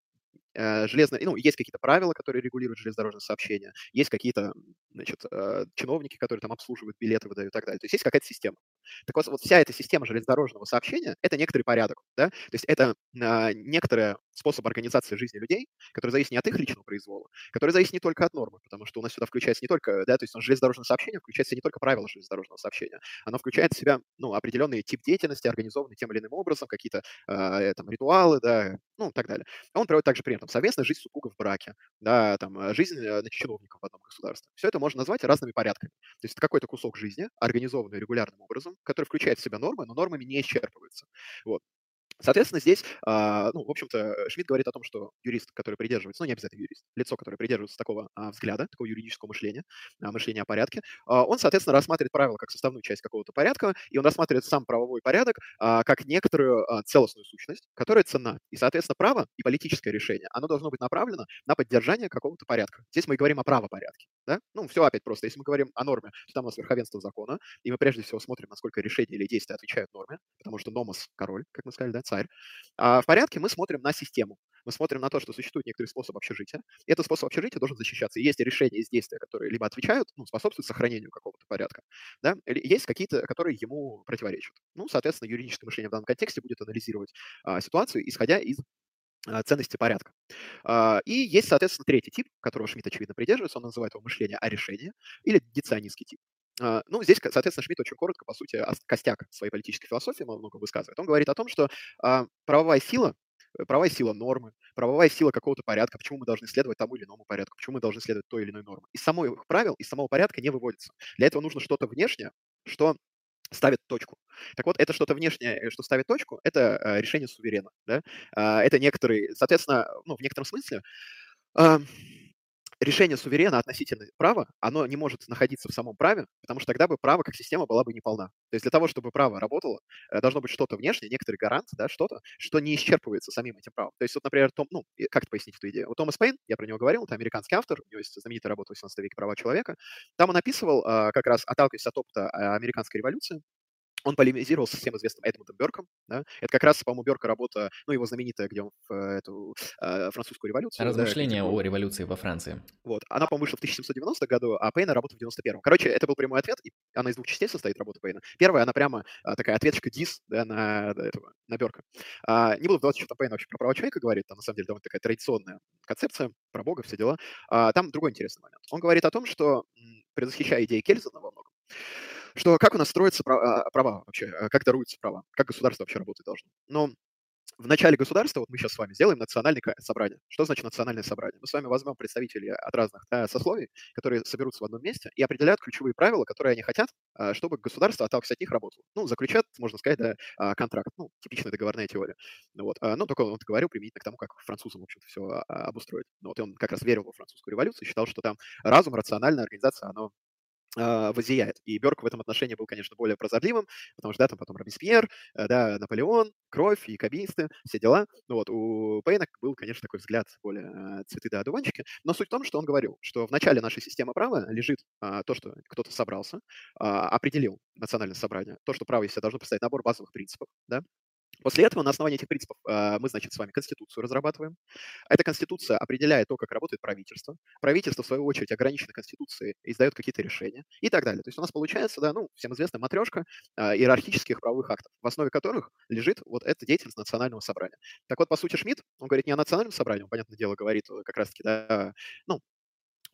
ну, есть какие-то правила, которые регулируют железнодорожное сообщение, есть какие-то, значит, чиновники, которые там обслуживают билеты, выдают и так далее. То есть есть какая-то система. Так вот, вся эта система железнодорожного сообщения — это некоторый порядок, да? То есть это некоторый способ организации жизни людей, который зависит не от их личного произвола, который зависит не только от нормы, потому что у нас сюда включается не только, да, то есть железнодорожное сообщение включается не только правила железнодорожного сообщения, оно включает в себя, ну, определенный тип деятельности, организованный тем или иным образом, какие-то там ритуалы, да, ну, и так далее. Он проводит также пример, там, совместная жизнь супругов в браке, да, там, жизнь чиновников в одном государстве. Все это можно назвать разными порядками. То есть это какой-то кусок жизни, организованный регулярным образом, который включает в себя нормы, но нормами не исчерпывается. Вот. Соответственно, здесь, ну, в общем-то, Шмидт говорит о том, что юрист, который придерживается, ну, не обязательно юрист, лицо, которое придерживается такого взгляда, такого юридического мышления, мышления о порядке, он, соответственно, рассматривает правила как составную часть какого-то порядка, и он рассматривает сам правовой порядок как некоторую целостную сущность, которая ценна. И, соответственно, право и политическое решение, оно должно быть направлено на поддержание какого-то порядка. Здесь мы говорим о правопорядке. Да? Ну, все опять просто. Если мы говорим о норме, то там у нас верховенство закона, и мы прежде всего смотрим, насколько решения или действия отвечают норме, потому что номос — король, как мы сказали, да, царь. А в порядке мы смотрим на систему. Мы смотрим на то, что существует некоторый способ общежития. И этот способ общежития должен защищаться. И есть решения, есть действия, которые либо отвечают, ну, способствуют сохранению какого-то порядка, да, или есть какие-то, которые ему противоречат. Ну, соответственно, юридическое мышление в данном контексте будет анализировать ситуацию, исходя из ценности порядка. И есть, соответственно, третий тип, которого Шмидт, очевидно, придерживается. Он называет его мышление о решении или диционистский тип. Ну, здесь, соответственно, Шмидт очень коротко, по сути, костяк своей политической философии много высказывает. Он говорит о том, что правовая сила нормы, правовая сила какого-то порядка, почему мы должны следовать тому или иному порядку, почему мы должны следовать той или иной норме. Из самих правил, из самого порядка не выводится. Для этого нужно что-то внешнее, что ставит точку. Так вот, это что-то внешнее, что ставит точку, это решение суверена. Да? Это некоторые, соответственно, ну, в некотором смысле а, решение суверена относительно права, оно не может находиться в самом праве, потому что тогда бы право как система была бы неполна. То есть для того, чтобы право работало, должно быть что-то внешнее, некоторый гарант, да, что-то, что не исчерпывается самим этим правом. То есть вот, например, ну, как это пояснить эту идею? Вот Томас Пейн, я про него говорил, это американский автор, у него есть знаменитая работа в 18 веке «Права человека». Там он описывал, как раз отталкиваясь от опыта американской революции, он полемизировал с всем известным Эдмундом Бёрком. Да? Это как раз, по-моему, Бёрка работа, ну, его знаменитая, где он в эту французскую революцию, да, Размышления о критикует. революции во Франции. Вот. Она, по-моему, вышла в 1790 году, а Пейна работа в 91-м. Короче, это был прямой ответ, и она из двух частей состоит, работа Пейна. Первая, она прямо такая ответочка дис, да, на Бёрка. Не буду вдаваться, что там Пейн вообще про права человека говорит, там, на самом деле, довольно такая традиционная концепция, про Бога, все дела. Там другой интересный момент. Он говорит о том, что, предвосхищая идеи Кельзена во многом, что как у нас строятся права вообще, как даруются права, как государство вообще работать должно. Но в начале государства, вот мы сейчас с вами сделаем национальное собрание. Что значит национальное собрание? Мы с вами возьмем представителей от разных сословий, которые соберутся в одном месте и определяют ключевые правила, которые они хотят, чтобы государство, отталкиваясь от них, работало. Ну, заключат, можно сказать, да, контракт. Ну, типичная договорная теория. Ну, вот. Но только он говорил применительно к тому, как французам, в общем-то, все обустроить. Ну, вот, и он как раз верил во французскую революцию, считал, что там разум, рациональная организация, оно воззияет. И Бёрк в этом отношении был, конечно, более прозорливым, потому что, да, там потом Робеспьер, да, Наполеон, кровь, якобинисты, все дела. Ну вот, у Пейна был, конечно, такой взгляд более цветы да одуванчики, но суть в том, что он говорил, что в начале нашей системы права лежит то, что кто-то собрался, определил национальное собрание, то, что право из себя должно представить набор базовых принципов, да. После этого на основании этих принципов мы, значит, с вами Конституцию разрабатываем. Эта Конституция определяет то, как работает правительство. Правительство, в свою очередь, ограничено Конституцией, издает какие-то решения и так далее. То есть у нас получается, да, ну, всем известная матрешка иерархических правовых актов, в основе которых лежит вот эта деятельность национального собрания. Так вот, по сути, Шмидт, он говорит не о национальном собрании, он, понятное дело, говорит как раз-таки, да, ну,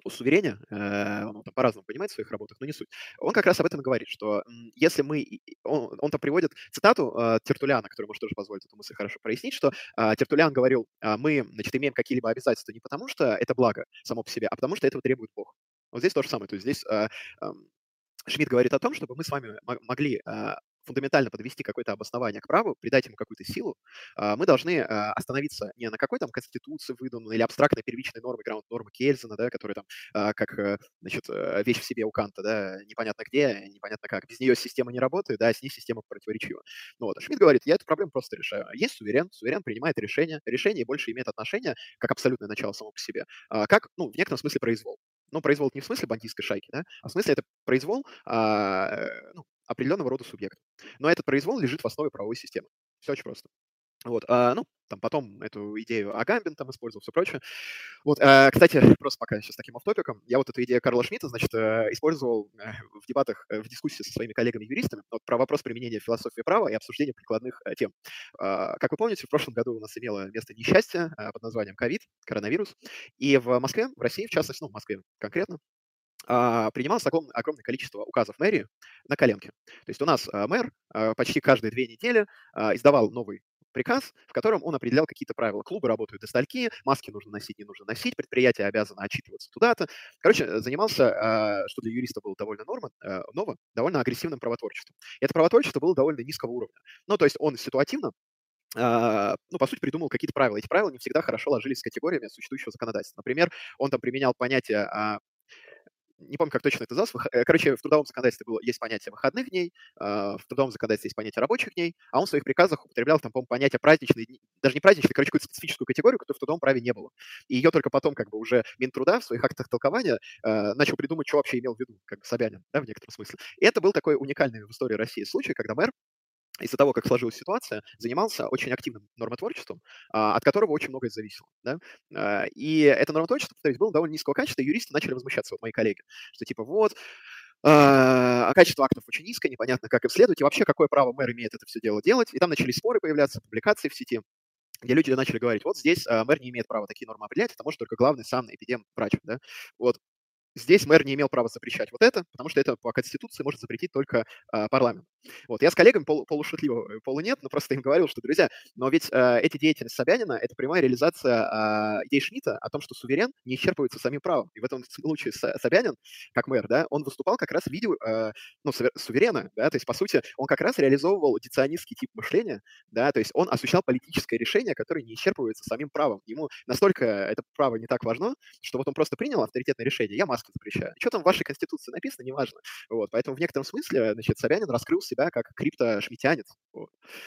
о суверене, он там по-разному понимает в своих работах, но не суть. Он как раз об этом и говорит, что если мы... Он там приводит цитату Тертуллиана, который может тоже позволить эту мысль хорошо прояснить, что Тертуллиан говорил, мы, значит, имеем какие-либо обязательства не потому, что это благо само по себе, а потому что этого требует Бог. Вот здесь то же самое. То есть здесь Шмидт говорит о том, чтобы мы с вами могли фундаментально подвести какое-то обоснование к праву, придать ему какую-то силу, мы должны остановиться не на какой там конституции выдуманной или абстрактной первичной нормы, нормы Кельзена, да, которая там как значит, вещь в себе у Канта, да, непонятно где, непонятно как. Без нее система не работает, да, с ней система противоречива. Ну вот, а Шмидт говорит, я эту проблему просто решаю. Есть суверен, суверен принимает решение больше имеет отношение, как абсолютное начало само по себе, как, ну, в некотором смысле произвол. Ну, произвол не в смысле бандитской шайки, да, а в смысле это произвол ну, определенного рода субъекта. Но этот произвол лежит в основе правовой системы. Все очень просто. Вот, ну, там потом эту идею Агамбин там использовал, все прочее. Вот, кстати, просто пока сейчас таким офф-топиком, я вот эту идею Карла Шмидта, значит, использовал в дебатах, в дискуссии со своими коллегами-юристами вот, про вопрос применения философии права и обсуждения прикладных тем. Как вы помните, в прошлом году у нас имело место несчастье под названием ковид, коронавирус, и в Москве, в России, в частности, ну, в Москве конкретно, принималось огромное количество указов мэрии на коленке. То есть у нас мэр почти каждые 2 недели издавал новый приказ, в котором он определял какие-то правила. Клубы работают до стольки, маски нужно носить, не нужно носить, предприятие обязано отчитываться туда-то. Короче, занимался, что для юриста было довольно ново, довольно агрессивным правотворчеством. И это правотворчество было довольно низкого уровня. Ну, то есть он ситуативно ну, по сути, придумал какие-то правила. Эти правила не всегда хорошо ложились с категориями существующего законодательства. Например, он там применял понятие не помню, как точно это называлось. Короче, в трудовом законодательстве есть понятие выходных дней, в трудовом законодательстве есть понятие рабочих дней, а он в своих приказах употреблял там, по-моему, понятие праздничные дни, даже не праздничные, короче, какую-то специфическую категорию, которую в трудовом праве не было. И ее только потом как бы уже Минтруда в своих актах толкования начал придумать, что вообще имел в виду как бы Собянин, да, в некотором смысле. И это был такой уникальный в истории России случай, когда мэр из-за того, как сложилась ситуация, занимался очень активным нормотворчеством, от которого очень многое зависело. Да? И это нормотворчество, повторюсь, было довольно низкого качества, и юристы начали возмущаться, вот мои коллеги, что типа вот, качество актов очень низкое, непонятно, как им следовать, и вообще какое право мэр имеет это все дело делать. И там начались споры появляться, публикации в сети, где люди начали говорить, вот здесь мэр не имеет права такие нормы определять, это может только главный сам эпидем-врач. Да? Вот здесь мэр не имел права запрещать вот это, потому что это по Конституции может запретить только парламент. Вот. Я с коллегами полушутливо, полу нет, но просто им говорил, что, друзья, но ведь эти деятельность Собянина– это прямая реализация идей Шмидта о том, что суверен не исчерпывается самим правом. И в этом случае Собянин, как мэр, да, он выступал как раз в виде ну, суверена, да, то есть, по сути, он как раз реализовывал дитционистский тип мышления, да, то есть он осуществлял политическое решение, которое не исчерпывается самим правом. Ему настолько это право не так важно, что вот он просто принял авторитетное решение, я маски запрещаю. Что там в вашей конституции написано, неважно. Вот, поэтому в некотором смысле, значит, Собянин раскрыл себя как крипто-шмитянец. Вот.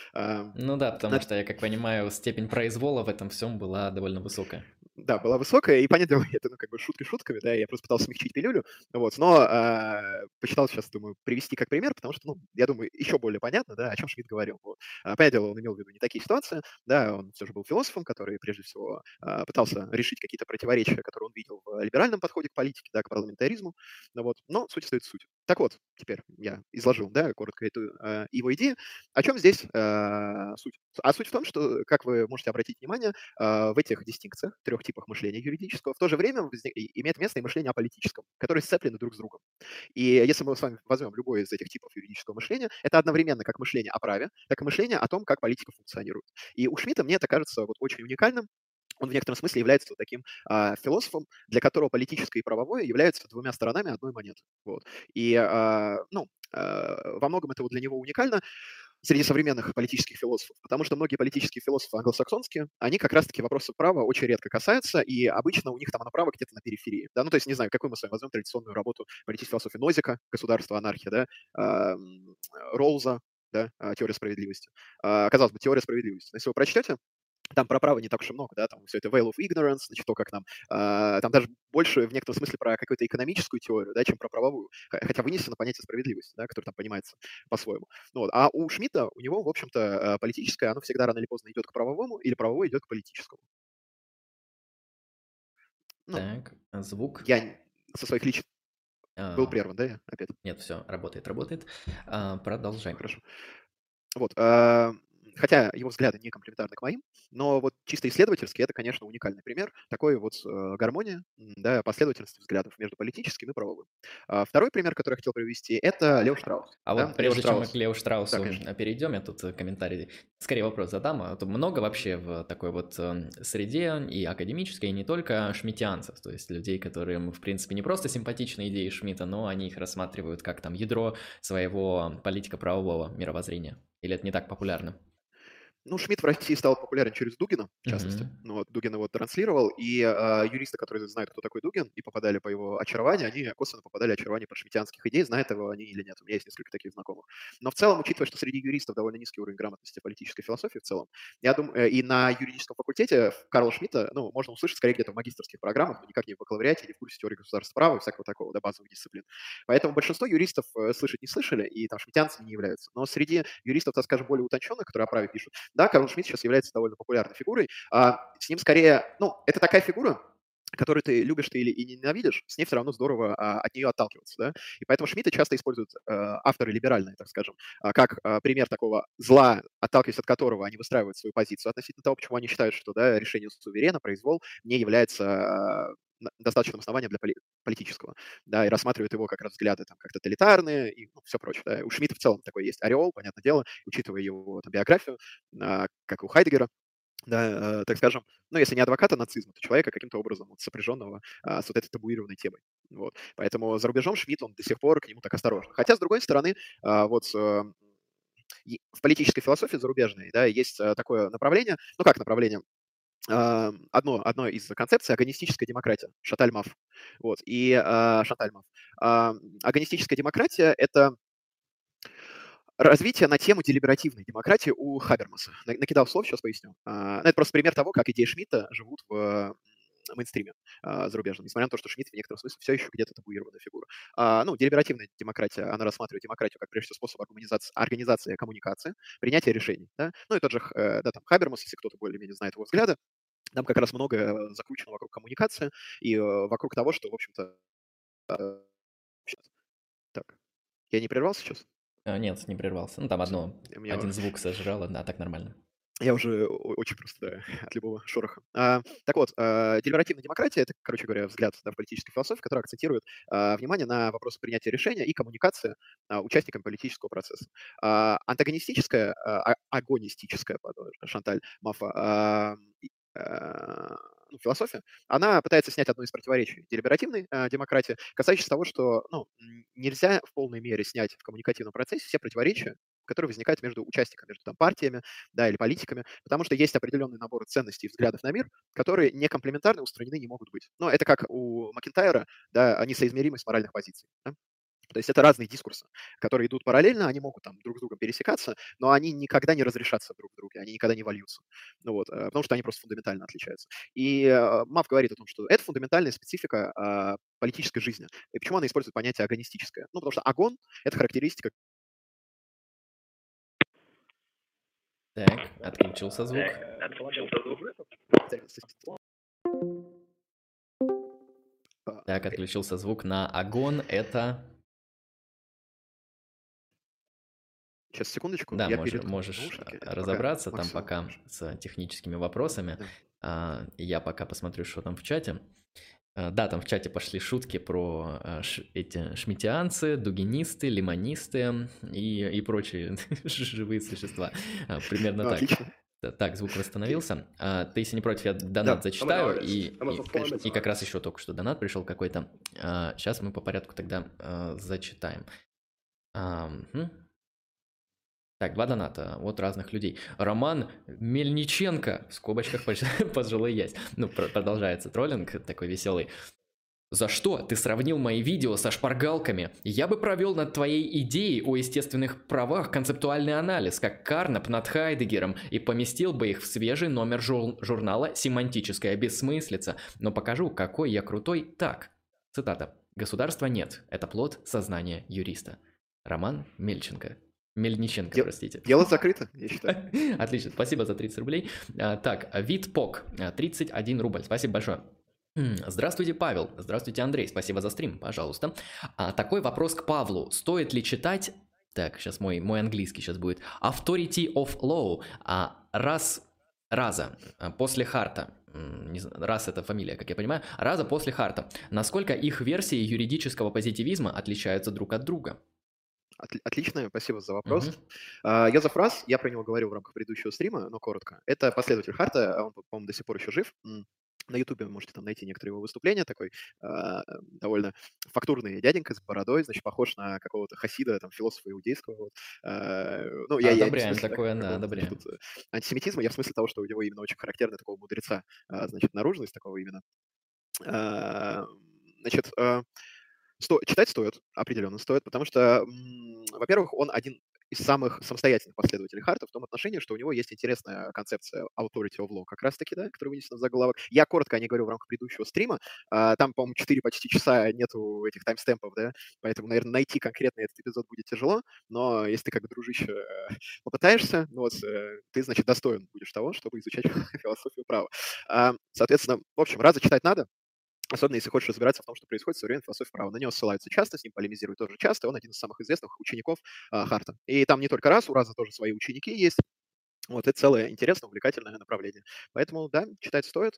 Ну да, Но потому что, я как понимаю, степень произвола в этом всем была довольно высокая. да, была высокая, и, понятное дело, это, ну, как бы шутки шутками, да, я просто пытался смягчить пилюлю, вот, но посчитал сейчас, думаю, привести как пример, потому что, ну, я думаю, еще более понятно, да, о чем Шмидт говорил. Вот. Понятное дело, он имел в виду не такие ситуации, да, он все же был философом, который, прежде всего, пытался решить какие-то противоречия, которые он видел в либеральном подходе к политике, да, к парламентаризму, ну, вот, но суть остается суть. Так вот, теперь я изложил, да, коротко эту его идею. О чем здесь суть? А суть в том, что, как вы можете обратить внимание, в этих дистинкциях, трех типах мышления юридического, в то же время имеет место и мышление аполитическом, которые сцеплены друг с другом. И если мы с вами возьмем любой из этих типов юридического мышления, это одновременно как мышление о праве, так и мышление о том, как политика функционирует. И у Шмидта мне это кажется вот очень уникальным. Он в некотором смысле является вот таким философом, для которого политическое и правовое являются двумя сторонами одной монеты. Вот. И ну, во многом это вот для него уникально среди современных политических философов, потому что многие политические философы англосаксонские, они как раз-таки вопросов права очень редко касаются, и обычно у них там оно право где-то на периферии. Да? Ну, то есть, не знаю, какую мы с вами возьмем традиционную работу политической философии Нозика «Государство, анархия», да? Роуза, да, «Теория справедливости». Казалось бы, теория справедливости. Но если вы прочтете, там про право не так уж и много, да, там все это veil of ignorance, значит, то, как нам, там даже больше в некотором смысле про какую-то экономическую теорию, да, чем про правовую, хотя вынесено понятие справедливости, да, которое там понимается по-своему. Ну, вот. А у Шмидта, у него, в общем-то, политическое, оно всегда рано или поздно идет к правовому, или правовое идет к политическому. Ну, Так, звук. я со своих личных был А, прерван, да, я опять? Нет, все, работает. Ну, Продолжай. хорошо. Вот. хотя его взгляды не комплементарны к моим, но вот чисто исследовательски это, конечно, уникальный пример такой вот гармонии, да, последовательности взглядов между политическим и правовым. Второй пример, который я хотел привести, это Лео Штраус. А Да? вот Лео прежде чем мы Штраус. к Лео Да, Штраусу конечно. перейдем, я тут комментарий, скорее вопрос задам. А то много вообще в такой вот среде и академической, и не только шмидтианцев, то есть людей, которым, в принципе, не просто симпатичны идеи Шмидта, но они их рассматривают как там ядро своего политико-правового мировоззрения. Или это не так популярно? Ну, Шмидт в России стал популярен через Дугина, в частности. Мгм. Ну, вот Дугин его транслировал, и юристы, которые знают, кто такой Дугин, и попадали по его очарованию, они косвенно попадали в очарование подшмидтианских идей, знают его они или нет. У меня есть несколько таких знакомых. Но в целом, учитывая, что среди юристов довольно низкий уровень грамотности политической философии в целом, я думаю, и на юридическом факультете Карла Шмидта, ну, можно услышать скорее где-то в магистерских программах, но никак не в бакалавриате, не в курсе теории государственного права и всякого такого, да, базовых дисциплин. Поэтому большинство юристов слышать не слышали, и там шмидтианцами не являются. Но среди юристов, так скажем, более утонченных, которые о праве пишут, да, Карл Шмидт сейчас является довольно популярной фигурой. С ним скорее, ну, это такая фигура, которую ты любишь ты или и ненавидишь, с ней все равно здорово от нее отталкиваться, да. И поэтому Шмидта часто используют авторы либеральные, так скажем, как пример такого зла, отталкиваясь от которого они выстраивают свою позицию относительно того, почему они считают, что да, решение суверена, произвол не является достаточным основанием для политического, да, и рассматривают его как раз взгляды там как тоталитарные и все прочее. Да. У Шмидта в целом такой есть ореол, понятное дело, учитывая его там, биографию, как и у Хайдеггера, да, так скажем, ну, если не адвоката нацизма, то человека каким-то образом вот, сопряженного с вот этой табуированной темой. Вот. Поэтому за рубежом Шмидт, он до сих пор к нему так осторожен. Хотя, с другой стороны, в политической философии зарубежной, да, есть такое направление, ну, как направление, одно из концепций — агонистическая демократия, Шанталь-Мафф. Вот, и Шанталь-Мафф. Агонистическая демократия — это развитие на тему делиберативной демократии у Хабермаса. Накидал слов, сейчас поясню. Это просто пример того, как идеи Шмидта живут в мейнстриме зарубежном, несмотря на то, что Шмидт в некотором смысле все еще где-то табуированная фигура. Делиберативная демократия, она рассматривает демократию как, прежде всего, способ организации коммуникации, принятия решений. Да? Ну и тот же да, там, Хабермас, если кто-то более-менее знает его взгляды, там как раз многое закручено вокруг коммуникации и вокруг того, что, в общем-то... Так, я не прервался сейчас? Нет, не прервался. Ну, там Всё. один звук сожрало, да, так нормально. Я уже очень просто да, от любого шороха. Так вот, делиберативная демократия — это, короче говоря, взгляд да, в политической философии, который акцентирует внимание на вопросы принятия решения и коммуникации участниками политического процесса. Антагонистическая, агонистическая, Шанталь Маффа, ну, философия, она пытается снять одно из противоречий делиберативной демократии, касающееся того, что ну, нельзя в полной мере снять в коммуникативном процессе все противоречия, которые возникают между участниками, между там, партиями да, или политиками, потому что есть определенный набор ценностей и взглядов на мир, которые не комплементарны, устранены не могут быть. Но это как у Макентайра, да, они соизмеримы с моральных позиций. Да? То есть это разные дискурсы, которые идут параллельно, они могут там друг с другом пересекаться, но они никогда не разрешатся друг в друге, они никогда не вольются, ну вот, потому что они просто фундаментально отличаются. И Мав говорит о том, что это фундаментальная специфика политической жизни. И почему она использует понятие агонистическое? Ну, потому что агон — это характеристика. Так, отключился звук. Так, отключился звук на агон, это... Сейчас, секундочку, Да, я можешь наушники. разобраться там максимум пока можно. с техническими вопросами. Да. Я пока посмотрю, что там в чате. Да, там в чате пошли шутки про эти шмидтианцы, дугинисты, лимонисты и прочие живые существа. Примерно Ну, так. отлично. Так, звук восстановился. Ты, если не против, я донат Да. зачитаю. Конечно. И как раз еще только что донат пришел какой-то. Сейчас мы по порядку тогда зачитаем. Так, 2 доната от разных людей. Роман Мельниченко, в скобочках пожилой ясь. Ну, продолжается троллинг такой веселый. За что ты сравнил мои видео со шпаргалками? Я бы провел над твоей идеей о естественных правах концептуальный анализ, как Карнап над Хайдеггером, и поместил бы их в свежий номер журнала «Семантическая бессмыслица». Но покажу, какой я крутой так. Цитата. «Государства нет. Это плод сознания юриста». Роман Мельниченко, простите. Дело закрыто, я считаю. Отлично, спасибо за 30 рублей. Так, Витпок, 31 рубль, спасибо большое. Здравствуйте, Павел. Здравствуйте, Андрей. Спасибо за стрим, пожалуйста. Такой вопрос к Павлу. Стоит ли читать Так, сейчас мой английский сейчас будет. Authority of law. Раза после Харта. Раз это фамилия, как я понимаю. Раза после Харта. Насколько их версии юридического позитивизма отличаются друг от друга? Отлично, спасибо за вопрос. Мгм. Йозеф Рас, я про него говорил в рамках предыдущего стрима, но коротко. Это последователь Харта, он, по-моему, до сих пор еще жив. На Ютубе вы можете там найти некоторые его выступления. Такой довольно фактурный дяденька с бородой, значит, похож на какого-то хасида, там, философа иудейского. Вот. Ну, я не в Одобряем смысле такое, да, какого-то, значит, одобряем. тут, антисемитизма, я в смысле того, что у него именно очень характерная такого мудреца, значит, наружность такого именно. А, Значит, читать стоит, определенно стоит, потому что, во-первых, он один из самых самостоятельных последователей Харта в том отношении, что у него есть интересная концепция authority of law, как раз-таки, да, которая вынесена в заголовок. Я коротко о ней говорю в рамках предыдущего стрима. Там, по-моему, 4 почти часа нету этих таймстемпов, да, поэтому, наверное, найти конкретно этот эпизод будет тяжело, но если ты, как бы, дружище, попытаешься, ну вот, ты, значит, достоин будешь того, чтобы изучать философию права. Соответственно, в общем, раза читать надо, особенно если хочешь разбираться в том, что происходит в современной философии права. На него ссылаются часто, с ним полемизируют тоже часто. Он один из самых известных учеников Харта. И там не только раз, у Раза тоже свои ученики есть. Вот, это целое интересное, увлекательное направление. Поэтому, да, читать стоит.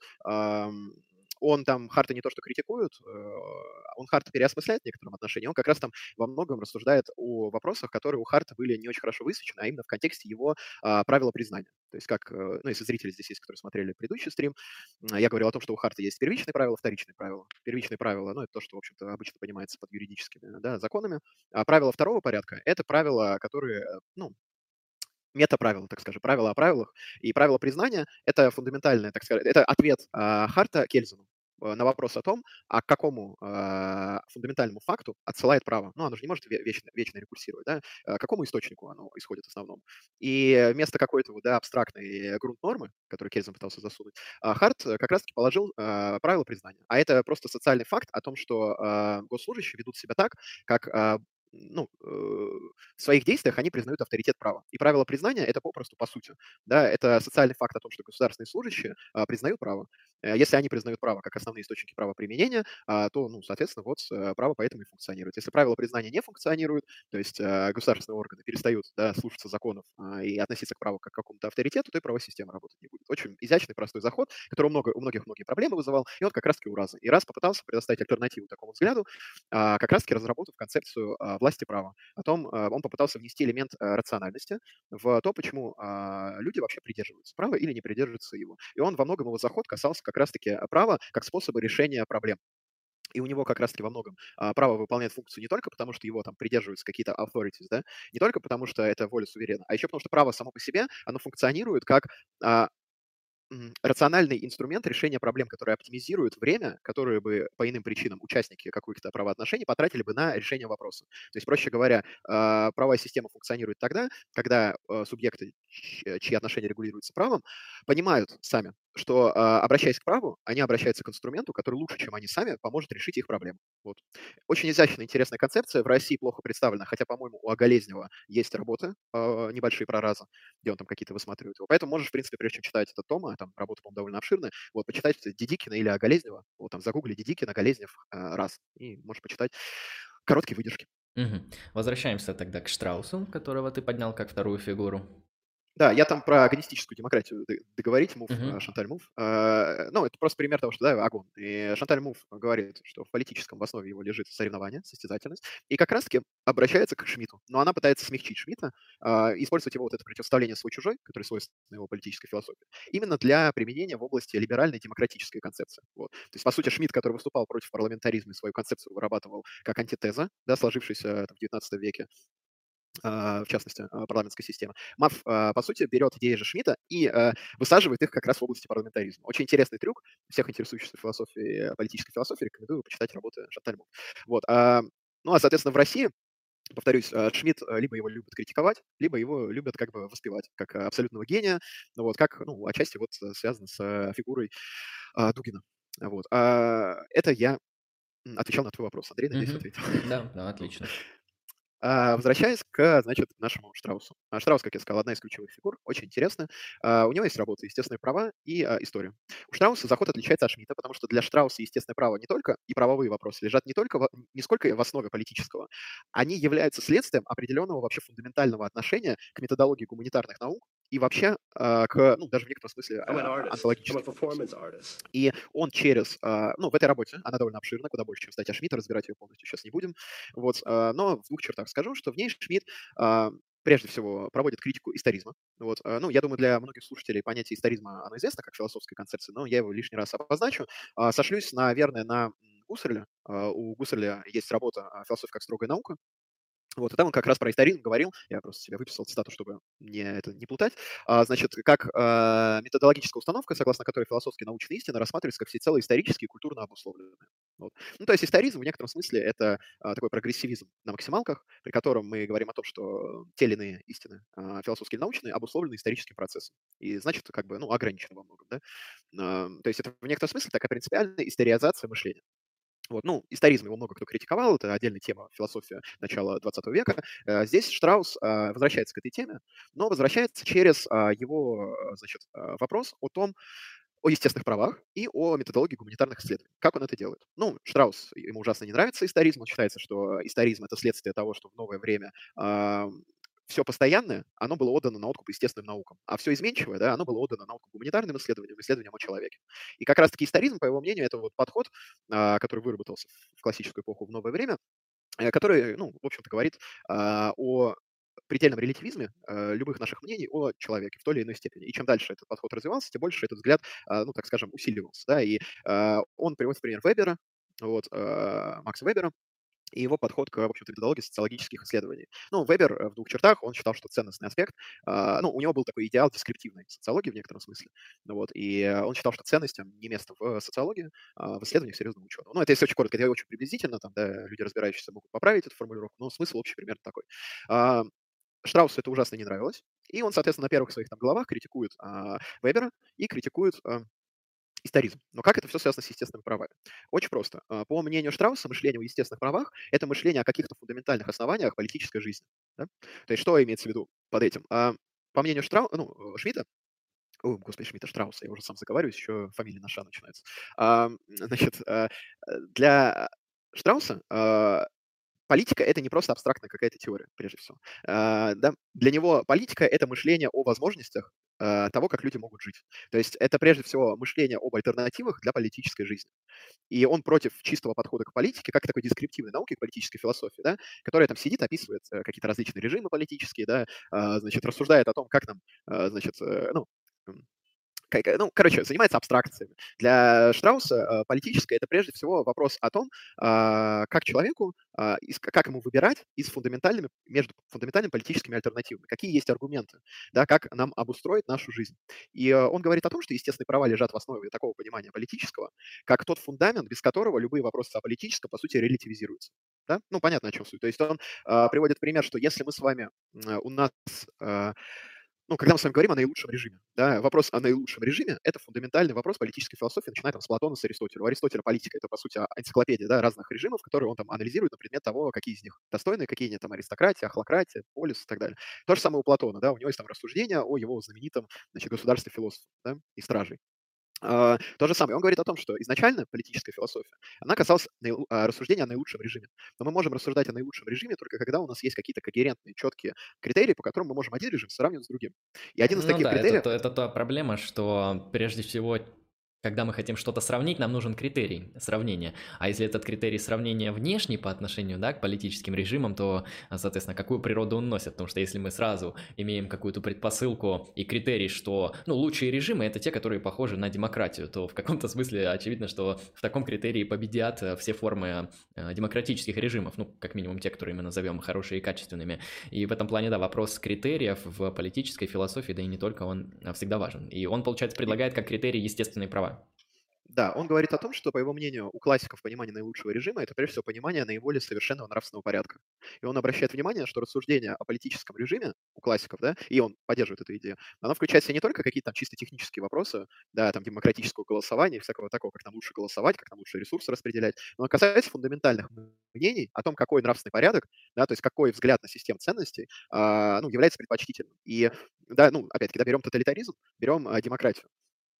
Он там Харта не то что критикует, он Харта переосмысляет в некотором отношении. Он как раз там во многом рассуждает о вопросах, которые у Харта были не очень хорошо высвечены, а именно в контексте его правила признания. То есть как, ну, если зрители здесь есть, которые смотрели предыдущий стрим, я говорил о том, что у Харта есть первичные правила, вторичные правила. Первичные правила, ну, это то, что, в общем-то, обычно понимается под юридическими, да, законами. А правила второго порядка — это правила, которые, ну, метаправила, так скажем, правила о правилах. И правила признания — это фундаментальное, так сказать, это ответ Харта Кельзену на вопрос о том, а к какому фундаментальному факту отсылает право. Ну, оно же не может вечно рекурсировать, да? К какому источнику оно исходит в основном. И вместо какой-то вот, да, абстрактной грунт-нормы, которую Кельзен пытался засунуть, Харт как раз-таки положил правила признания. А это просто социальный факт о том, что госслужащие ведут себя так, как ну, в своих действиях они признают авторитет права. И правило признания — это попросту по сути. Да, это социальный факт о том, что государственные служащие признают право. Если они признают право как основные источники правоприменения, то, ну, соответственно, вот право поэтому и функционирует. Если правила признания не функционируют, то есть государственные органы перестают, да, слушаться законов и относиться к праву как к какому-то авторитету, то и правовая система работать не будет. Очень изящный, простой заход, который у многих многие проблемы вызывал, и вот как раз-таки у Раза. И Раз попытался предоставить альтернативу такому взгляду, как раз-таки разработав концепцию власти права. Потом он попытался внести элемент рациональности в то, почему люди вообще придерживаются права или не придерживаются его. И он во многом его заход касался как раз-таки права как способа решения проблем. И у него как раз-таки во многом право выполняет функцию не только потому, что его там придерживаются какие-то authorities, да, не только потому, что это воля суверена, а еще потому, что право само по себе, оно функционирует как рациональный инструмент решения проблем, который оптимизирует время, которое бы по иным причинам участники каких-то правоотношений потратили бы на решение вопроса. То есть, проще говоря, правовая система функционирует тогда, когда субъекты, чьи отношения регулируются правом, понимают сами, что, обращаясь к праву, они обращаются к инструменту, который лучше, чем они сами, поможет решить их проблемы. Вот. Очень изящная, интересная концепция. В России плохо представлена, хотя, по-моему, у Оголезнева есть работы небольшие про Раза, где он там какие-то высматривает его. Поэтому можешь, в принципе, прежде чем читать этот том, там работа, по-моему, довольно обширная, вот, почитать Дедикина или Оголезнева, вот там загугли Дедикин, Оголезнев, Раз, и можешь почитать короткие выдержки. Мгм. Возвращаемся тогда к Штраусу, которого ты поднял как вторую фигуру. Да, я там про агонистическую демократию договорить, Мгм. Шанталь Муф. Ну, это просто пример того, что, да, огонь. И Шанталь Муф говорит, что в политическом в основе его лежит соревнование, состязательность, и как раз-таки обращается к Шмидту. Но она пытается смягчить Шмидта, использовать его вот это противоставление свой-чужой, которое свойственно его политической философии, именно для применения в области либеральной демократической концепции. Вот. То есть, по сути, Шмидт, который выступал против парламентаризма и свою концепцию вырабатывал как антитеза, да, сложившейся там, в XIX веке, в частности, парламентской системы. МАФ, по сути, берет идеи же Шмидта и высаживает их как раз в области парламентаризма. Очень интересный трюк. Всех интересующихся философией, политической философией рекомендую почитать работы Шанталь Муф. Вот. Ну, а, соответственно, в России, повторюсь, Шмидт либо его любят критиковать, либо его любят как бы воспевать как абсолютного гения, ну, вот, как, ну, отчасти вот связано с фигурой Дугина. Вот. Это я отвечал на твой вопрос, Андрей, надеюсь, Мгм. ответил. Да, да, отлично. Возвращаясь к, значит, нашему Штраусу. Штраус, как я сказал, одна из ключевых фигур, очень интересно. У него есть работа «Естественные права» и «История». У Штрауса заход отличается от Шмидта, потому что для Штрауса естественное право не только, и правовые вопросы лежат не только, не сколько в основе политического, они являются следствием определенного вообще фундаментального отношения к методологии гуманитарных наук и вообще ну, даже в некотором смысле онтологическим вопросам. И он через, ну, в этой работе, она довольно обширна, куда больше, чем статья Шмидта, разбирать ее полностью сейчас не будем, вот, но в двух чертах скажу, что в ней Шмидт прежде всего проводит критику историзма. Вот, ну, я думаю, для многих слушателей понятие историзма, оно известно как философская концепция, но я его лишний раз обозначу. Сошлюсь, наверное, на Гуссерля. У Гуссерля есть работа «Философия как строгая наука». Вот, и там он как раз про историзм говорил, я просто себе выписал цитату, чтобы не плутать, значит, как методологическая установка, согласно которой философские научные истины рассматриваются как всецело исторические и культурно обусловленные. Вот. Ну, то есть историзм в некотором смысле это такой прогрессивизм на максималках, при котором мы говорим о том, что те или иные истины, философские или научные, обусловлены историческим процессом. И значит, как бы, ну, ограничены во многом. Да? То есть это в некотором смысле такая принципиальная историозация мышления. Вот, ну, историзм его много кто критиковал, это отдельная тема философии начала 20 века. Здесь Штраус возвращается к этой теме, но возвращается через его, значит, вопрос о естественных правах и о методологии гуманитарных исследований. Как он это делает? Ну, Штраус, ему ужасно не нравится историзм, он считается, что историзм — это следствие того, что в новое время все постоянное, оно было отдано на откуп естественным наукам, а все изменчивое, да, оно было отдано на откуп гуманитарным исследованиям, исследованиям о человеке. И как раз-таки историзм, по его мнению, это вот подход, который выработался в классическую эпоху в новое время, который, ну, в общем-то, говорит о предельном релятивизме любых наших мнений о человеке в той или иной степени. И чем дальше этот подход развивался, тем больше этот взгляд, ну, так скажем, усиливался. Да? И он приводит в пример Вебера, вот, Макса Вебера, и его подход к, в общем-то, методологии социологических исследований. Ну, Вебер в двух чертах, он считал, что ценностный аспект, ну, у него был такой идеал дескриптивной социологии в некотором смысле, ну вот, и он считал, что ценностям не место в социологии, в исследованиях серьезного ученого. Ну, это если очень коротко, это очень приблизительно, там, да, люди, разбирающиеся, могут поправить эту формулировку, но смысл общий примерно такой. А, Штраусу это ужасно не нравилось, и он, соответственно, на первых своих там главах критикует Вебера и критикует историзм. Но как это все связано с естественными правами? Очень просто. По мнению Штрауса, мышление о естественных правах — это мышление о каких-то фундаментальных основаниях политической жизни. Да? То есть что имеется в виду под этим? По мнению Шмидта, о, господи, Шмидта, Штрауса, я уже сам заговариваюсь, еще фамилия на «ша» начинается. Значит, для Штрауса политика — это не просто абстрактная какая-то теория, прежде всего. Да? Для него политика — это мышление о возможностях того, как люди могут жить. То есть это прежде всего мышление об альтернативах для политической жизни. И он против чистого подхода к политике, как такой дескриптивной науки, к политической философии, да, которая там сидит, описывает какие-то различные режимы политические, да, значит, рассуждает о том, как нам, значит, ну, ну, короче, занимается абстракциями. Для Штрауса политическое — это прежде всего вопрос о том, как человеку, как ему выбирать между фундаментальными политическими альтернативами, какие есть аргументы, да, как нам обустроить нашу жизнь. И он говорит о том, что естественные права лежат в основе такого понимания политического, как тот фундамент, без которого любые вопросы о политическом, по сути, релятивизируются. Да? Ну, понятно, о чем суть. То есть он приводит пример, что если мы с вами, у нас ну, когда мы с вами говорим о наилучшем режиме, да, вопрос о наилучшем режиме — это фундаментальный вопрос политической философии, начиная там с Платона, с Аристотеля. У Аристотеля политика — это, по сути, энциклопедия, да, разных режимов, которые он там анализирует на предмет того, какие из них достойны, какие нет, там, аристократия, ахлократия, полис и так далее. То же самое у Платона, да, у него есть там рассуждения о его знаменитом, значит, государстве философов, да, и стражей. То же самое. Он говорит о том, что изначально политическая философия, она касалась рассуждения о наилучшем режиме. Но мы можем рассуждать о наилучшем режиме только когда у нас есть какие-то когерентные, четкие критерии, по которым мы можем один режим сравнивать с другим. И один из Ну таких да, критериев... это та проблема, что прежде всего, когда мы хотим что-то сравнить, нам нужен критерий сравнения. А если этот критерий сравнения внешний по отношению, да, к политическим режимам, то, соответственно, какую природу он носит? Потому что если мы сразу имеем какую-то предпосылку и критерий, что, ну, лучшие режимы — это те, которые похожи на демократию, то в каком-то смысле очевидно, что в таком критерии победят все формы демократических режимов, ну, как минимум те, которые мы назовем хорошие и качественными. И в этом плане, да, вопрос критериев в политической философии, да и не только, он всегда важен. И он, получается, предлагает как критерий естественные права. Да, он говорит о том, что, по его мнению, у классиков понимание наилучшего режима — это, прежде всего, понимание наиболее совершенного нравственного порядка. И он обращает внимание, что рассуждение о политическом режиме у классиков, да, и он поддерживает эту идею, оно включает в себя не только какие-то там чисто технические вопросы, да, там демократического голосования и всякого такого, как нам лучше голосовать, как нам лучше ресурсы распределять, но касается фундаментальных мнений о том, какой нравственный порядок, да, то есть какой взгляд на систему ценностей, ну, является предпочтительным. И, да, ну, опять-таки, да, берем тоталитаризм, берем демократию.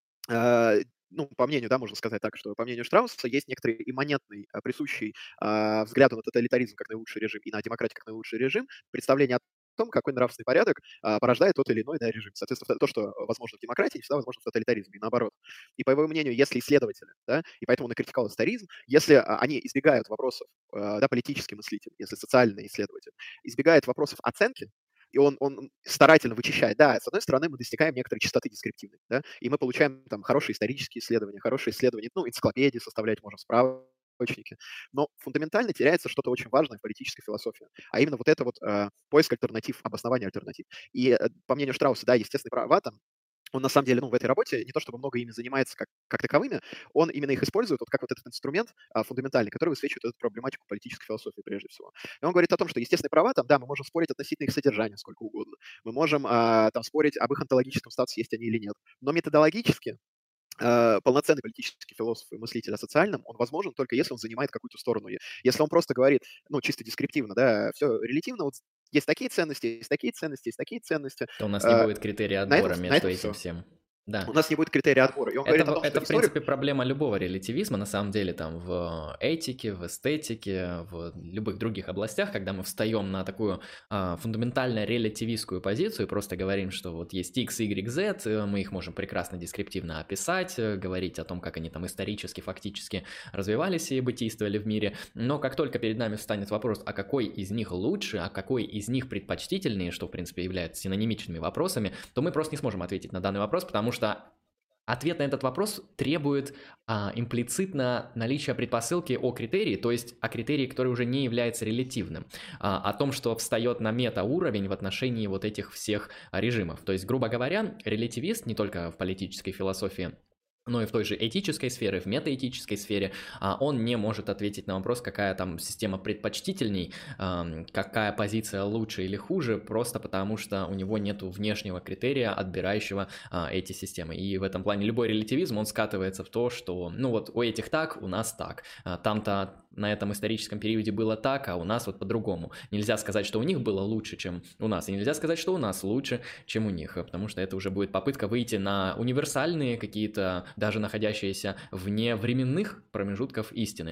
А, ну, по мнению, да, можно сказать так, что по мнению Штрауса есть некоторый имманентный, присущий взгляду на тоталитаризм как наилучший режим и на демократию как наилучший режим, представление о том, какой нравственный порядок порождает тот или иной, да, режим. Соответственно, то, что возможно в демократии, не всегда возможно в тоталитаризме, и наоборот. И по его мнению, если исследователи, да, и поэтому он и критиковал историзм, если они избегают вопросов, да, политический мыслитель, если социальный исследователь, избегает вопросов оценки, и он старательно вычищает. Да, с одной стороны, мы достигаем некоторой чистоты дескриптивной, да, и мы получаем там хорошие исторические исследования, ну, энциклопедии составлять можем, справочники. Но фундаментально теряется что-то очень важное в политической философии, а именно вот это вот поиск альтернатив, обоснование альтернатив. И по мнению Штрауса, да, естественные права там он на самом деле, ну, в этой работе не то чтобы много ими занимается как таковыми, он именно их использует вот как вот этот инструмент фундаментальный, который высвечивает эту проблематику политической философии прежде всего. И он говорит о том, что естественные права, там, да, мы можем спорить относительно их содержания сколько угодно, мы можем там спорить об их онтологическом статусе, есть они или нет, но методологически полноценный политический философ и мыслитель о социальном, он возможен только если он занимает какую-то сторону. Если он просто говорит, ну, чисто дескриптивно, да, все релятивно, вот есть такие ценности, есть такие ценности, есть такие ценности, То у нас не э, будет критерия на этом, отбора на между этом этим все. всем. У Да. нас не будет критерия отбора. И он говорит о том, Это, что в историк... принципе, проблема любого релятивизма, на самом деле, там, в этике, в эстетике, в любых других областях, когда мы встаем на такую фундаментально релятивистскую позицию и просто говорим, что вот есть X, Y, Z, мы их можем прекрасно дескриптивно описать, говорить о том, как они там исторически, фактически развивались и бытийствовали в мире, но как только перед нами встанет вопрос, а какой из них лучше, а какой из них предпочтительнее, что, в принципе, является синонимичными вопросами, то мы просто не сможем ответить на данный вопрос, потому что ответ на этот вопрос требует имплицитно наличия предпосылки о критерии, то есть о критерии, который уже не является релятивным, о том, что встает на метауровень в отношении вот этих всех режимов. То есть, грубо говоря, релятивист не только в политической философии, но и в той же этической сфере, в метаэтической сфере, он не может ответить на вопрос, какая там система предпочтительней, какая позиция лучше или хуже, просто потому что у него нет внешнего критерия, отбирающего эти системы. И в этом плане любой релятивизм, он скатывается в то, что, ну вот у этих так, у нас так. Там-то на этом историческом периоде было так, а у нас вот по-другому. Нельзя сказать, что у них было лучше, чем у нас, и нельзя сказать, что у нас лучше, чем у них, потому что это уже будет попытка выйти на универсальные какие-то, даже находящиеся вне временных промежутков истины.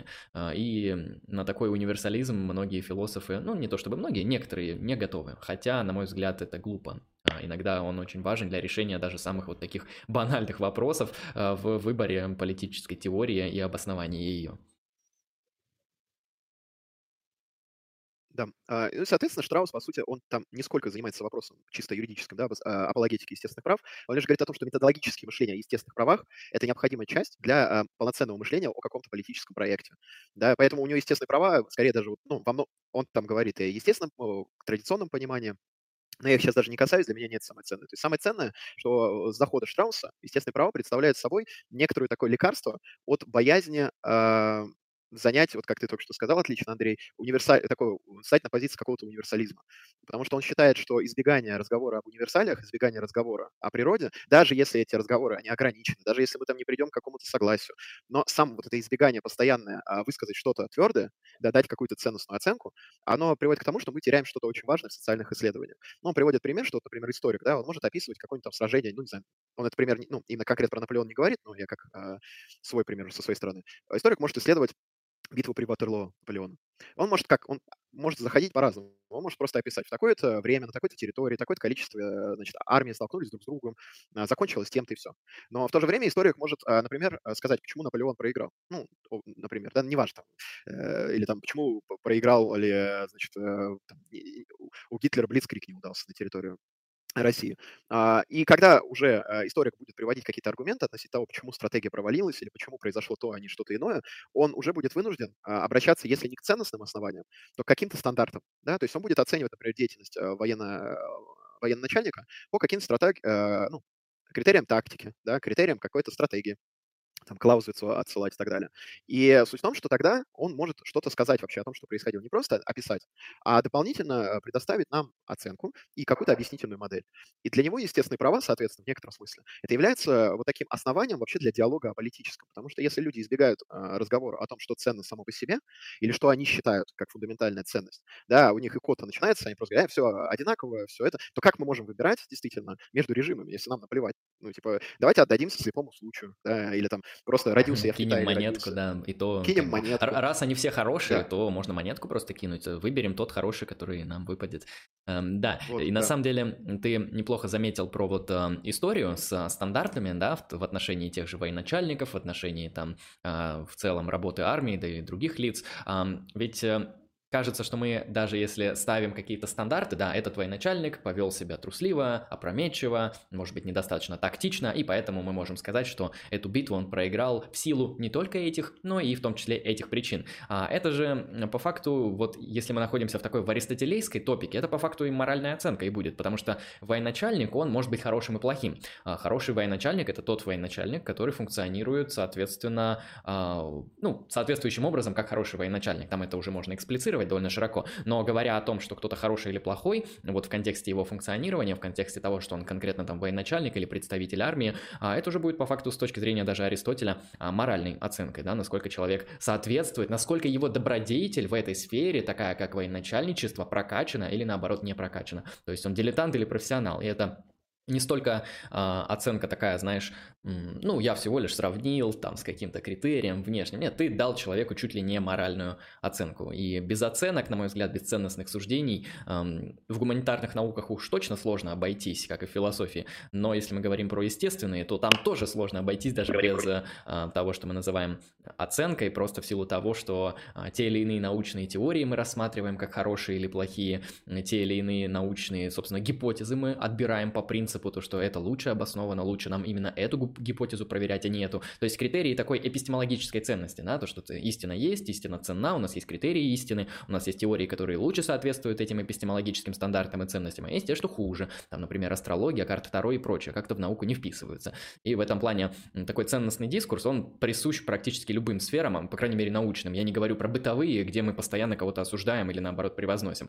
И на такой универсализм многие философы, ну не то чтобы многие, некоторые не готовы. Хотя, на мой взгляд, это глупо. Иногда он очень важен для решения даже самых вот таких банальных вопросов в выборе политической теории и обоснования ее. Да. Ну, соответственно, Штраус, по сути, он там не сколько занимается вопросом чисто юридическим, да, апологетики естественных прав, он лишь говорит о том, что методологические мышления о естественных правах — это необходимая часть для полноценного мышления о каком-то политическом проекте. Да, поэтому у него естественные права, скорее даже, ну, он там говорит и о естественном, о традиционном понимании, но я их сейчас даже не касаюсь, для меня нет самое ценное. То есть самое ценное, что с захода Штрауса естественное право представляет собой некоторое такое лекарство от боязни занять, вот как ты только что сказал, отлично, Андрей, такой, стать на позиции какого-то универсализма. Потому что он считает, что избегание разговора об универсалиях, избегание разговора о природе, даже если эти разговоры, они ограничены, даже если мы там не придем к какому-то согласию, но сам вот это избегание постоянное, высказать что-то твердое, да, дать какую-то ценностную оценку, оно приводит к тому, что мы теряем что-то очень важное в социальных исследованиях. Ну, он приводит пример, что, вот, например, историк, да, он может описывать какое-нибудь там сражение, ну, не знаю, он этот пример, ну, именно конкретно про Наполеона не говорит, но я как свой пример со своей стороны. Историк может исследовать битву при Ватерлоо Наполеона. Он может заходить по-разному. Он может просто описать, в такое-то время, на такой-то территории, такое-то количество, значит, армии столкнулись друг с другом, закончилось тем-то и все. Но в то же время историк может, например, сказать, почему Наполеон проиграл. Ну, например, да, неважно. Или там, почему проиграл ли, значит, там, у Гитлера блицкриг не удался на территорию России. И когда уже историк будет приводить какие-то аргументы относительно того, почему стратегия провалилась или почему произошло то, а не что-то иное, он уже будет вынужден обращаться, если не к ценностным основаниям, то к каким-то стандартам. Да? То есть он будет оценивать, например, деятельность военно-начальника по каким-то ну, критериям тактики, да, критериям какой-то стратегии. там Клаузвицу отсылать и так далее. И суть в том, что тогда он может что-то сказать вообще о том, что происходило. Не просто описать, а дополнительно предоставить нам оценку и какую-то объяснительную модель. И для него естественные права, соответственно, в некотором смысле, это является вот таким основанием вообще для диалога о политическом. Потому что если люди избегают разговора о том, что ценно само по себе, или что они считают как фундаментальная ценность, да, у них и кота начинается, они просто говорят, все одинаково, все это, то как мы можем выбирать действительно между режимами, если нам наплевать? Ну, типа, давайте отдадимся слепому случаю, да, или там просто родился я в Кинем Китае или монетку, родился. да, и то Кинем как бы монетку. раз они все хорошие, Да, то можно монетку просто кинуть. Выберем тот хороший, который нам выпадет. Да, вот, и на да. самом деле ты неплохо заметил про вот историю с стандартами, да, в отношении тех же военачальников, в отношении там в целом работы армии, да и других лиц. Ведь кажется, что мы даже если ставим какие-то стандарты, да, этот военачальник повел себя трусливо, опрометчиво, может быть, недостаточно тактично, и поэтому мы можем сказать, что эту битву он проиграл в силу не только этих, но и в том числе этих причин. Это же по факту, вот если мы находимся в такой в аристотелейской топике, это по факту и моральная оценка и будет, потому что военачальник, он может быть хорошим и плохим. Хороший военачальник – это тот военачальник, который функционирует, соответственно, ну, соответствующим образом, как хороший военачальник. Там это уже можно эксплицировать довольно широко, но говоря о том, что кто-то хороший или плохой, вот в контексте его функционирования, в контексте того, что он конкретно там военачальник или представитель армии, это уже будет по факту с точки зрения даже Аристотеля моральной оценкой, да, насколько человек соответствует, насколько его добродетель в этой сфере, такая как военачальничество, прокачана или наоборот не прокачана. То есть он дилетант или профессионал, и это не столько оценка такая, знаешь, ну, я всего лишь сравнил там с каким-то критерием внешним. Нет, ты дал человеку чуть ли не моральную оценку. И без оценок, на мой взгляд, без ценностных суждений в гуманитарных науках уж точно сложно обойтись, как и в философии. Но если мы говорим про естественные, то там тоже сложно обойтись даже без того, что мы называем оценкой, просто в силу того, что те или иные научные теории мы рассматриваем как хорошие или плохие, те или иные научные, собственно, гипотезы мы отбираем по принципу, то, что это лучше обосновано, лучше нам именно эту гипотезу проверять, а не эту. То есть критерии такой эпистемологической ценности, да, то, что истина есть, истина ценна, у нас есть критерии истины, у нас есть теории, которые лучше соответствуют этим эпистемологическим стандартам и ценностям, а есть те, что хуже. Там, например, астрология, карта Таро и прочее, как-то в науку не вписываются. И в этом плане такой ценностный дискурс, он присущ практически любым сферам, по крайней мере, научным. Я не говорю про бытовые, где мы постоянно кого-то осуждаем или, наоборот, превозносим.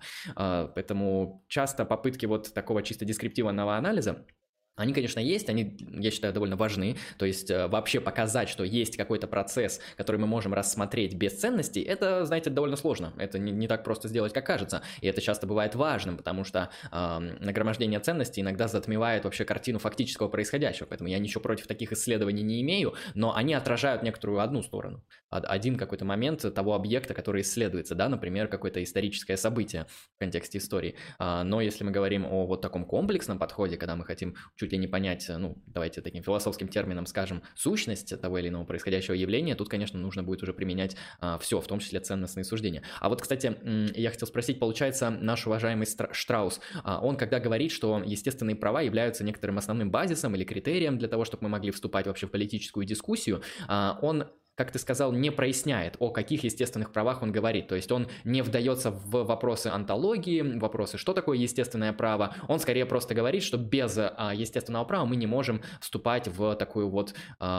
Поэтому часто попытки вот такого чисто дескриптивного анализа, они, конечно, есть, они, я считаю, довольно важны, то есть вообще показать, что есть какой-то процесс, который мы можем рассмотреть без ценностей, это, знаете, довольно сложно, это не так просто сделать, как кажется, и это часто бывает важным, потому что нагромождение ценностей иногда затмевает вообще картину фактического происходящего, поэтому я ничего против таких исследований не имею, но они отражают некоторую одну сторону, один какой-то момент того объекта, который исследуется, да, например, какое-то историческое событие в контексте истории, но если мы говорим о вот таком комплексном подходе, когда мы хотим чуть ли не понять, ну, давайте таким философским термином скажем, сущность того или иного происходящего явления, тут, конечно, нужно будет уже применять все, в том числе ценностные суждения. А вот, кстати, я хотел спросить, получается, наш уважаемый Штраус, он когда говорит, что естественные права являются некоторым основным базисом или критерием для того, чтобы мы могли вступать вообще в политическую дискуссию, он, как ты сказал, не проясняет, о каких естественных правах он говорит. То есть он не вдается в вопросы онтологии, вопросы, что такое естественное право. Он скорее просто говорит, что без естественного права мы не можем вступать в такой вот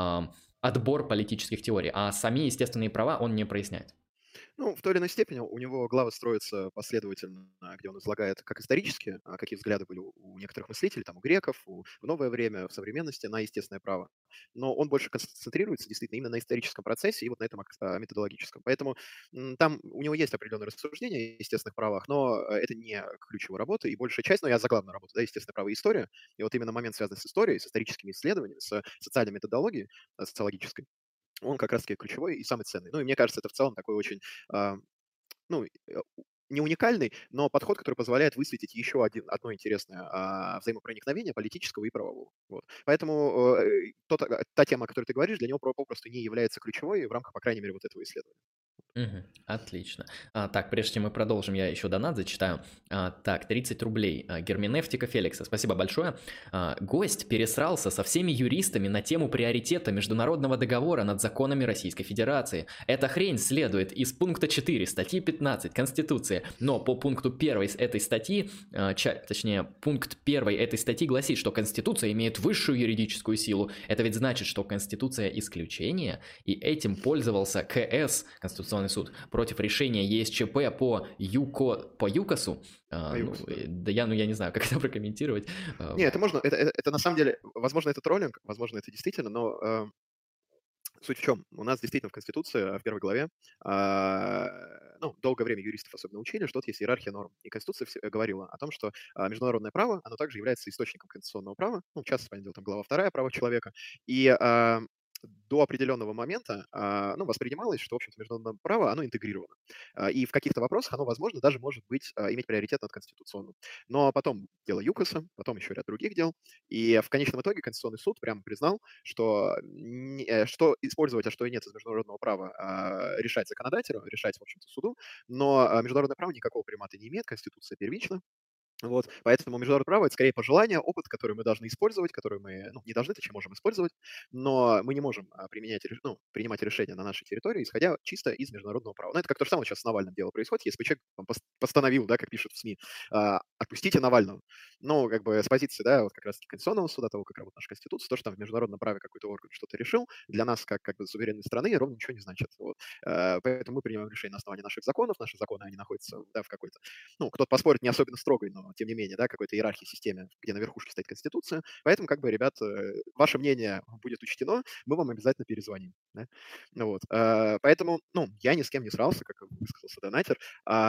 отбор политических теорий. А сами естественные права он не проясняет. Ну, в той или иной степени у него главы строятся последовательно, где он излагает как исторически, какие взгляды были у некоторых мыслителей, там, у греков, в новое время, в современности на естественное право. Но он больше концентрируется действительно именно на историческом процессе и вот на этом методологическом. Поэтому там у него есть определенные рассуждения о естественных правах, но это не ключевая работа, и большая часть, но я за главную работу, да, естественное право и история. И вот именно момент, связанный с историей, с историческими исследованиями, с социальной методологией, социологической, он как раз-таки ключевой и самый ценный. Ну и мне кажется, это в целом такой очень, а, ну, не уникальный, но подход, который позволяет высветить еще одно интересное взаимопроникновение политического и правового. Вот. Поэтому та тема, о которой ты говоришь, для него попросту не является ключевой в рамках, по крайней мере, вот этого исследования. Отлично. Так, прежде чем мы продолжим, я еще донат зачитаю. Так, 30 рублей. Герменевтика Феликса, спасибо большое. Гость пересрался со всеми юристами на тему приоритета международного договора над законами Российской Федерации. Эта хрень следует из пункта 4 статьи 15 Конституции, но по пункту 1 этой статьи, точнее, пункт 1 этой статьи гласит, что Конституция имеет высшую юридическую силу. Это ведь значит, что Конституция исключение, и этим пользовался КС, Конституционный суд, против решения ЕСЧП по ЮКОСу. Я не знаю, как это прокомментировать. Не, это можно, это на самом деле, возможно, это троллинг, возможно, это действительно, но суть в чем? У нас действительно в Конституции, в первой главе, долгое время юристов особенно учили, что вот есть иерархия норм. И Конституция говорила о том, что международное право, оно также является источником конституционного права. Ну, часто, понятное дело, там глава 2 права человека. И до определенного момента воспринималось, что, в общем-то, международное право, оно интегрировано. И в каких-то вопросах оно, возможно, даже может быть, иметь приоритет над конституционным. Но потом дело ЮКОСа, потом еще ряд других дел. И в конечном итоге Конституционный суд прямо признал, что что использовать, а что и нет из международного права, решать законодателю, решать, в общем-то, суду. Но международное право никакого примата не имеет, Конституция первична. Вот, поэтому международное право — это скорее пожелание, опыт, который мы должны использовать, который мы не должны, точнее, можем использовать, но мы не можем принимать решения на нашей территории, исходя чисто из международного права. Ну, это как то же самое сейчас с Навальным дело происходит. Если бы человек там постановил, да, как пишут в СМИ, отпустите Навального, ну, как бы с позиции, да, вот как раз-таки Конституционного суда, того, как работает наша Конституция, то, что там в международном праве какой-то орган что-то решил, для нас, как бы суверенной страны, ровно ничего не значит. Вот. Поэтому мы принимаем решение на основании наших законов. Наши законы, они находятся, да, в какой-то, кто-то поспорит, не особенно строгой, но тем не менее, да, какой-то иерархии системе, где на верхушке стоит Конституция. Поэтому, как бы, ребят, ваше мнение будет учтено, мы вам обязательно перезвоним. Да? Вот. Поэтому, я ни с кем не срался, как высказался донатер.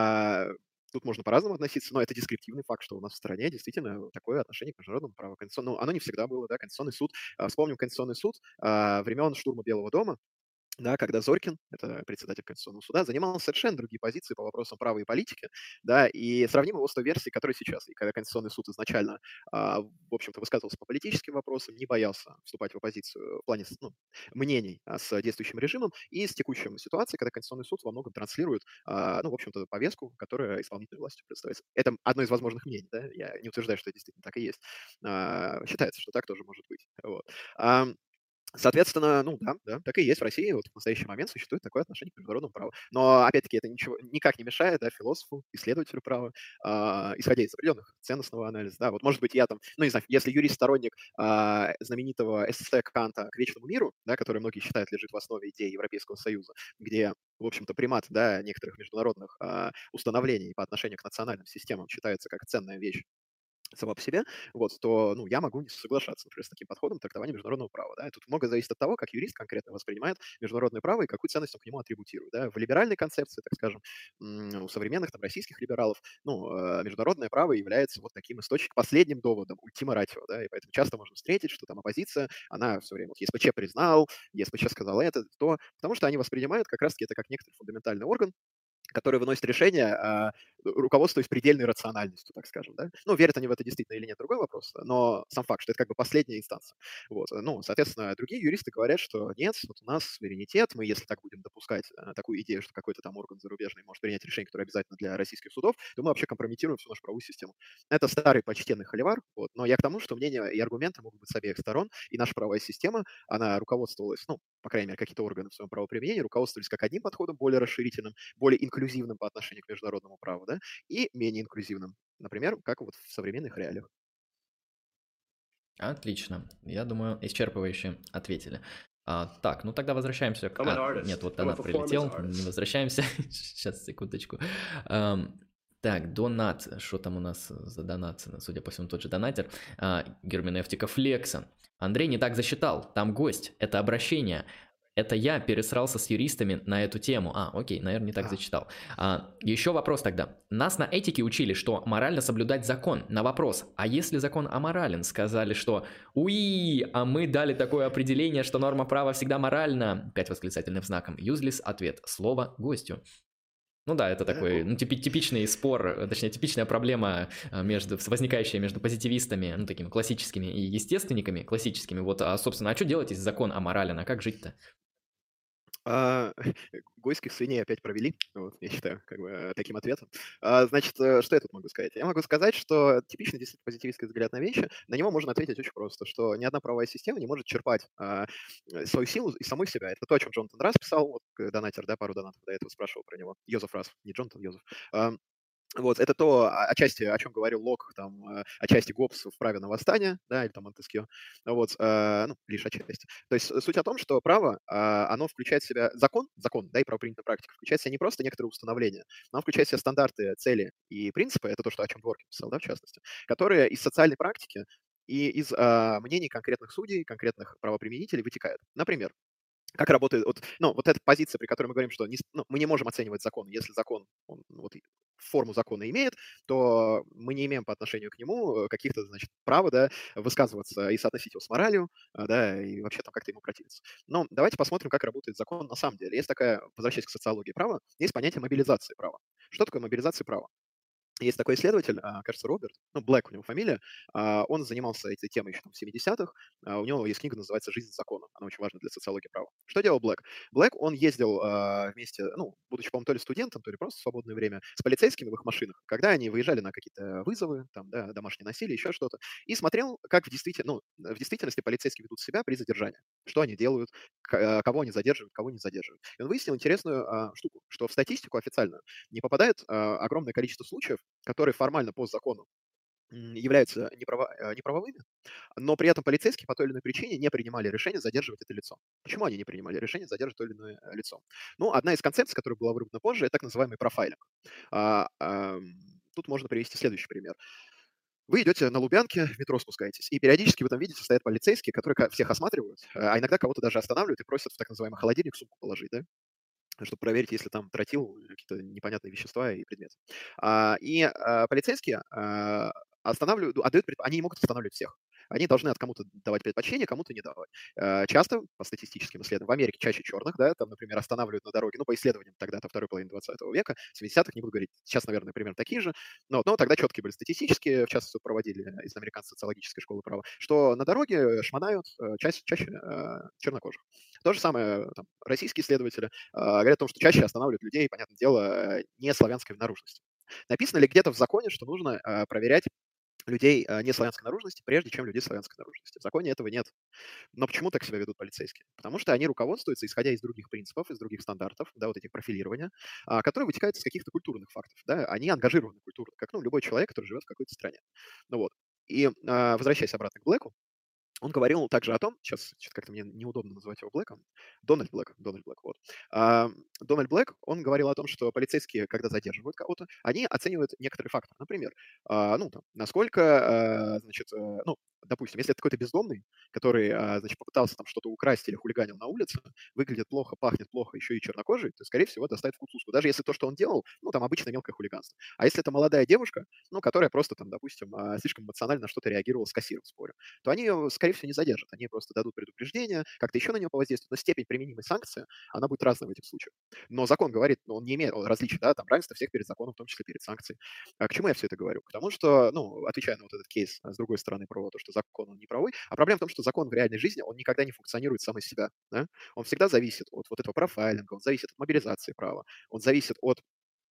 Тут можно по-разному относиться, но это дескриптивный факт, что у нас в стране действительно такое отношение к международному праву. Оно не всегда было, да, Конституционный суд. Вспомним Конституционный суд времен штурма Белого дома, да, когда Зорькин, это председатель Конституционного суда, занимал совершенно другие позиции по вопросам права и политики, да, и сравним его с той версией, которая сейчас. И когда Конституционный суд изначально, в общем-то, высказывался по политическим вопросам, не боялся вступать в оппозицию в плане мнений с действующим режимом, и с текущей ситуацией, когда Конституционный суд во многом транслирует, в общем-то, повестку, которая исполнительной властью представляется. Это одно из возможных мнений, да, я не утверждаю, что это действительно так и есть. Считается, что так тоже может быть. Вот. Соответственно, да, так и есть в России. Вот в настоящий момент существует такое отношение к международному праву. Но, опять-таки, это ничего никак не мешает, да, философу, исследователю права, исходя из определенных ценностного анализа. Да, вот, может быть, я там, не знаю, если юрист-сторонник знаменитого эссе Канта «К вечному миру», да, который многие считают лежит в основе идеи Европейского Союза, где, в общем-то, примат, да, некоторых международных установлений по отношению к национальным системам считается как ценная вещь сама по себе, вот, то, я могу не соглашаться, например, с таким подходом трактования международного права, да, и тут много зависит от того, как юрист конкретно воспринимает международное право и какую ценность он к нему атрибутирует, да, в либеральной концепции, так скажем, у современных там российских либералов, международное право является вот таким источником, последним доводом, ультима ратио, да, и поэтому часто можно встретить, что там оппозиция, она все время, вот, ЕСПЧ признал, ЕСПЧ сказал это, то, потому что они воспринимают как раз-таки это как некоторый фундаментальный орган, который выносит решение, руководствуясь предельной рациональностью, так скажем, да. Верят они в это действительно или нет, другой вопрос, но сам факт, что это как бы последняя инстанция. Вот. Соответственно, другие юристы говорят, что нет, вот у нас суверенитет, мы, если так будем допускать такую идею, что какой-то там орган зарубежный может принять решение, которое обязательно для российских судов, то мы вообще компрометируем всю нашу правовую систему. Это старый почтенный холивар, вот. Но я к тому, что мнения и аргументы могут быть с обеих сторон, и наша правовая система, она руководствовалась, по крайней мере, какие-то органы в своем правоприменении руководствовались как одним подходом, более расширительным, более инклюзивным по отношению к международному праву, да, и менее инклюзивным, например, как вот в современных реалиях. Отлично. Я думаю, исчерпывающе ответили. Так, тогда возвращаемся к... нет, вот донат прилетел, не возвращаемся. Сейчас, секундочку. Так, донат. Что там у нас за донат? Судя по всему, тот же донатер. Герменевтика Флекса. Андрей не так засчитал. Там гость. Это обращение. Это я пересрался с юристами на эту тему. Окей, наверное, не так зачитал. Еще вопрос тогда. Нас на этике учили, что морально соблюдать закон. На вопрос, а если закон аморален, сказали, что а мы дали такое определение, что норма права всегда моральна. 5 восклицательным знаком. Useless ответ. Слово гостю. Это такой типичный спор, точнее, типичная проблема, возникающая между позитивистами, такими классическими и естественниками, классическими. Вот, собственно, что делать, если закон аморален, а как жить-то? А, Гойских свиней опять провели, вот, я считаю, как бы таким ответом. Значит, что я тут могу сказать? Я могу сказать, что типичный действительно позитивистский взгляд на вещи, на него можно ответить очень просто, что ни одна правовая система не может черпать свою силу из самой себя. Это то, о чем Джонатан Расс писал, вот, донатер, да, пару донатов до этого спрашивал про него. Йозеф Расс, не Джонатан, Йозеф. Вот, это то, отчасти, о чем говорил Лок, там, отчасти Гоббс в «Праве на восстание», да, или там Монтескьё, вот, ну, лишь отчасти. То есть суть о том, что право, оно включает в себя закон, да, и правоприменительная практика, включает в себя не просто некоторые установления, но оно включает в себя стандарты, цели и принципы, это то, что, о чем Дворкин писал, да, в частности, которые из социальной практики и из мнений конкретных судей, конкретных правоприменителей вытекают. Например, как работает, вот, ну, вот эта позиция, при которой мы говорим, что ну, мы не можем оценивать закон. Если закон, он, вот, форму закона имеет, то мы не имеем по отношению к нему каких-то, значит, права, да, высказываться и соотносить его с моралью, да, и вообще там как-то ему противиться. Но давайте посмотрим, как работает закон на самом деле. Есть такая, возвращаясь к социологии права, есть понятие мобилизации права. Что такое мобилизация права? Есть такой исследователь, кажется, Роберт, ну, Блэк у него фамилия, он занимался этой темой еще там в 70-х, у него есть книга, называется «Жизнь закона», она очень важна для социологии права. Что делал Блэк? Блэк, он ездил вместе, ну, будучи, по-моему, то ли студентом, то ли просто в свободное время, с полицейскими в их машинах, когда они выезжали на какие-то вызовы, там, да, домашнее насилие, еще что-то, и смотрел, как в действительности полицейские ведут себя при задержании, что они делают, кого они задерживают, кого не задерживают. И он выяснил интересную штуку, что в статистику официальную не попадает огромное количество случаев, которые формально по закону являются неправовыми, но при этом полицейские по той или иной причине не принимали решение задерживать это лицо. Почему они не принимали решение задерживать то или иное лицо? Ну, одна из концепций, которая была выработана позже, это так называемый профайлинг. Тут можно привести следующий пример. Вы идете на Лубянке, в метро спускаетесь, и периодически в этом видите стоят полицейские, которые всех осматривают, а иногда кого-то даже останавливают и просят в так называемый холодильник сумку положить, да? Чтобы проверить, есть ли там тротил или какие-то непонятные вещества и предметы. Полицейские останавливают, они не могут останавливать всех. Они должны от кому-то давать предпочтение, кому-то не давать. Часто, по статистическим исследованиям, в Америке чаще черных, да, там, например, останавливают на дороге, ну, по исследованиям тогда-то, второй половины 20 века, 70-х, не буду говорить, сейчас, наверное, примерно такие же, но тогда четкие были статистические, в частности, проводили из американской социологической школы права, что на дороге шмонают чаще чернокожих. То же самое там, российские исследователи говорят о том, что чаще останавливают людей, понятное дело, не славянской наружности. Написано ли где-то в законе, что нужно проверять людей не славянской наружности, прежде чем людей славянской наружности? В законе этого нет. Но почему так себя ведут полицейские? Потому что они руководствуются, исходя из других принципов, из других стандартов, да, вот этих профилирования, которые вытекают из каких-то культурных фактов. Да? Они ангажированы культурно, как ну, любой человек, который живет в какой-то стране. Ну вот. И возвращаясь обратно к Блэку, он говорил также о том, сейчас чё-то как-то мне неудобно называть его Блэком, Дональд Блэк, вот. Дональд Блэк, он говорил о том, что полицейские, когда задерживают кого-то, они оценивают некоторые факторы. Например, ну, там, насколько, значит, ну, допустим, если это какой-то бездомный, который, значит, попытался там что-то украсть или хулиганил на улице, выглядит плохо, пахнет плохо, еще и чернокожий, то, скорее всего, доставит в кутузку. Даже если то, что он делал, ну, там, обычное мелкое хулиганство. А если это молодая девушка, ну, которая просто там, допустим, слишком эмоционально на что-то реагировала с кассиром в споре, то они ее, скорее всего, не задержат. Они просто дадут предупреждение, как-то еще на нее повоздействуют, но степень применимой санкции, она будет разная в этих случаях. Но закон говорит, ну, он не имеет различий, да, там равенство всех перед законом, в том числе перед санкцией. К чему я все это говорю? К тому, что, ну, отвечая на вот этот кейс с другой стороны про то, что закон, он не правовой, а проблема в том, что закон в реальной жизни, он никогда не функционирует сам из себя, да? Он всегда зависит от вот этого профайлинга, он зависит от мобилизации права, он зависит от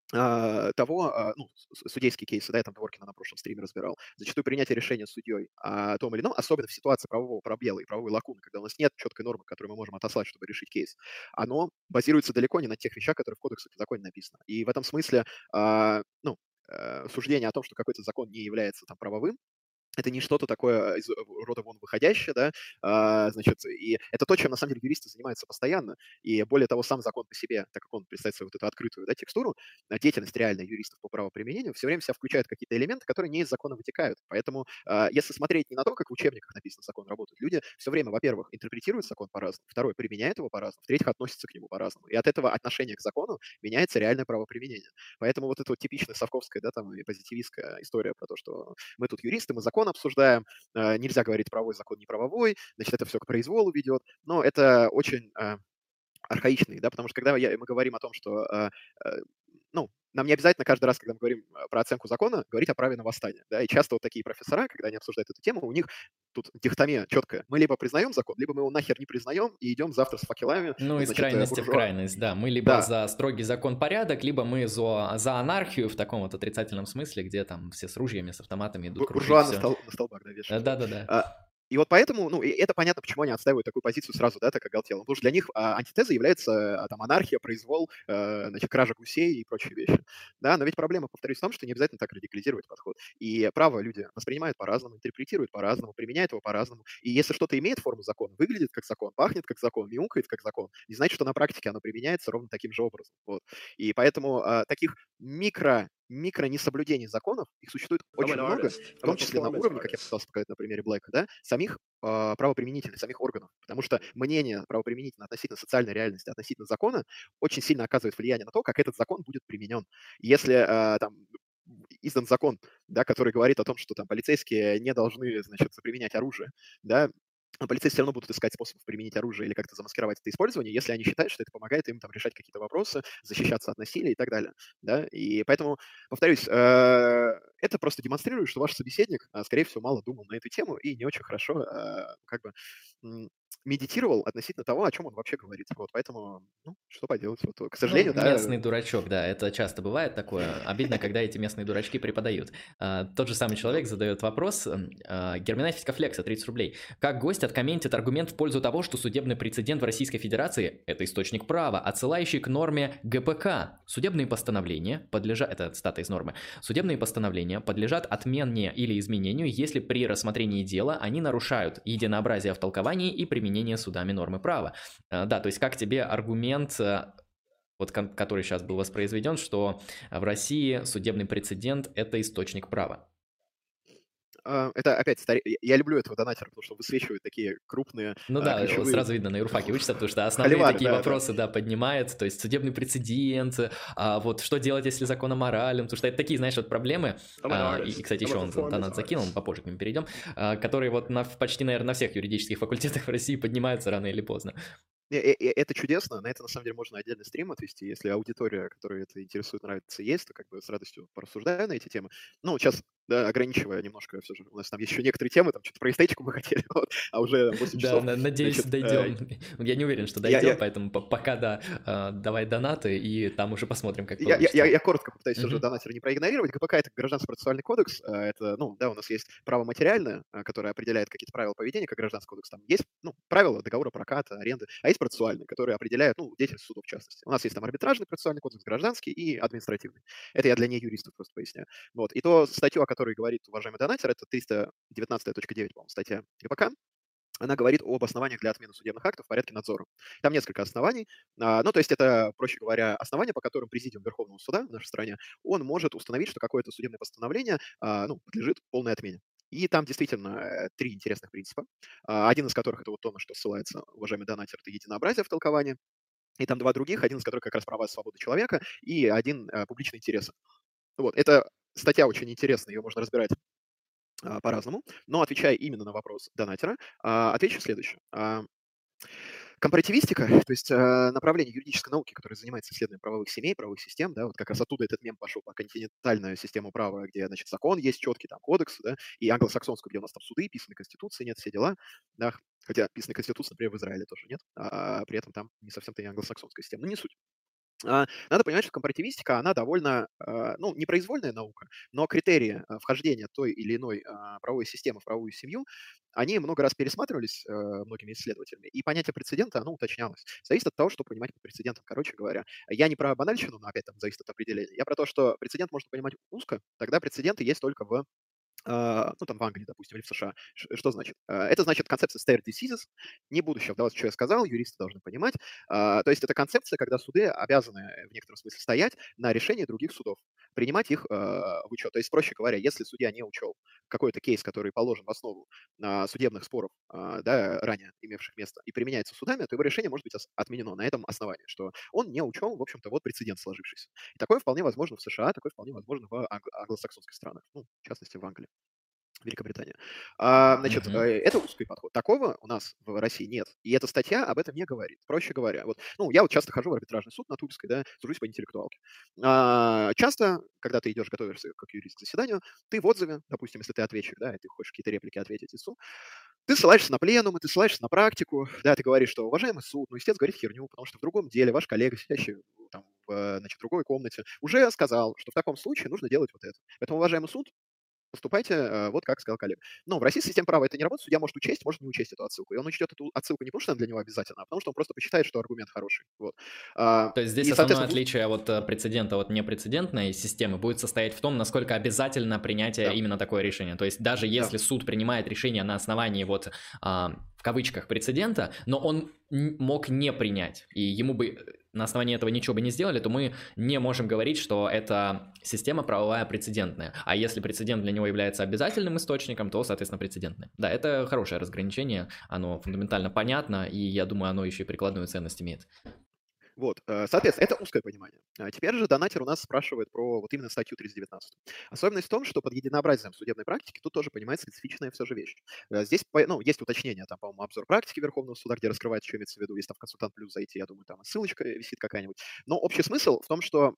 того, ну, судейские кейсы, да, я там Дворкина на прошлом стриме разбирал, зачастую принятие решения судьей о том или ином, особенно в ситуации правового пробела и правовой лакуны, когда у нас нет четкой нормы, которую мы можем отослать, чтобы решить кейс, оно базируется далеко не на тех вещах, которые в кодексах и законе написаны. И в этом смысле, ну, суждение о том, что какой-то закон не является там правовым, это не что-то такое из рода вон выходящее, да, значит, и это то, чем на самом деле юристы занимаются постоянно, и более того, сам закон по себе, так как он представляет собой вот эту открытую, да, текстуру, деятельность реальной юристов по правоприменению все время себя включает какие-то элементы, которые не из закона вытекают. Поэтому, если смотреть не на то, как в учебниках написан закон работает, люди все время, во-первых, интерпретируют закон по-разному, второе, применяют его по-разному, в-третьих, относятся к нему по-разному. И от этого отношения к закону меняется реальное правоприменение. Поэтому вот эта вот типичная совковская, да, там, и позитивистская история про то, что мы тут юристы, мы закон обсуждаем, нельзя говорить правовой закон, не правовой, значит, это все к произволу ведет. Но это очень архаичный, да, потому что когда мы говорим о том, что, ну, нам не обязательно каждый раз, когда мы говорим про оценку закона, говорить о праве на восстание. Да? И часто вот такие профессора, когда они обсуждают эту тему, у них тут дихотомия четкая. Мы либо признаем закон, либо мы его нахер не признаем и идем завтра с факелами, Ну, из значит, крайности в буржуа. крайность, да. Мы либо Да, за строгий закон-порядок, либо мы за анархию в таком вот отрицательном смысле, где там все с ружьями, с автоматами идут крушить буржуа все. на столбах, да, вешают. Вот. Да-да-да. И вот поэтому, ну, и это понятно, почему они отстаивают такую позицию сразу, да, так оголтело. Потому что для них антитеза является там анархия, произвол, значит, кража гусей и прочие вещи. Да, но ведь проблема, повторюсь, в том, что не обязательно так радикализировать подход. И право люди воспринимают по-разному, интерпретируют по-разному, применяют его по-разному. И если что-то имеет форму закона, выглядит как закон, пахнет как закон, мяукает как закон, не значит, что на практике оно применяется ровно таким же образом. Вот. И поэтому таких микро несоблюдений законов, их существует очень много, в том числе на уровне, как я пытался показать на примере Блэка, да, самих правоприменительных, самих органов. Потому что мнение правоприменительно относительно социальной реальности, относительно закона очень сильно оказывает влияние на то, как этот закон будет применен. Если там издан закон, да, который говорит о том, что там полицейские не должны, значит, применять оружие, да, а полицейские все равно будут искать способ применить оружие или как-то замаскировать это использование, если они считают, что это помогает им там решать какие-то вопросы, защищаться от насилия и так далее. Да? И поэтому, повторюсь, это просто демонстрирует, что ваш собеседник, скорее всего, мало думал на эту тему и не очень хорошо как бы медитировал относительно того, о чем он вообще говорит. Вот, поэтому, ну, что поделать. Вот, к Ну, сожалению, да. местный дурачок, да, это часто бывает такое. Обидно, когда эти местные дурачки преподают. Тот же самый человек задает вопрос, герменевтика флекса, 30 рублей. Как гость откомментит аргумент в пользу того, что судебный прецедент в Российской Федерации– это источник права, отсылающий к норме ГПК. Судебные постановления подлежат, это цитата из нормы, судебные постановления подлежат отмене или изменению, если при рассмотрении дела они нарушают единообразие в толковании и применение судами нормы права. Да, то есть как тебе аргумент, вот который сейчас был воспроизведен, что в России судебный прецедент– это источник права. Это опять, я люблю этого донатера, потому что он высвечивает такие крупные, Ну да, ключевые сразу видно на юрфаке учится, потому что основные холивары, такие да, да. вопросы, да, поднимает, то есть судебный прецедент, вот что делать, если закон аморален, потому что это такие, знаешь, вот проблемы, и, кстати, еще он донат закинул, мы попозже к ним перейдем, которые вот почти, наверное, на всех юридических факультетах в России поднимаются рано или поздно. Это чудесно, на это на самом деле можно отдельный стрим отвести, если аудитория, которая это интересует, нравится, есть, то как бы с радостью порассуждаю на эти темы. Ну, сейчас, да, ограничивая немножко, все же у нас там есть еще некоторые темы, там что-то про эстетику мы хотели, вот, а уже 8 Да, часов. надеюсь, Значит, дойдем. Я не уверен, что я, дойдем, поэтому пока, да, давай донаты, и там уже посмотрим, как Я, я, получится. я я коротко попытаюсь все же Мгм. донатера не проигнорировать. ГПК– это Гражданский процессуальный кодекс. Это, ну, да, у нас есть право материальное, которое определяет какие-то правила поведения, как Гражданский кодекс. Там есть, ну, правила договора проката, аренды, а есть процессуальные, которые определяют, ну, деятельность судов в частности. У нас есть там арбитражный процессуальный кодекс, гражданский и административный. Это я для неюристов просто поясняю. Вот. И то статью, о которой говорит уважаемый донатер, это 319.9, по-моему, статья ГПК. Она говорит об основаниях для отмены судебных актов в порядке надзора. Там несколько оснований. Ну, то есть это, проще говоря, основания, по которым Президиум Верховного Суда в нашей стране, он может установить, что какое-то судебное постановление ну, подлежит полной отмене. И там действительно три интересных принципа. Один из которых это вот то, на что ссылается уважаемый донатер, это единообразие в толковании. И там два других, один из которых как раз права и свободы человека, и один публичный интерес. Вот, это статья очень интересная, ее можно разбирать по-разному, но отвечая именно на вопрос донатера, отвечу следующее. Компаративистика, то есть направление юридической науки, которое занимается исследованием правовых семей, правовых систем, да, вот как раз оттуда этот мем пошел по континентальную систему права, где, значит, закон есть четкий, там, кодекс, да, и англосаксонскую, где у нас там суды, писанные конституции нет, все дела, да, хотя писанной конституции, например, в Израиле тоже нет, при этом там не совсем-то и англосаксонская система, но не суть. Надо понимать, что компаративистика, она довольно, ну, непроизвольная наука, но критерии вхождения той или иной правовой системы в правовую семью, они много раз пересматривались многими исследователями, и понятие прецедента, оно уточнялось. Зависит от того, что понимать под прецедентом. Короче говоря, я не про банальщину, но опять там зависит от определения. Я про то, что прецедент можно понимать узко, тогда прецеденты есть только в ну, там в Англии, допустим, или в США. Что значит? Это значит концепция stare decisis. Не буду сейчас вдаваться, что я сказал, юристы должны понимать. То есть это концепция, когда суды обязаны в некотором смысле стоять на решении других судов, принимать их в учет. То есть, проще говоря, если судья не учел какой-то кейс, который положен в основу судебных споров, да, ранее имевших место, и применяется судами, то его решение может быть отменено на этом основании, что он не учел, в общем-то, вот прецедент сложившийся. И такое вполне возможно в США, такое вполне возможно в англосаксонских странах, ну, в частности, в Англии. Великобритания. Значит, Мгм. это узкий подход. Такого у нас в России нет. И эта статья об этом не говорит. Проще говоря, вот, ну, я вот часто хожу в арбитражный суд на Тульской, да, сужусь по интеллектуалке. Часто, когда ты идешь, готовишься как юрист к заседанию, ты в отзыве, допустим, если ты ответчик, да, и ты хочешь какие-то реплики ответить истцу, ты ссылаешься на пленумы, ты ссылаешься на практику, да, ты говоришь, что уважаемый суд, ну, истец говорит херню, потому что в другом деле ваш коллега, сидящий там, значит, в другой комнате, уже сказал, что в таком случае нужно делать вот это. Поэтому, уважаемый суд, поступайте вот как сказал коллега. Но в российской системе права это не работает. Судья может учесть, может не учесть эту отсылку. И он учтет эту отсылку не потому, что она для него обязательна, а потому что он просто посчитает, что аргумент хороший. Вот. То есть здесь И, основное соответственно, отличие от прецедента от непрецедентной системы будет состоять в том, насколько обязательно принятие да, именно такое решение. То есть даже да, если суд принимает решение на основании вот в кавычках прецедента, но он мог не принять, и ему бы на основании этого ничего бы не сделали, то мы не можем говорить, что это система правовая прецедентная. А если прецедент для него является обязательным источником, то, соответственно, прецедентный. Да, это хорошее разграничение, оно фундаментально понятно, и я думаю, оно еще и прикладную ценность имеет. вот. Соответственно, это узкое понимание. Теперь же донатер у нас спрашивает про вот именно статью 319. Особенность в том, что под единообразием судебной практики тут тоже понимается специфичная все же вещь. Здесь, ну, есть уточнение, там, по-моему, обзор практики Верховного суда, где раскрывается, что имеется в виду. Если там в консультант плюс зайти, я думаю, там и ссылочка висит какая-нибудь. Но общий смысл в том, что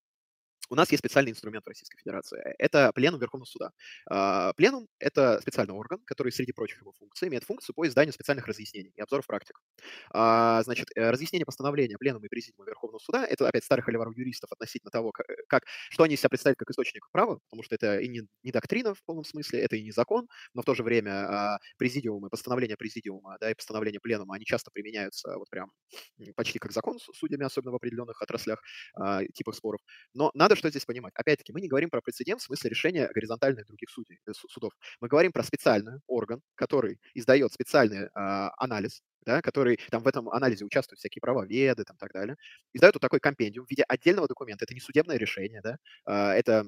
у нас есть специальный инструмент в Российской Федерации. Это пленум Верховного суда. Пленум– это специальный орган, который, среди прочих его функций, имеет функцию по изданию специальных разъяснений и обзоров практик. Значит, разъяснение постановления Пленума и Президиума Верховного Суда– это опять старых холиваров юристов относительно того, что они из себя представляют как источник права, потому что это и не доктрина в полном смысле, это и не закон, но в то же время президиумы, постановления президиума, да, и постановления Пленума, они часто применяются вот прям почти как закон судьями, особенно в определенных отраслях, типах споров. Но надо что здесь понимать. Опять-таки, мы не говорим про прецедент в смысле решения горизонтальных других судов. Мы говорим про специальный орган, который издает специальный анализ, да, который там в этом анализе участвуют всякие правоведы, там, так далее, издает вот такой компендиум в виде отдельного документа. Это не судебное решение, да, это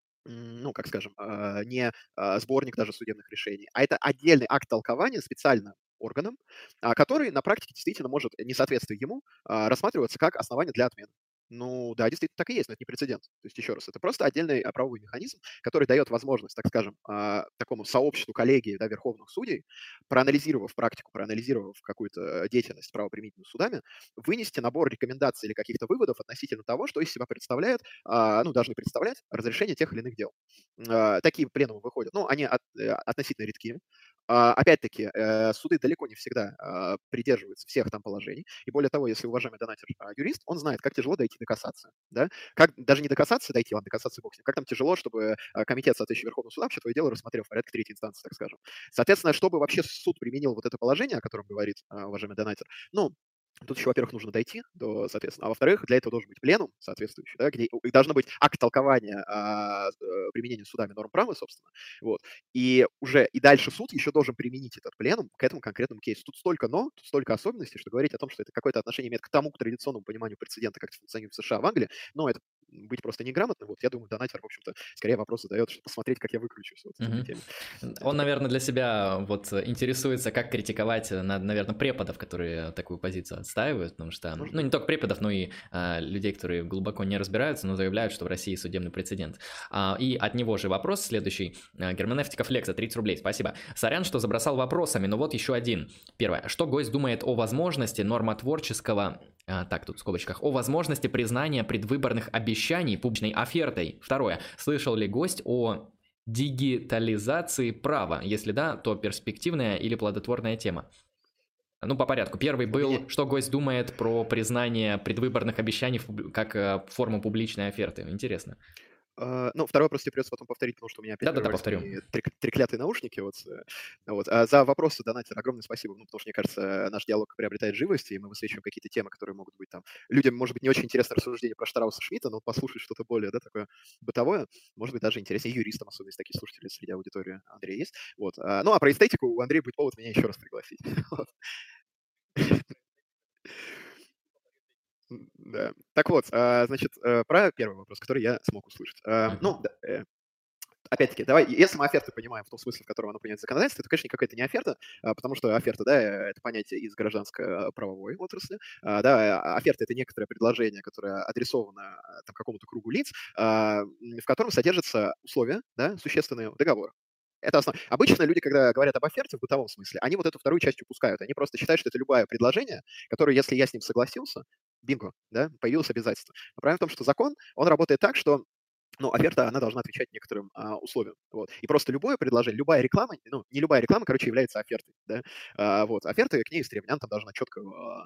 ну, как скажем, не сборник даже судебных решений, а это отдельный акт толкования специальным органом, который на практике действительно может, несоответствие ему, рассматриваться как основание для отмены. Ну да, действительно так и есть, но это не прецедент. То есть еще раз, это просто отдельный правовой механизм, который дает возможность, так скажем, такому сообществу коллегии, да, верховных судей, проанализировав практику, проанализировав какую-то деятельность правоприменительными судами, вынести набор рекомендаций или каких-то выводов относительно того, что из себя представляет, ну, должны представлять разрешение тех или иных дел. Такие пленумы выходят. Ну, они относительно редки. Опять-таки, суды далеко не всегда придерживаются всех там положений. И более того, если уважаемый донатер юрист, он знает, как тяжело дойти до кассации. Да? Как, даже не до кассации дойти, ладно, до кассации бог с ним. Как там тяжело, чтобы комитет, соответствующий Верховного суда, вообще твое дело рассмотрел в порядке третьей инстанции, так скажем. Соответственно, чтобы вообще суд применил вот это положение, о котором говорит уважаемый донатер, ну, тут еще, во-первых, нужно дойти до, соответственно, а во-вторых, для этого должен быть пленум соответствующий, да, где и должно быть акт толкования применения судами норм права, собственно, вот, и уже, и дальше суд еще должен применить этот пленум к этому конкретному кейсу. Тут столько «но», тут столько особенностей, что говорить о том, что это какое-то отношение имеет к тому, к традиционному пониманию прецедента, как это функционирует в США, в Англии, но это быть просто неграмотным, вот, я думаю, донатер, в общем-то, скорее вопрос задает, чтобы посмотреть, как я выкручусь вот в этой теме. Он, Это такое. наверное, для себя вот интересуется, как критиковать, наверное, преподов, которые такую позицию отстаивают, потому что, Может ну, быть. не только преподов, но и людей, которые глубоко не разбираются, но заявляют, что в России судебный прецедент. И от него же вопрос следующий. Герменевтика Флекса, 30 рублей, спасибо. Сорян, что забросал вопросами, но вот еще один. Первое. Что гость думает о возможности нормотворческого так, тут в скобочках, о возможности признания предвыборных обещаний публичной офертой. Второе. Слышал ли гость о дигитализации права? Если да, то перспективная или плодотворная тема? Ну, по порядку. Первый У меня, был, что гость думает про признание предвыборных обещаний как форму публичной оферты. Интересно. Ну, второй вопрос тебе придется потом повторить, потому что у меня опять Да-да-да, прервались повторю. мои треклятые наушники. Вот, вот. За вопросы, донатер, огромное спасибо, ну, потому что, мне кажется, наш диалог приобретает живость, и мы высвечиваем какие-то темы, которые могут быть там... Людям, может быть, не очень интересно рассуждение про Штрауса Шмидта, но послушать что-то более, да, такое бытовое, может быть, даже интереснее юристам, особенно если такие слушатели среди аудитории Андрея есть. Вот. Ну, а про эстетику у Андрея будет повод меня еще раз пригласить. Вот. Да. Так вот, значит, про первый вопрос, который я смог услышать. Ну, Мгм. да, опять-таки, давай, если мы оферты понимаем в том смысле, в котором оно принято в законодательстве, то, конечно, какая-то не оферта, потому что оферта, да, это понятие из гражданско-правовой отрасли. Да, оферта– это некоторое предложение, которое адресовано там, какому-то кругу лиц, в котором содержатся условия, да, существенные договора. Это обычно люди, когда говорят об оферте в бытовом смысле, они вот эту вторую часть упускают. Они просто считают, что это любое предложение, которое, если я с ним согласился, бинго, да, появилось обязательство. Но проблема в том, что закон, он работает так, что оферта, она должна отвечать некоторым условиям. Вот. И просто любое предложение, любая реклама, не любая реклама, короче, является офертой. Да? Вот. Оферта к ней стремлена, она там должна четко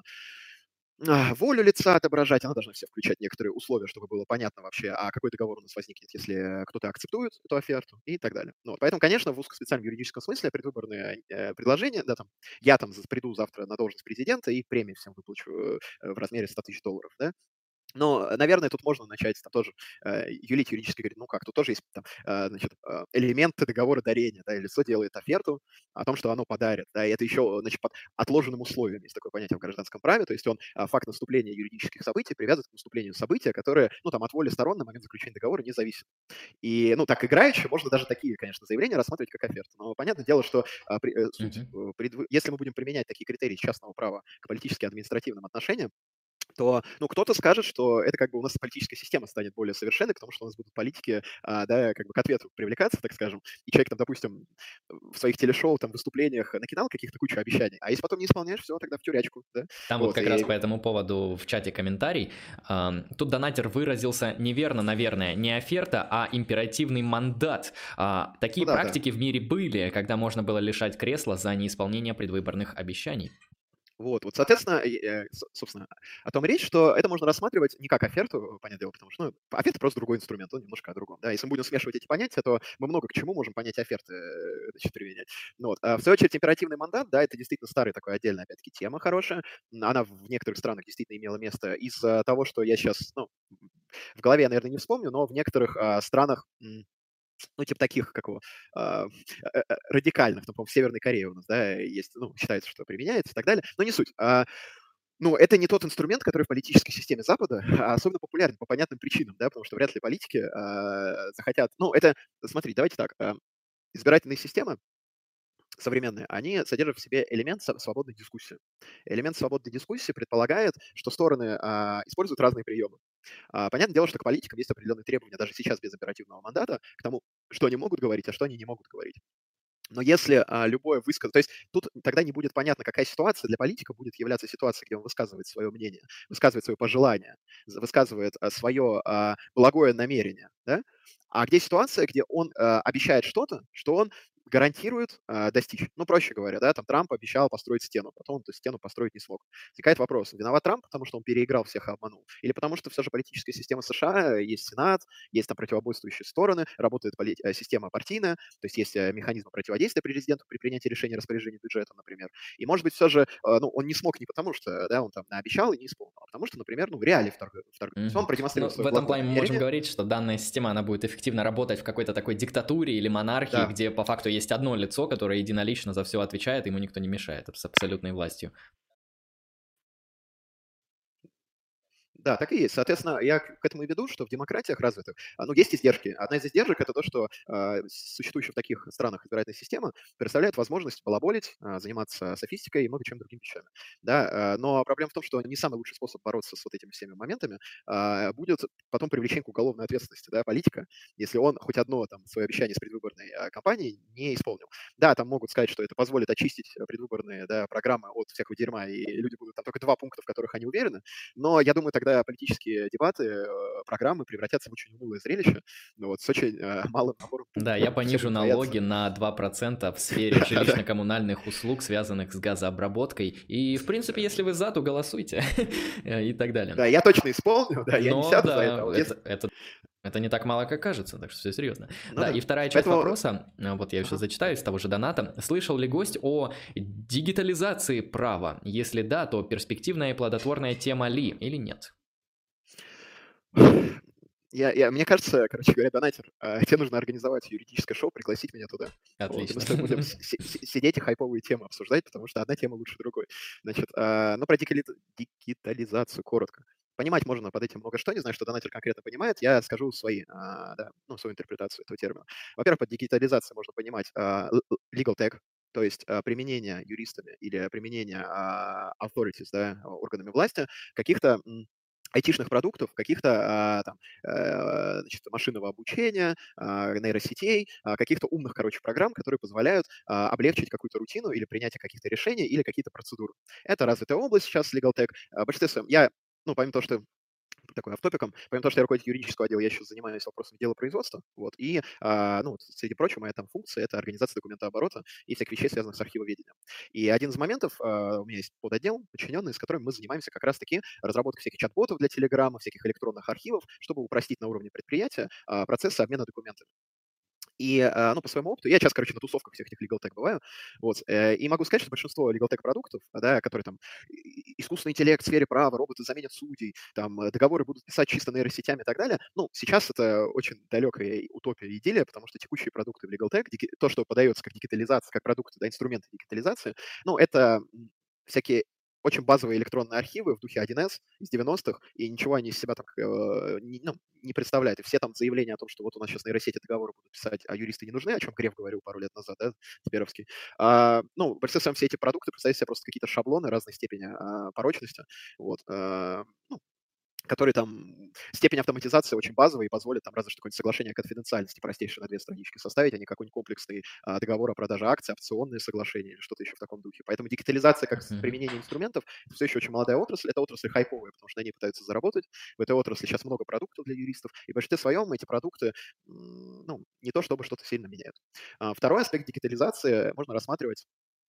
волю лица отображать, она должна все включать некоторые условия, чтобы было понятно вообще, а какой договор у нас возникнет, если кто-то акцептует эту оферту и так далее. Вот. Поэтому, конечно, в узкоспециальном юридическом смысле предвыборные предложения, да, там, я там приду завтра на должность президента и премию всем выплачу в размере 100 тысяч долларов, да, но, наверное, тут можно начать там тоже юлить юридически, говорить, ну как, тут тоже есть там, значит, элементы договора дарения, да, и лицо делает оферту о том, что оно подарит, да, и это еще, значит, под отложенным условием, есть такое понятие в гражданском праве, то есть он факт наступления юридических событий привязывает к наступлению события, которое, там, от воли сторон на момент заключения договора не зависит. И, так играюще можно даже такие, конечно, заявления рассматривать как оферту. Но понятное дело, что суть, если мы будем применять такие критерии частного права к политически-административным отношениям, то, кто-то скажет, что это как бы у нас политическая система станет более совершенной, потому что у нас будут политики, да, как бы к ответу привлекаться, так скажем, и человек там, допустим, в своих телешоу, там, выступлениях накидал каких-то кучу обещаний, а если потом не исполняешь, все, тогда в тюрячку, да. Там вот как раз по этому поводу в чате комментарий. Тут донатер выразился неверно, наверное, не оферта, а императивный мандат. Такие практики в мире были, когда можно было лишать кресла за неисполнение предвыборных обещаний. Вот, соответственно, собственно, о том речь, что это можно рассматривать не как оферту, понятное дело, потому что, оферта просто другой инструмент, он немножко о другом. Да? Если мы будем смешивать эти понятия, то мы много к чему можем понятие оферты, значит, применять. В свою очередь, императивный мандат, да, это действительно старая такая отдельная, опять-таки, тема хорошая. Она в некоторых странах действительно имела место из-за того, что я сейчас, в голове я, наверное, не вспомню, но в некоторых странах типа таких, как его, радикальных, по-моему, в Северной Корее у нас, да, есть, считается, что применяется и так далее, но не суть. Это не тот инструмент, который в политической системе Запада особенно популярен по понятным причинам, да, потому что вряд ли политики захотят... смотри, давайте так, избирательные системы современные, они содержат в себе элемент свободной дискуссии. Элемент свободной дискуссии предполагает, что стороны используют разные приемы. Понятное дело, что к политикам есть определенные требования, даже сейчас без оперативного мандата, к тому, что они могут говорить, а что они не могут говорить. Но если любое высказывание... То есть тут тогда не будет понятно, какая ситуация для политика будет являться ситуацией, где он высказывает свое мнение, высказывает свое пожелание, высказывает свое благое намерение, да? А где ситуация, где он обещает что-то, что он гарантирует достичь. Проще говоря, да, там Трамп обещал построить стену, потом он эту стену построить не смог. Возникает вопрос, виноват Трамп, потому что он переиграл всех и обманул, или потому что все же политическая система США, есть Сенат, есть там противоборствующие стороны, работает система партийная, то есть есть механизмы противодействия президенту при принятии решения распоряжения бюджетом, например. И, может быть, все же он не смог не потому, что да, он там обещал и не исполнил, а потому что, например, реалии вторгаются. Он продемонстрировал свое в этом плане мы можем намерение. говорить, что данная система, она будет эффективно работать в какой-то такой диктатуре или монархии, где по факту есть одно лицо, которое единолично за все отвечает, ему никто не мешает, с абсолютной властью. Да, так и есть. Соответственно, я к этому и веду, что в демократиях развитых, есть издержки. Одна из издержек – это то, что существующая в таких странах избирательная система представляет возможность балаболить, заниматься софистикой и много чем другими вещами. Да? Но проблема в том, что не самый лучший способ бороться с вот этими всеми моментами будет потом привлечение к уголовной ответственности, да, политика, если он хоть одно там свое обещание с предвыборной кампании не исполнил. Да, там могут сказать, что это позволит очистить предвыборные, да, программы от всякого дерьма, и люди будут там только 2 пункта, в которых они уверены, но я думаю, тогда политические дебаты, программы превратятся в очень унылое зрелище, с очень малым набором пунктов. Да, я понижу налоги на 2% в сфере жилищно-коммунальных услуг, связанных с газообработкой. И, в принципе, если вы за, то голосуйте. И так далее. Да, я точно исполню, да, я не сяду за это. Это не так мало, как кажется, так что все серьезно. Да, и вторая часть вопроса, вот я еще зачитаю из того же доната. Слышал ли гость о дигитализации права? Если да, то перспективная и плодотворная тема ли или нет? Мне кажется, короче говоря, донатер, тебе нужно организовать юридическое шоу, пригласить меня туда. Отлично. Мы с тобой будем сидеть и хайповые темы обсуждать, потому что одна тема лучше другой. Значит, про дигитализацию коротко. Понимать можно под этим много что, не знаю, что донатер конкретно понимает, я скажу свою интерпретацию этого термина. Во-первых, под дигитализацией можно понимать legal tech, то есть применение юристами или применение authorities, да, органами власти каких-то айтишных продуктов, каких-то значит, машинного обучения, нейросетей, каких-то умных, короче, программ, которые позволяют облегчить какую-то рутину или принятие каких-то решений или какие-то процедуры. Это развитая область сейчас, Legal Tech. В большинстве своем я, ну, помимо того, что такой автопиком. Помимо того, что я руководитель юридического отдела, я еще занимаюсь вопросами делопроизводства. Вот, и, ну, вот, среди прочего, моя там функция — это организация документооборота и всяких вещей, связанных с архивоведением. И один из моментов, у меня есть подотдел подчиненный, с которым мы занимаемся как раз-таки разработкой всяких чат-ботов для Телеграма, всяких электронных архивов, чтобы упростить на уровне предприятия процессы обмена документами. И, ну, по своему опыту, я сейчас, короче, на тусовках всех этих legal tech бываю, вот, и могу сказать, что большинство legal tech продуктов, да, которые там искусственный интеллект в сфере права, роботы заменят судей, там договоры будут писать чисто нейросетями и так далее, ну, сейчас это очень далекая утопия и идиллия, потому что текущие продукты в legal tech, то, что подается как дигитализация, как продукты, да, инструменты дигитализации, ну, это всякие очень базовые электронные архивы в духе 1С из 90-х, и ничего они из себя так не представляют. И все там заявления о том, что вот у нас сейчас нейросети договоры будут писать, а юристы не нужны, о чем Греф говорил пару лет назад, да, Сберовский. Ну, в большинстве своем все эти продукты представляют себе просто какие-то шаблоны разной степени порочности. Вот. Ну, который там степень автоматизации очень базовая и позволит там разве что какое-нибудь соглашение о конфиденциальности простейшее на 2 странички составить, а не какой-нибудь комплексный договор о продаже акций, опционные соглашения или что-то еще в таком духе. Поэтому дигитализация как применение инструментов все еще очень молодая отрасль. Это отрасль хайповая, потому что на ней пытаются заработать. В этой отрасли сейчас много продуктов для юристов, и в большинстве своем эти продукты ну, не то чтобы что-то сильно меняют. Второй аспект дигитализации можно рассматривать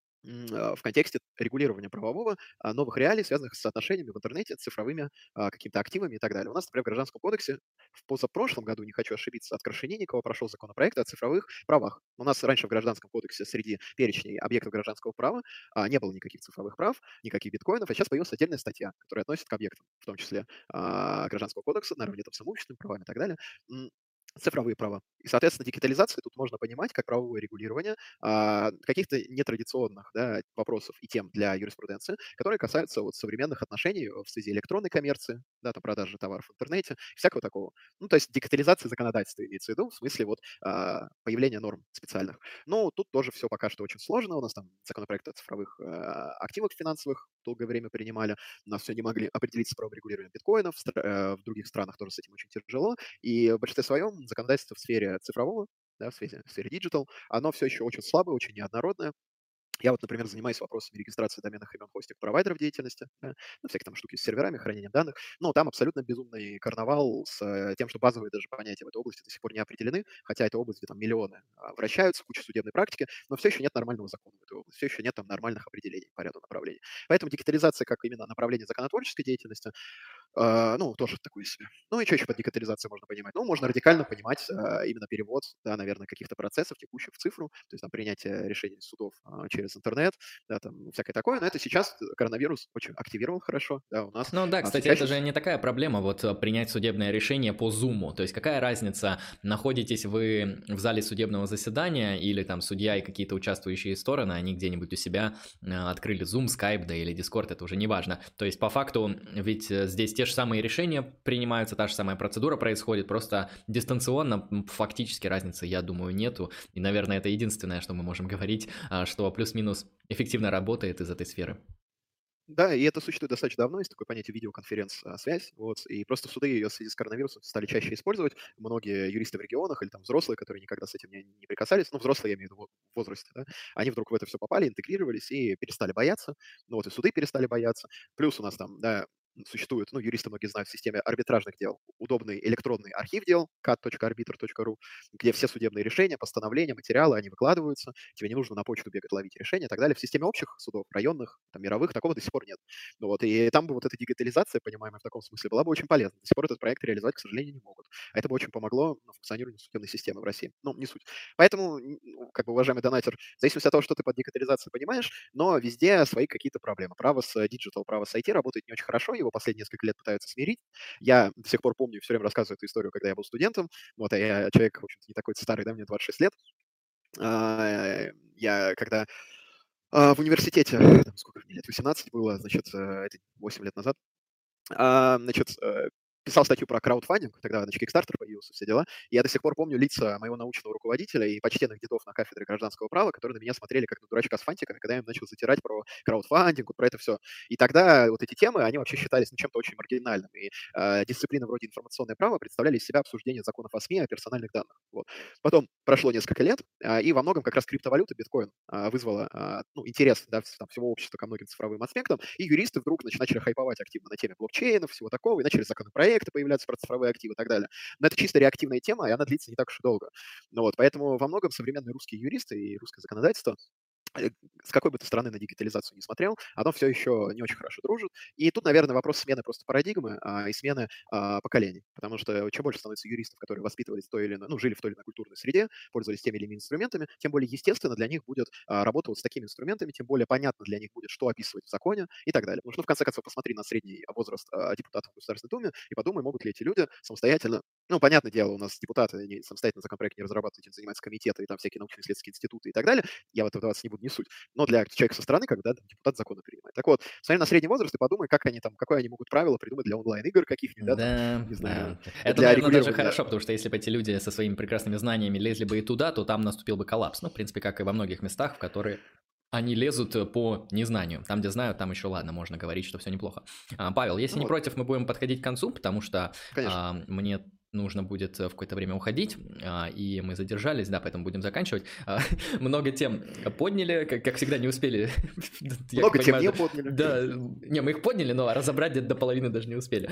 в контексте регулирования правового новых реалий, связанных с соотношениями в интернете, цифровыми какими-то активами и так далее. У нас, например, в Гражданском кодексе в позапрошлом году, не хочу ошибиться, от Крашенинникова прошел законопроект о цифровых правах. У нас раньше в Гражданском кодексе среди перечней объектов гражданского права не было никаких цифровых прав, никаких биткоинов, а сейчас появилась отдельная статья, которая относится к объектам, в том числе Гражданского кодекса, наравне там с имущественными правами и так далее, цифровые права. И, соответственно, дигитализацию тут можно понимать как правовое регулирование каких-то нетрадиционных, да, вопросов и тем для юриспруденции, которые касаются вот современных отношений в связи электронной коммерции, да, там продажи товаров в интернете, всякого такого. Ну, то есть дигитализация законодательства имеется в виду, в смысле вот появления норм специальных. Но тут тоже все пока что очень сложно. У нас там законопроект о цифровых активах финансовых долгое время принимали. У нас все не могли определиться с правом регулирования биткоинов. В других странах тоже с этим очень тяжело. И в большинстве своем законодательство в сфере цифрового, да, в сфере digital, оно все еще очень слабое, очень неоднородное. Я вот, например, занимаюсь вопросами регистрации доменных имен хостинг-провайдеров деятельности, да, ну, всякие там штуки с серверами, хранением данных. Но там абсолютно безумный карнавал с тем, что базовые даже понятия в этой области до сих пор не определены, хотя это область, где там миллионы вращаются, куча судебной практики, но все еще нет нормального закона в этой области, все еще нет там нормальных определений по ряду направлений. Поэтому дигитализация как именно направление законотворческой деятельности, ну, тоже такое себе. Ну, и что еще под дигитализацией можно понимать? Ну, можно радикально понимать именно перевод, да, наверное, каких-то процессов текущих в цифру, то есть там принятие решений судов через интернет, да, там всякое такое. Но это сейчас коронавирус очень активировал хорошо, да, у нас Ну да, все кстати, это чаще... же не такая проблема, вот принять судебное решение по Зуму. То есть какая разница, находитесь вы в зале судебного заседания или там судья и какие-то участвующие стороны, они где-нибудь у себя открыли Zoom, Skype, да или Discord, это уже не важно. То есть по факту ведь здесь те же самые решения принимаются, та же самая процедура происходит, просто дистанционно фактически разницы, я думаю, нету. И, наверное, это единственное, что мы можем говорить, что плюс-минус эффективно работает из этой сферы. Да, и это существует достаточно давно, есть такое понятие видеоконференц-связь, вот, и просто суды ее в связи с коронавирусом стали чаще использовать. Многие юристы в регионах или там взрослые, которые никогда с этим не прикасались, ну, взрослые, я имею в виду в возрасте, да, они вдруг в это все попали, интегрировались и перестали бояться, ну, вот, и суды перестали бояться. Плюс у нас там, да, существует, ну, юристы многие знают в системе арбитражных дел, удобный электронный архив дел, cat.arbiter.ru, где все судебные решения, постановления, материалы, они выкладываются, тебе не нужно на почту бегать, ловить решения и так далее. В системе общих судов, районных, там, мировых, такого до сих пор нет. Ну вот, и там бы вот эта дигитализация, понимаемая в таком смысле, была бы очень полезна. До сих пор этот проект реализовать, к сожалению, не могут. А это бы очень помогло функционированию судебной системы в России. Ну, не суть. Поэтому, ну, как бы, уважаемый донатер, в зависимости от того, что ты под дигитализацией понимаешь, но везде свои какие-то проблемы. Право с диджитал, право с IT работает не очень хорошо, его последние несколько лет пытаются смирить. Я до сих пор помню, все время рассказываю эту историю, когда я был студентом. Вот, а я человек, в общем-то, не такой старый, да, мне 26 лет. Я когда в университете, сколько мне лет, 18 было, значит, это 8 лет назад, значит, писал статью про краудфандинг, тогда значит, Kickstarter появился, все дела, и я до сих пор помню лица моего научного руководителя и почтенных дедов на кафедре гражданского права, которые на меня смотрели как на дурачка с фантиками, когда я им начал затирать про краудфандинг, вот про это все. И тогда вот эти темы, они вообще считались чем-то очень маргинальным. И дисциплины вроде информационное право представляли из себя обсуждение законов о СМИ, о персональных данных. Вот. Потом прошло несколько лет, и во многом как раз криптовалюта, биткоин, вызвала интерес всего общества ко многим цифровым аспектам, и юристы вдруг начали хайповать активно на теме блокчейнов, всего такого, и начали законопроекты появляться про цифровые активы и так далее. Но это чисто реактивная тема, и она длится не так уж и долго. Поэтому во многом современные русские юристы и русское законодательство, с какой бы ты стороны на дигитализацию не смотрел, оно все еще не очень хорошо дружит. И тут, наверное, вопрос смены просто парадигмы и смены поколений. Потому что чем больше становится юристов, которые воспитывались в той или иной, жили в той или иной культурной среде, пользовались теми или иными инструментами, тем более естественно для них будет работа вот с такими инструментами, тем более понятно для них будет, что описывать в законе и так далее. Потому что, в конце концов, посмотри на средний возраст депутатов в Государственной Думе и подумай, могут ли эти люди самостоятельно, понятное дело, у нас депутаты самостоятельно законопроект не разрабатывают, этим занимаются комитеты и там всякие научно-исследовательские институты и так далее. Я в это вдаваться не буду, не суть. Но для человека со стороны, когда депутат законы принимает. Так вот, смотри на средний возраст и подумай, какое они могут правила придумать для онлайн-игр каких-нибудь, не знаю. Это, наверное, даже хорошо, потому что если бы эти люди со своими прекрасными знаниями лезли бы и туда, то там наступил бы коллапс. В принципе, как и во многих местах, в которые они лезут по незнанию. Там, где знают, там еще ладно, можно говорить, что все неплохо. Павел, если не против, мы будем подходить к концу, потому что мне нужно будет в какое-то время уходить, и мы задержались, да, поэтому будем заканчивать. Много тем подняли, как всегда не успели. Много тем не подняли. Да, мы их подняли, но разобрать где-то до половины даже не успели.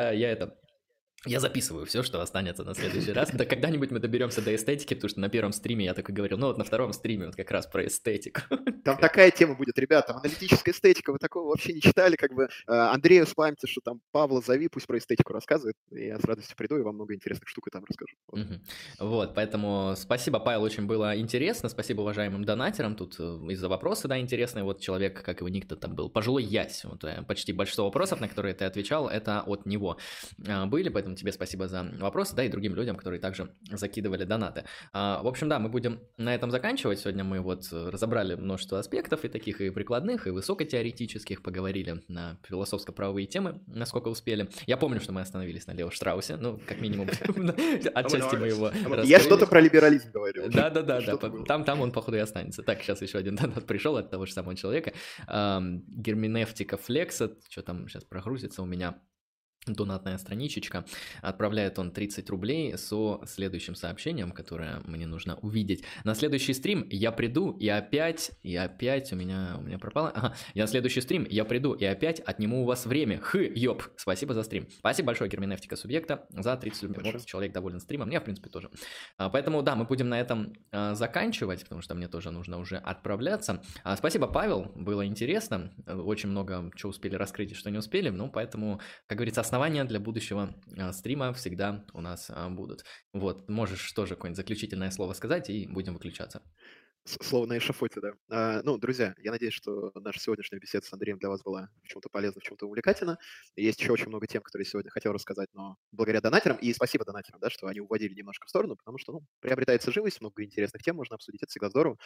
Я записываю все, что останется на следующий раз. Да когда-нибудь мы доберемся до эстетики, потому что на первом стриме я такой говорил, на втором стриме как раз про эстетику. Там такая тема будет, ребята, аналитическая эстетика, вы такого вообще не читали, Андрею спамьте, что там Павла зови, пусть про эстетику рассказывает, и я с радостью приду и вам много интересных штук и там расскажу. Поэтому спасибо, Павел, очень было интересно, спасибо уважаемым донатерам, тут из-за вопроса, да, интересные, вот человек, как его ник-то там был, пожилой Ясь, почти большинство вопросов, на которые ты отвечал, это от него были, поэтому тебе спасибо за вопросы, да, и другим людям, которые также закидывали донаты. В общем, да, мы будем на этом заканчивать. Сегодня мы разобрали множество аспектов, и таких и прикладных, и высокотеоретических, поговорили на философско-правовые темы, насколько успели. Я помню, что мы остановились на Лео Штраусе, как минимум, отчасти мы его раскрыли. Я что-то про либерализм говорил. Да, там он, походу, и останется. Так, сейчас еще один донат пришел от того же самого человека. Герменевтика Флекса, что там сейчас прогрузится у меня. Донатная страничечка. Отправляет он 30 рублей со следующим сообщением, которое мне нужно увидеть. На следующий стрим я приду и опять у меня пропало. Ага. Я на следующий стрим я приду и опять отниму у вас время. Ёп. Спасибо за стрим. Спасибо большое, Герменевтика Субъекта, за 30 рублей. Вот человек доволен стримом. Мне, в принципе, тоже. Поэтому, да, мы будем на этом заканчивать, потому что мне тоже нужно уже отправляться. Спасибо, Павел. Было интересно. Очень много чего успели раскрыть и что не успели. Поэтому, как говорится, основания для будущего стрима всегда у нас будут. Можешь тоже какое-нибудь заключительное слово сказать, и будем выключаться. Слово на эшафоте, да. Друзья, я надеюсь, что наша сегодняшняя беседа с Андреем для вас была в чем-то полезна, в чем-то увлекательна. Есть еще очень много тем, которые сегодня хотел рассказать, но благодаря донатерам, и спасибо донатерам, да, что они уводили немножко в сторону, потому что, приобретается живость, много интересных тем можно обсудить, это всегда здорово.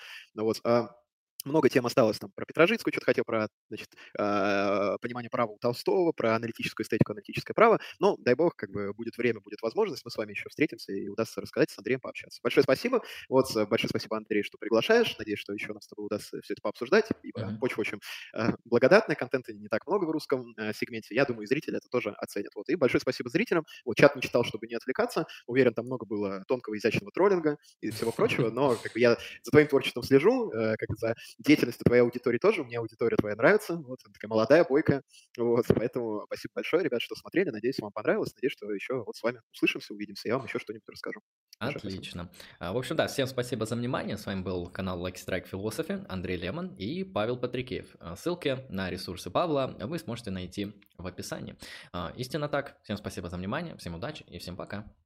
Много тем осталось там про Петрожицкую, что-то хотел про, понимание права у Толстого, про аналитическую эстетику, аналитическое право. Но, дай бог, будет время, будет возможность, мы с вами еще встретимся и удастся рассказать, с Андреем пообщаться. Большое спасибо. Большое спасибо, Андрей, что приглашаешь. Надеюсь, что еще нам с тобой удастся все это пообсуждать. Ибо почва очень благодатная, контента не так много в русском сегменте. Я думаю, и зрители это тоже оценят. И большое спасибо зрителям. Чат не читал, чтобы не отвлекаться. Уверен, там много было тонкого, изящного троллинга и всего прочего. Но я за твоим творчеством слежу, за деятельностью твоей аудитории тоже. Мне аудитория твоя нравится. Она такая молодая, бойкая. Поэтому спасибо большое, ребят, что смотрели. Надеюсь, вам понравилось. Надеюсь, что еще с вами услышимся, увидимся. Я вам еще что-нибудь расскажу. Отлично. В общем, да, всем спасибо за внимание. С вами был канал Lucky Strike Philosophy, Андрей Лемон и Павел Патрикеев. Ссылки на ресурсы Павла вы сможете найти в описании. Истинно так. Всем спасибо за внимание, всем удачи и всем пока.